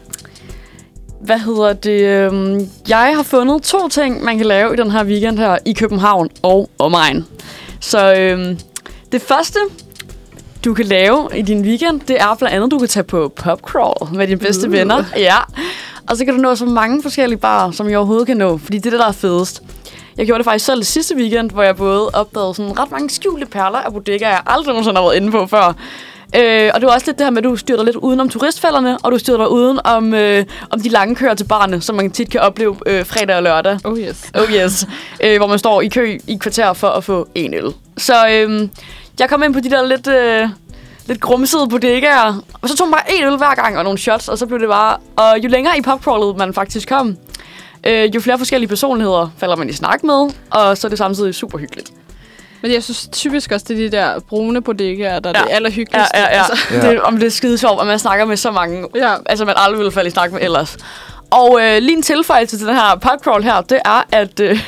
S3: Hvad hedder det? Jeg har fundet to ting, man kan lave i den her weekend her i København og omegn. Så øhm, det første, du kan lave i din weekend, det er blandt andet, du kan tage på pubcrawl med dine bedste uh. venner. Ja. Og så kan du nå så mange forskellige barer, som I overhovedet kan nå, fordi det er det, der er fedest. Jeg gjorde det faktisk selv det sidste weekend, hvor jeg både opdagede sådan ret mange skjulte perler af bodegaer, jeg aldrig nogensinde har været inde på før. Øh, og det var også lidt det her med, at du styrter lidt udenom turistfælderne, og du styrter uden om, øh, om de lange køer til barne, som man tit kan opleve øh, fredag og lørdag.
S2: Oh yes.
S3: Oh yes. øh, hvor man står i kø i kvarter for at få en øl. Så øh, jeg kom ind på de der lidt, øh, lidt grumsede bodegaer, og så tog man bare en øl hver gang og nogle shots, og så blev det bare... Og jo længere i pubcrawlet man faktisk kom, øh, jo flere forskellige personligheder falder man i snak med, og så er det samtidig super hyggeligt.
S2: Men jeg synes typisk også, det er de der brune bodegaer, der er ja. det allerhyggeligste.
S3: Ja, ja, ja.
S2: Altså.
S3: ja. Det, om det er skide sjovt, og man snakker med så mange,
S2: ja.
S3: altså man aldrig ville falde i snak med ellers. Og øh, lige en tilføjelse til den her pubcrawl her, det er, at, øh,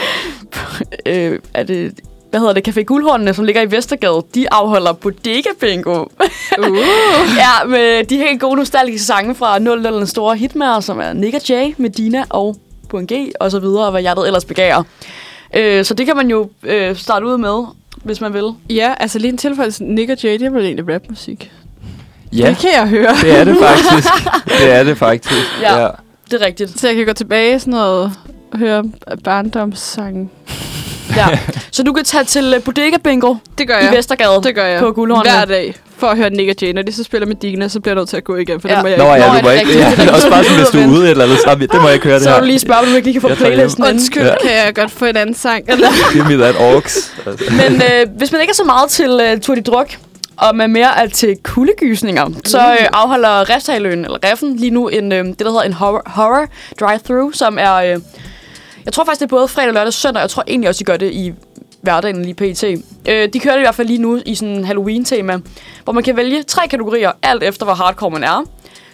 S3: øh, at øh, hvad hedder det, Café Guldhornene, som ligger i Vestergade, de afholder bodega bingo. uh. Ja, med de helt gode nostalgiske sange fra nul nul store hitmager, som er Nick og Jay, Medina og P N G og så videre, og hvad hjertet ellers begærer. Øh, så det kan man jo øh, starte ud med, hvis man vil.
S2: Ja, altså lige en tilfælde, Nick og Jay, det er vel egentlig rapmusik.
S4: Ja,
S2: det kan jeg høre.
S4: Det er det faktisk. det er det faktisk.
S3: Ja, ja, det er rigtigt.
S2: Så jeg kan gå tilbage sådan noget og høre barndomssange.
S3: Ja, så du kan tage til uh, Bodega Bingo
S2: det gør jeg.
S3: i Vestergade
S2: det gør jeg.
S3: På Guldhornene.
S2: Hver dag for at høre Nick og Jay. Når de så spiller med Dina, så bliver jeg nødt til at gå igen, for ja. det må jeg
S4: Nå,
S2: ikke.
S4: Ja, du må ikke. Ja, det er også bare sådan, hvis du er ude et eller andet sammen. Det må jeg ikke høre det
S3: så
S4: her.
S3: Så du lige spørger, om du ikke lige kan få playlisten ind.
S2: Undskyld, ja. kan jeg godt få en anden sang? Eller?
S4: Give me that orks.
S3: Men øh, hvis man ikke er så meget til øh, Tour de Druk, og man mere er til kuldegysninger, mm. så øh, afholder Refshaløen, eller Reffen, lige nu en, øh, det, der hedder en horror, horror drive-thru, som er... Øh, jeg tror faktisk, det er både fredag, lørdag og søndag. Jeg tror egentlig også, de gør det i hverdagen lige pt. Øh, de kører det i hvert fald lige nu i sådan en Halloween-tema, hvor man kan vælge tre kategorier, alt efter hvor hardcore man er.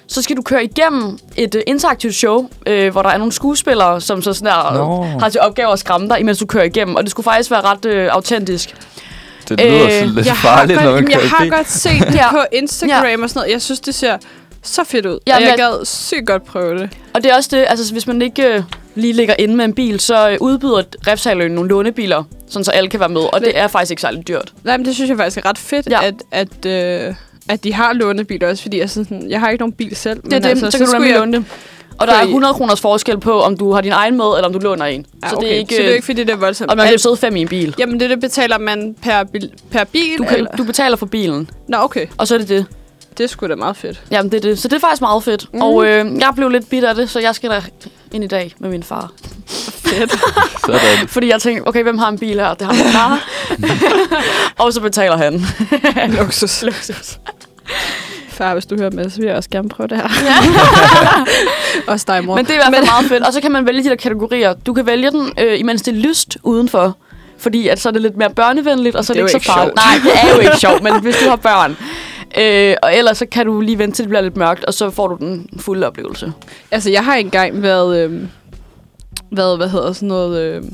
S3: så skal du køre igennem et uh, interaktivt show, øh, hvor der er nogle skuespillere, som så sådan der,
S4: Nå.
S3: har til opgave at skræmme dig, imens du kører igennem. Og det skulle faktisk være ret øh, autentisk.
S4: Det lyder
S3: Øh,
S4: sådan lidt
S2: Jeg har,
S4: farligt, når man
S2: godt, jeg
S4: kører
S2: har
S4: bil.
S2: godt set det
S3: Ja.
S2: på Instagram
S3: Ja.
S2: og sådan noget. Jeg synes, det ser så fedt ud.
S3: Ja,
S2: Og jeg
S3: men-
S2: gad sygt godt prøve det.
S3: Og det er også det, altså hvis man ikke øh, lige ligger inde med en bil, så øh, udbyder Refshaleøen nogle lånebiler, sådan så alle kan være med. Og det er faktisk ikke særlig dyrt.
S2: Nej, men det synes jeg faktisk er ret fedt,
S3: Ja.
S2: ja. at, at, øh, at de har lånebiler også, fordi jeg, sådan, jeg har ikke nogen bil selv.
S3: Det er det, altså, så kan du
S2: skulle
S3: nemlig
S2: jeg-
S3: låne det. Og der er
S2: Fordi-
S3: hundrede kroners forskel på, om du har din egen med, eller om du låner en.
S2: Ja,
S3: så
S2: okay.
S3: det er ikke,
S2: så det er ikke fordi, det er voldsomt.
S3: og man kan
S2: Alt-
S3: sidde fem i en bil.
S2: Jamen, det, det betaler man per bil, per bil
S3: Du, kan,
S2: eller?
S3: du betaler for bilen,
S2: Nå, okay.
S3: og så er det det.
S2: Det er sgu da meget fedt.
S3: Jamen, det er det. Så det er faktisk meget fedt.
S2: Mm.
S3: Mm. Og øh, jeg blev lidt bidt af det, så jeg skal da ind i dag med min far.
S2: Fedt.
S4: Sådan.
S3: Fordi jeg tænkte, okay, hvem har en bil her? Det har min far. Og så betaler han.
S2: Luksus. Luksus. Far, hvis du hører med, så vil jeg også gerne prøve det her. Også dig, mor.
S3: Men det er i hvert fald meget fedt. Og så kan man vælge de der kategorier. Du kan vælge den, øh, imens det er lyst udenfor. Fordi at så er det lidt mere børnevenligt, og så er det,
S2: Det er
S3: det
S2: jo
S3: ikke så
S2: ikke
S3: farligt.
S2: sjovt.
S3: Nej, det er jo ikke sjovt, men hvis du har børn. Øh, og ellers så kan du lige vente til det bliver lidt mørkt, og så får du den fulde oplevelse.
S2: Altså, jeg har engang været, øh, været hvad hedder sådan noget, øh,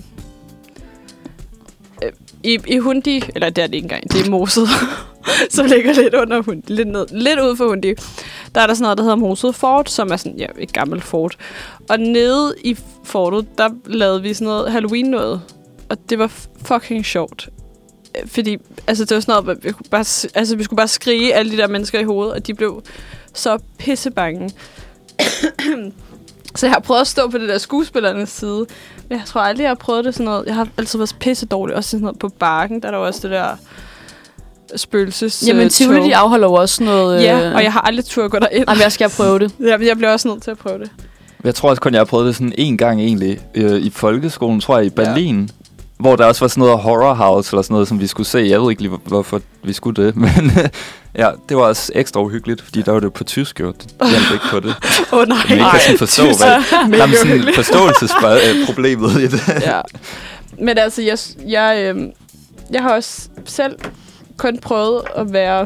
S2: øh, i, i Hundi, eller det er det ikke engang, det er Moset, som ligger lidt under Hundi, lidt, ned, lidt ude for Hundi. Der er der sådan noget, der hedder Moset Fort, som er sådan, ja, et gammelt fort. Og nede i fortet, der lavede vi sådan noget Halloween-noget, og det var fucking sjovt. Øh, Fordi, altså det var sådan noget, vi, kunne bare, s- altså, vi skulle bare skrige alle de der mennesker i hovedet, og de blev så pissebange. Så jeg har prøvet at stå på det der skuespillernes side. Men jeg tror aldrig, jeg har prøvet det sådan noget. Jeg har altid været pisse dårlig. Også sådan noget på Barken, der er der jo også det der spøgelses
S3: Jamen,
S2: øh,
S3: Tivoli,
S2: tog.
S3: de afholder jo også noget...
S2: Ja, og jeg har aldrig tur at gå derind.
S3: Jamen, jeg skal prøve det.
S2: Jamen, jeg bliver også nødt til at prøve det.
S4: Jeg tror også kun, jeg har prøvet det sådan en gang egentlig. Øh, I folkeskolen, tror jeg, i Berlin. Ja. Hvor der også var sådan noget horror house eller sådan noget, som vi skulle se. Jeg ved ikke lige, hvor- hvorfor vi skulle det. Men ja, det var også ekstra uhyggeligt, fordi der var det på tysk, jo. Det hjalp ikke på det.
S2: Åh oh, nej.
S4: Men jeg kan sådan forstå,
S2: tysk.
S4: hvad
S2: Mega
S4: jamen, sådan
S2: uhyggeligt.
S4: forståelsesproblemet i det.
S2: Ja. Men altså, jeg, jeg, øh, jeg har også selv kun prøvet at være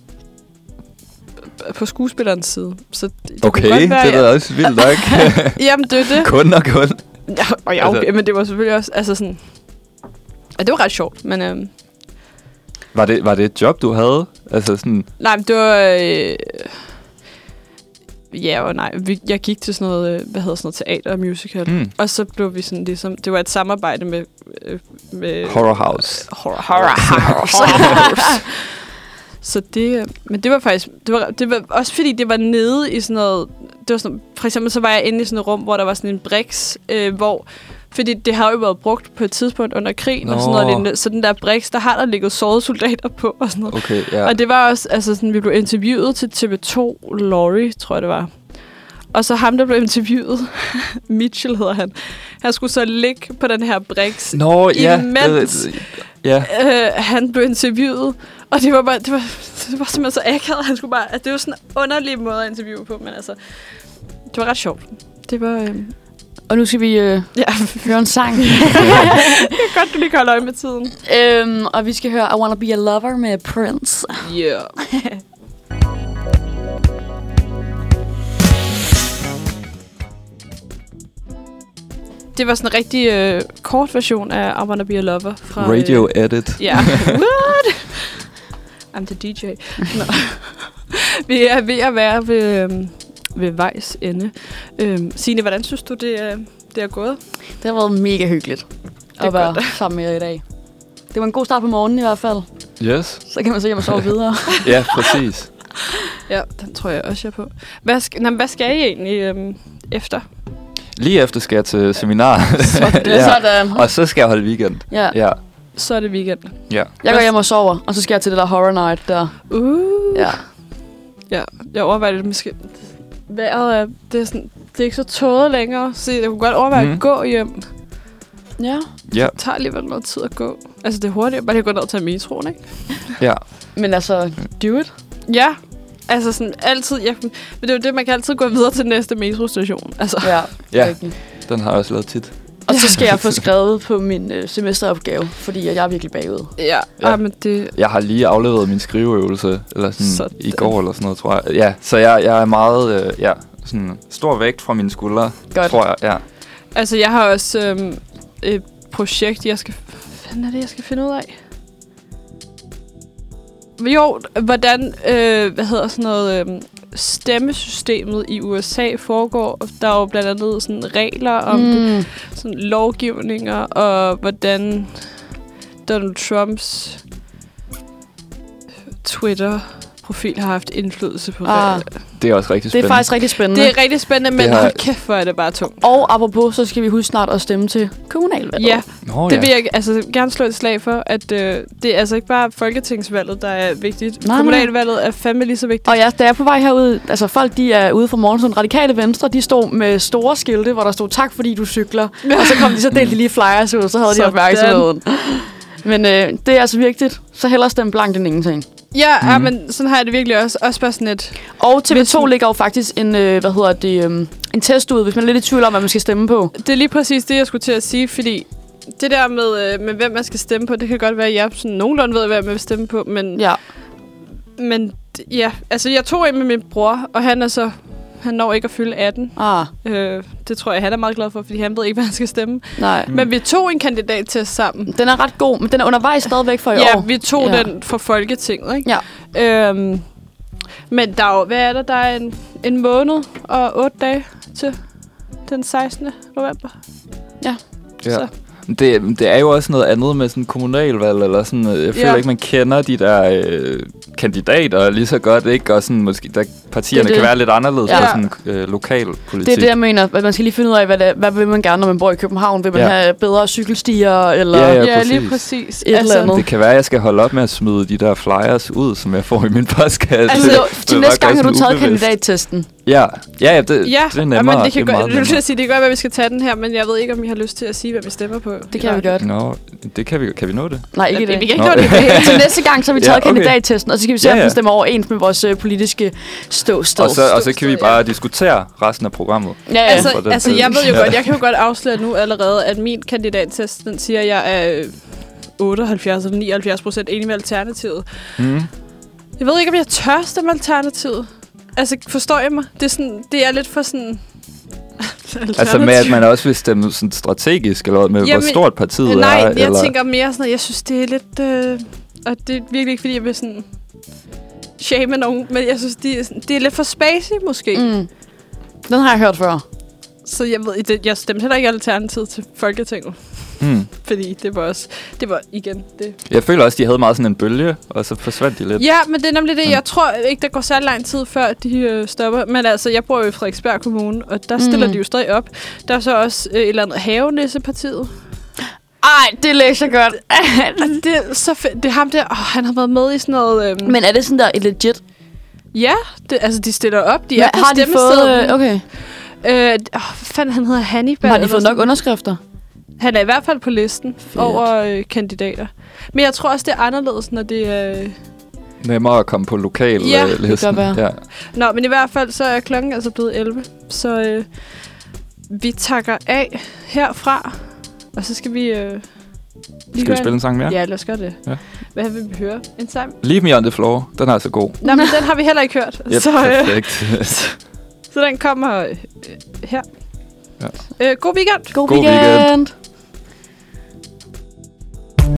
S2: på skuespillerens side. Så det
S4: Okay,
S2: kunne godt være,
S4: det er da også vildt nok.
S2: Jamen, det er det.
S4: kun og kun.
S2: Ja, og ja, okay,
S4: Altså-
S2: men det var selvfølgelig også, altså sådan... Ja, det var ret sjovt, men... Øhm,
S4: Var det, var det et job, du havde? Altså sådan...
S2: nej, men det var... Øh, ja og nej. Vi, jeg gik til sådan noget, øh, hvad hedder sådan noget, teater og musical.
S4: Mm.
S2: Og så blev vi sådan ligesom... Det var et samarbejde med... Øh, med
S4: Horror house.
S2: Horror, horror house. Horror house. Så det... øh, Men det var faktisk... Det var, det var også fordi, det var nede i sådan noget... Det var sådan, for eksempel så var jeg inde i sådan et rum, hvor der var sådan en briks, øh, hvor... Fordi det har jo været brugt på et tidspunkt under krigen
S4: Nå.
S2: og sådan noget lignende. Så den der briks, der har der ligget sårede soldater på og sådan noget.
S4: Okay, ja.
S2: Og det var også, altså sådan, vi blev interviewet til T V to, Laurie, tror jeg det var. Og så ham, der blev interviewet, Mitchell hedder han, han skulle så ligge på den her briks,
S4: Nå, ja.
S2: imens
S4: øh, ja.
S2: øh, han blev interviewet. Og det var bare, det var, det var simpelthen så akavet. Han skulle bare, altså, det var sådan en underlig måde at interviewe på, men altså, det var ret sjovt. Det var... Øh,
S3: Og nu skal vi øh,
S2: ja,
S3: høre en sang.
S2: det er godt, du lige kan holde øje med tiden.
S3: øhm, og vi skal høre I Wanna Be A Lover med Prince.
S2: Yeah. Det var sådan en rigtig øh, kort version af I Wanna Be A Lover. Fra,
S4: Radio
S2: øh,
S4: edit.
S2: Ja. What? I'm the D J. Nå. Vi er ved at være ved, øh, ved vejs ende. Øh, Signe, hvordan synes du, det, øh, det er gået?
S3: Det har været mega hyggeligt
S2: er
S3: at være
S2: godt.
S3: sammen med jer i dag. Det var en god start på morgenen i hvert fald.
S4: Yes.
S3: Så kan man så hjem og sove videre.
S4: Ja, præcis.
S2: Ja, den tror jeg også, jeg er på. Hvad skal, nå, hvad skal I egentlig øhm, efter?
S4: Lige efter skal jeg til seminar.
S3: Sådan. Sådan.
S4: Og så skal jeg holde weekend.
S3: Ja.
S4: Ja.
S2: Så er det weekend.
S4: Ja.
S3: Jeg går hjem og sover, og så skal jeg til det der horror night der.
S2: Uh.
S3: Ja.
S2: Ja, jeg overvejer det måske. Vejret er, det er, sådan, det er ikke så tåget længere, så jeg kunne godt overveje
S4: Mhm.
S2: at gå hjem.
S3: Ja.
S4: Ja.
S2: Det tager alligevel noget tid at gå. Altså, det er hurtigt. Bare lige gå ned og tage metroen, ikke?
S4: Ja.
S3: Men altså, do it.
S2: Ja. Altså sådan altid. Jeg, men det er jo det, man kan altid gå videre til næste metrostation. Altså.
S3: Ja.
S4: Ja. Den har jeg også lavet tit.
S3: Og så skal jeg få skrevet på min øh, semesteropgave, fordi jeg er virkelig bagud.
S2: Ja,
S4: Ja.
S2: ja. Men det...
S4: Jeg har lige afleveret min skriveøvelse, eller sådan,
S2: Sådan.
S4: i går eller sådan noget, tror jeg. Ja, så jeg, jeg er meget, øh, ja, sådan stor vægt fra mine skuldre,
S3: Godt.
S4: tror jeg. Ja.
S2: Altså, jeg har også øhm, et projekt, jeg skal... Hvad fanden er det, jeg skal finde ud af? Jo, hvordan, øh, hvad hedder sådan noget, øh, stemmesystemet i U S A foregår. Der er jo blandt andet sådan regler om mm. det, sådan lovgivninger, og hvordan Donald Trumps Twitter-profil har haft indflydelse på
S3: Ah.
S2: det.
S4: Det er også rigtig
S3: Det
S4: spændende.
S3: er faktisk rigtig spændende.
S2: Det er rigtig spændende, men
S4: har-
S2: hold kæft, hvor er det bare tungt.
S3: Og apropos, så skal vi huske snart at stemme til kommunalvalget.
S2: Ja,
S4: Nå,
S2: det
S4: ja.
S2: vil jeg altså gerne slå et slag for, at øh, det er altså ikke bare folketingsvalget, der er vigtigt.
S3: Nej,
S2: Kommunalvalget er fandme lige så vigtigt.
S3: Og ja, da jeg er på vej herud, altså folk, de er ude fra morgen, radikale venstre, de stod med store skilte, hvor der stod, tak fordi du cykler. Og så kom de, så delte de lige flyers ud, så havde de
S2: Sådan.
S3: opmærksomheden. Men øh, det er altså vigtigt. Så hellere stemme blankt end ingenting.
S2: Ja,
S4: Mhm.
S2: ja, men sådan har jeg det virkelig også. Også bare sådan et...
S3: Og T V
S2: Hvis
S3: to
S2: man-
S3: lægger jo faktisk en, øh, hvad hedder det, øh, en test ud, hvis man er lidt i tvivl om, hvad man skal stemme på.
S2: Det er lige præcis det, jeg skulle til at sige, fordi det der med, øh, med hvem man skal stemme på, det kan godt være, at jeg sådan nogenlunde ved, hvad man vil stemme på, men...
S3: Ja.
S2: Men d- ja, altså jeg tog en med min bror, og han er så... Han når ikke at fylde atten.
S3: Ah,
S2: Øh, det tror jeg, han er meget glad for, fordi han ved ikke, hvad han skal stemme.
S3: nej.
S2: Mm. Men vi tog en kandidat til sammen.
S3: Den er ret god, men den er undervejs stadigvæk for i
S2: Ja,
S3: år.
S2: vi tog
S3: Ja.
S2: ja. den for Folketinget, ikke?
S3: Ja.
S2: Øhm, men der er jo, hvad er der? Der er en, en måned og otte dage til den sekstende november.
S4: Ja.
S2: Så.
S4: Det, det er jo også noget andet med sådan kommunalvalg, eller sådan, øh, jeg føler
S2: Ja.
S4: ikke, man kender de der øh, kandidater lige så godt, ikke? Og sådan, måske, der partierne
S3: Det er
S4: kan
S3: det.
S4: være lidt anderledes
S3: Ja.
S4: ja. sådan øh, lokalpolitik.
S3: Det er det, jeg mener. At man skal lige finde ud af, hvad, det, hvad vil man gerne, når man bor i København. Vil man
S4: Ja.
S3: have bedre cykelstier, eller
S4: Ja, ja.
S2: Ja,
S4: præcis.
S2: lige præcis.
S3: et eller andet?
S4: Det kan være, at jeg skal holde op med at smide de der flyers ud, som jeg får i min postkasse.
S3: Altså,
S4: Det
S3: til
S4: vil
S3: næste
S4: bare
S3: gang har
S4: gøre
S3: du
S4: sådan
S3: taget
S4: ubevidst.
S3: kandidattesten.
S4: Ja, ja, ja det,
S2: Ja,
S4: det er
S2: og
S4: nemmere.
S2: men det kan
S4: det er
S2: godt,
S4: meget
S2: du
S4: nemmere.
S2: sige, det kan godt være, at vi skal tage den her, men jeg ved ikke, om I har lyst til at sige, hvad vi stemmer på.
S3: Det kan vi godt.
S4: Nå, det kan vi, kan vi nå det?
S3: Nej, ikke
S2: Ja,
S3: det.
S2: vi kan ikke
S4: Nå.
S2: nå det.
S3: Til næste gang, så har vi
S4: Ja,
S3: taget
S4: okay.
S3: kandidattesten, og så skal vi se,
S4: Ja,
S3: om
S4: ja.
S3: den stemmer overens med vores øh, politiske ståsted.
S4: Og så, og så kan vi bare diskutere resten af programmet.
S3: Ja, ja.
S2: Altså,
S4: for den
S2: altså
S4: tid.
S2: jeg ved jo
S4: Ja.
S2: godt, jeg kan jo godt afsløre nu allerede, at min kandidattest, den siger, at jeg er øh, otteoghalvfjerds eller nioghalvfjerds procent enig med Alternativet.
S4: Mm.
S2: Jeg ved ikke, om jeg tør stemme Alternativet. Altså, forstår jeg mig? Det er, sådan, det er lidt for sådan...
S4: Altså med, at man også vil stemme sådan strategisk, eller hvad, med
S2: Jamen,
S4: hvor stort partiet
S2: Nej,
S4: er?
S2: jeg
S4: eller?
S2: tænker mere sådan, at jeg synes, det er lidt... Øh, og det er virkelig ikke, fordi jeg vil sådan... shame nogen, men jeg synes, det er, sådan, det er lidt for spacey, måske. Mm.
S3: Mm. Den har jeg hørt før.
S2: Så jeg ved, det, jeg stemte heller ikke Alternativet til Folketinget.
S4: Mm.
S2: Fordi det var også... Det var igen det.
S4: Jeg føler også, de havde meget sådan en bølge, og så forsvandt de lidt.
S2: Ja, men det er nemlig det.
S4: Ja.
S2: Jeg tror ikke, der går særlig lang tid, før de øh, stopper. Men altså, jeg bor jo i Frederiksberg Kommune, og der stiller
S3: Mm.
S2: de jo stadig op. Der er så også øh, et eller andet Havenissepartiet.
S3: Ej, det læser jeg godt.
S2: Og det er så fedt. Det er ham der, åh, han har været med i sådan noget... Øh,
S3: Men er det sådan der et legit?
S2: ja, det, altså de stiller op. De
S3: Men
S2: er på
S3: har de fået...
S2: stemmesedlen.
S3: Øh, okay.
S2: Øh, åh, hvad fanden, han hedder Hannibal.
S3: Har de
S2: eller
S3: fået nok
S2: sådan.
S3: underskrifter?
S2: Han er i hvert fald på listen
S3: Fedt.
S2: over øh, kandidater. Men jeg tror også, det er anderledes, når det er... Øh...
S4: Nemmere at komme på lokal
S2: Ja,
S4: øh,
S2: det kan
S4: listen.
S3: godt være.
S4: Ja.
S2: Nå, men i hvert fald, så er klokken altså blevet elleve. Så øh, vi takker af herfra. Og så skal vi... Øh, lige
S4: Skal vi
S2: høre
S4: spille en sang mere?
S2: Ja, lad os gøre det.
S4: Ja.
S2: Hvad vil vi høre? En sang?
S4: Leave Me On The Floor, den er altså god.
S2: Nå, men den har vi heller ikke hørt.
S4: Yep,
S2: så, øh,
S4: perfekt.
S2: så den kommer øh, her.
S4: Ja.
S2: Øh, god weekend!
S3: God,
S4: God
S3: weekend.
S4: weekend.